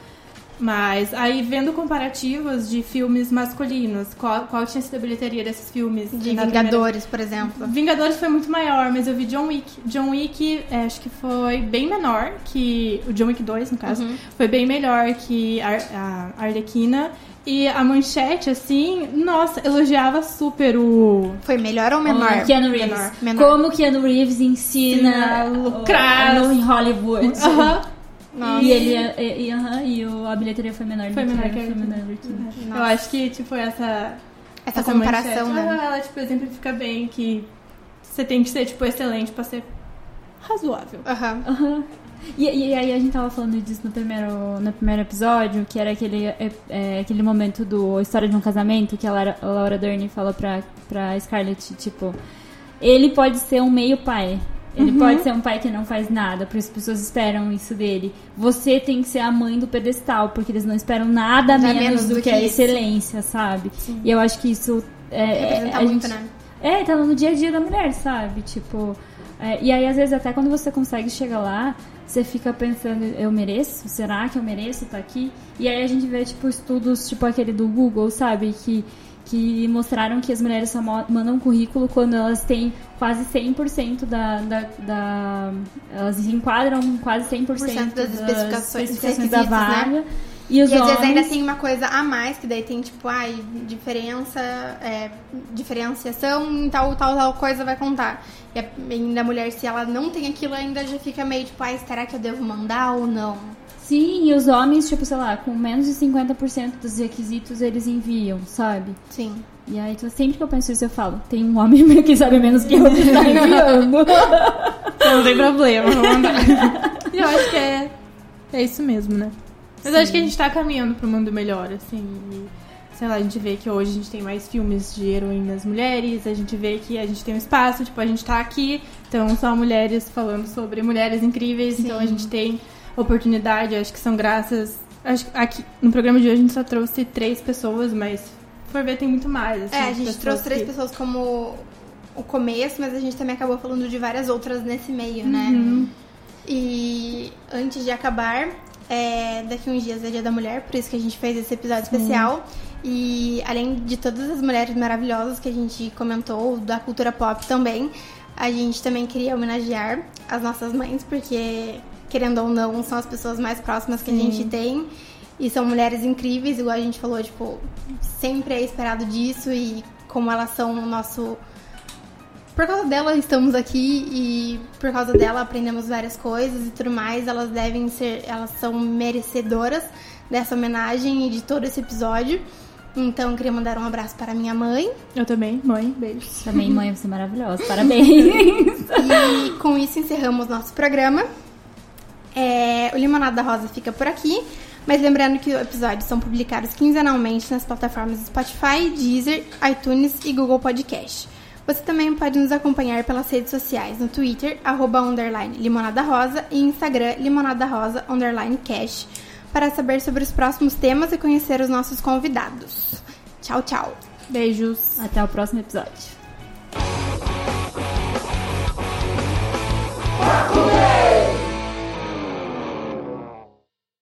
S3: Mas aí vendo comparativos de filmes masculinos, qual, qual tinha sido a bilheteria desses filmes?
S2: De
S3: na
S2: Vingadores, por exemplo.
S3: primeira- Vingadores foi muito maior, mas eu vi John Wick. John Wick, é, acho que foi bem menor que o John Wick dois, no caso.
S2: Uhum.
S3: Foi bem melhor que Ar- a Arlequina. E a manchete, assim, nossa, elogiava super o...
S2: Foi melhor ou menor?
S4: O Keanu Reeves.
S3: Menor.
S2: Menor.
S4: Como Keanu Reeves ensina
S3: Ensina a
S4: o-
S3: lucrar.
S4: no- em Hollywood.
S3: Aham.
S2: Nossa.
S4: E, ele, e, e, aham, e o, a bilheteria foi menor
S3: Foi
S4: do
S3: menor
S4: que
S3: que
S4: o
S3: a
S4: filme da
S3: Arlequina.
S4: Arlequina.
S2: Nossa.
S3: Eu acho que, tipo, essa...
S2: Essa comparação,
S3: manchete,
S2: né?
S3: Ela, tipo, exemplifica bem que você tem que ser, tipo, excelente pra ser razoável.
S2: Aham.
S4: Aham. E, e aí a gente tava falando disso no primeiro, no primeiro episódio, que era aquele, é, é, aquele momento do História de um Casamento, que a Laura, a Laura Dern fala pra, pra Scarlett, tipo, ele pode ser um meio pai. Ele pode ser um pai que não faz nada, porque as pessoas esperam isso dele. Você tem que ser a mãe do pedestal, porque eles não esperam nada
S2: Nada
S4: menos,
S2: menos
S4: do,
S2: do
S4: que,
S2: que
S4: a
S2: isso.
S4: excelência, sabe? E eu acho que isso é,
S2: Representa
S4: a
S2: muito,
S4: gente,
S2: né?
S4: É, tá no dia a dia da mulher, sabe? Tipo, é, e aí às vezes até quando você consegue chegar lá, você fica pensando, eu mereço? Será que eu mereço estar aqui? E aí a gente vê, tipo, estudos, tipo aquele do Google, sabe? Que, que mostraram que as mulheres só mo- mandam currículo quando elas têm quase cem por cento da, da, da... Elas se enquadram quase cem por cento
S2: das especificações-
S4: especificações da
S2: requisitos, né?
S4: vaga. E os
S2: E às
S4: homens...
S2: vezes ainda tem uma coisa a mais, que daí tem tipo, ai, diferença, é, diferenciação em tal, tal, tal coisa vai contar. E a- ainda a mulher, se ela não tem aquilo, ainda já fica meio tipo, ai, será que eu devo mandar ou não?
S4: Sim, e os homens, tipo, sei lá, com menos de cinquenta por cento dos requisitos eles enviam, sabe?
S2: Sim.
S4: E aí, então, sempre que eu penso isso, eu falo, tem um homem que sabe menos que eu que está enviando.
S3: Não tem problema, vou mandar. E eu acho que é, é isso mesmo, né? Mas eu acho que a gente tá caminhando pro mundo melhor, assim. E, sei lá, a gente vê que hoje a gente tem mais filmes de heroínas mulheres, a gente vê que a gente tem um espaço, tipo, a gente tá aqui, então só mulheres falando sobre mulheres incríveis,
S2: Sim.
S3: então a gente tem oportunidade, acho que são graças... Acho que aqui, no programa de hoje a gente só trouxe três pessoas, mas por ver tem muito mais, assim.
S2: É, a
S3: de
S2: gente
S3: pessoas
S2: trouxe três
S3: que-
S2: pessoas como o começo, mas a gente também acabou falando de várias outras nesse meio, né?
S3: Uhum.
S2: E antes de acabar, é, daqui uns dias é Dia da Mulher, por isso que a gente fez esse episódio especial. E além de todas as mulheres maravilhosas que a gente comentou, da cultura pop também, a gente também queria homenagear as nossas mães, porque, querendo ou não, são as pessoas mais próximas que a gente tem. E são mulheres incríveis, igual a gente falou, tipo, sempre é esperado disso e como elas são o nosso por causa dela estamos aqui e por causa dela aprendemos várias coisas e tudo mais. Elas devem ser, elas são merecedoras dessa homenagem e de todo esse episódio. Então, eu queria mandar um abraço para minha mãe.
S3: Eu também, mãe, beijos.
S4: Também, mãe, você é maravilhosa, parabéns.
S2: E com isso encerramos nosso programa. É, o Limonada Rosa fica por aqui, mas lembrando que os episódios são publicados quinzenalmente nas plataformas Spotify, Deezer, iTunes e Google Podcast. Você também pode nos acompanhar pelas redes sociais, no Twitter, arroba, underline, Limonada Rosa, e Instagram, Limonada Rosa, underline, cash, para saber sobre os próximos temas e conhecer os nossos convidados. Tchau, tchau.
S3: Beijos.
S4: Até o próximo episódio.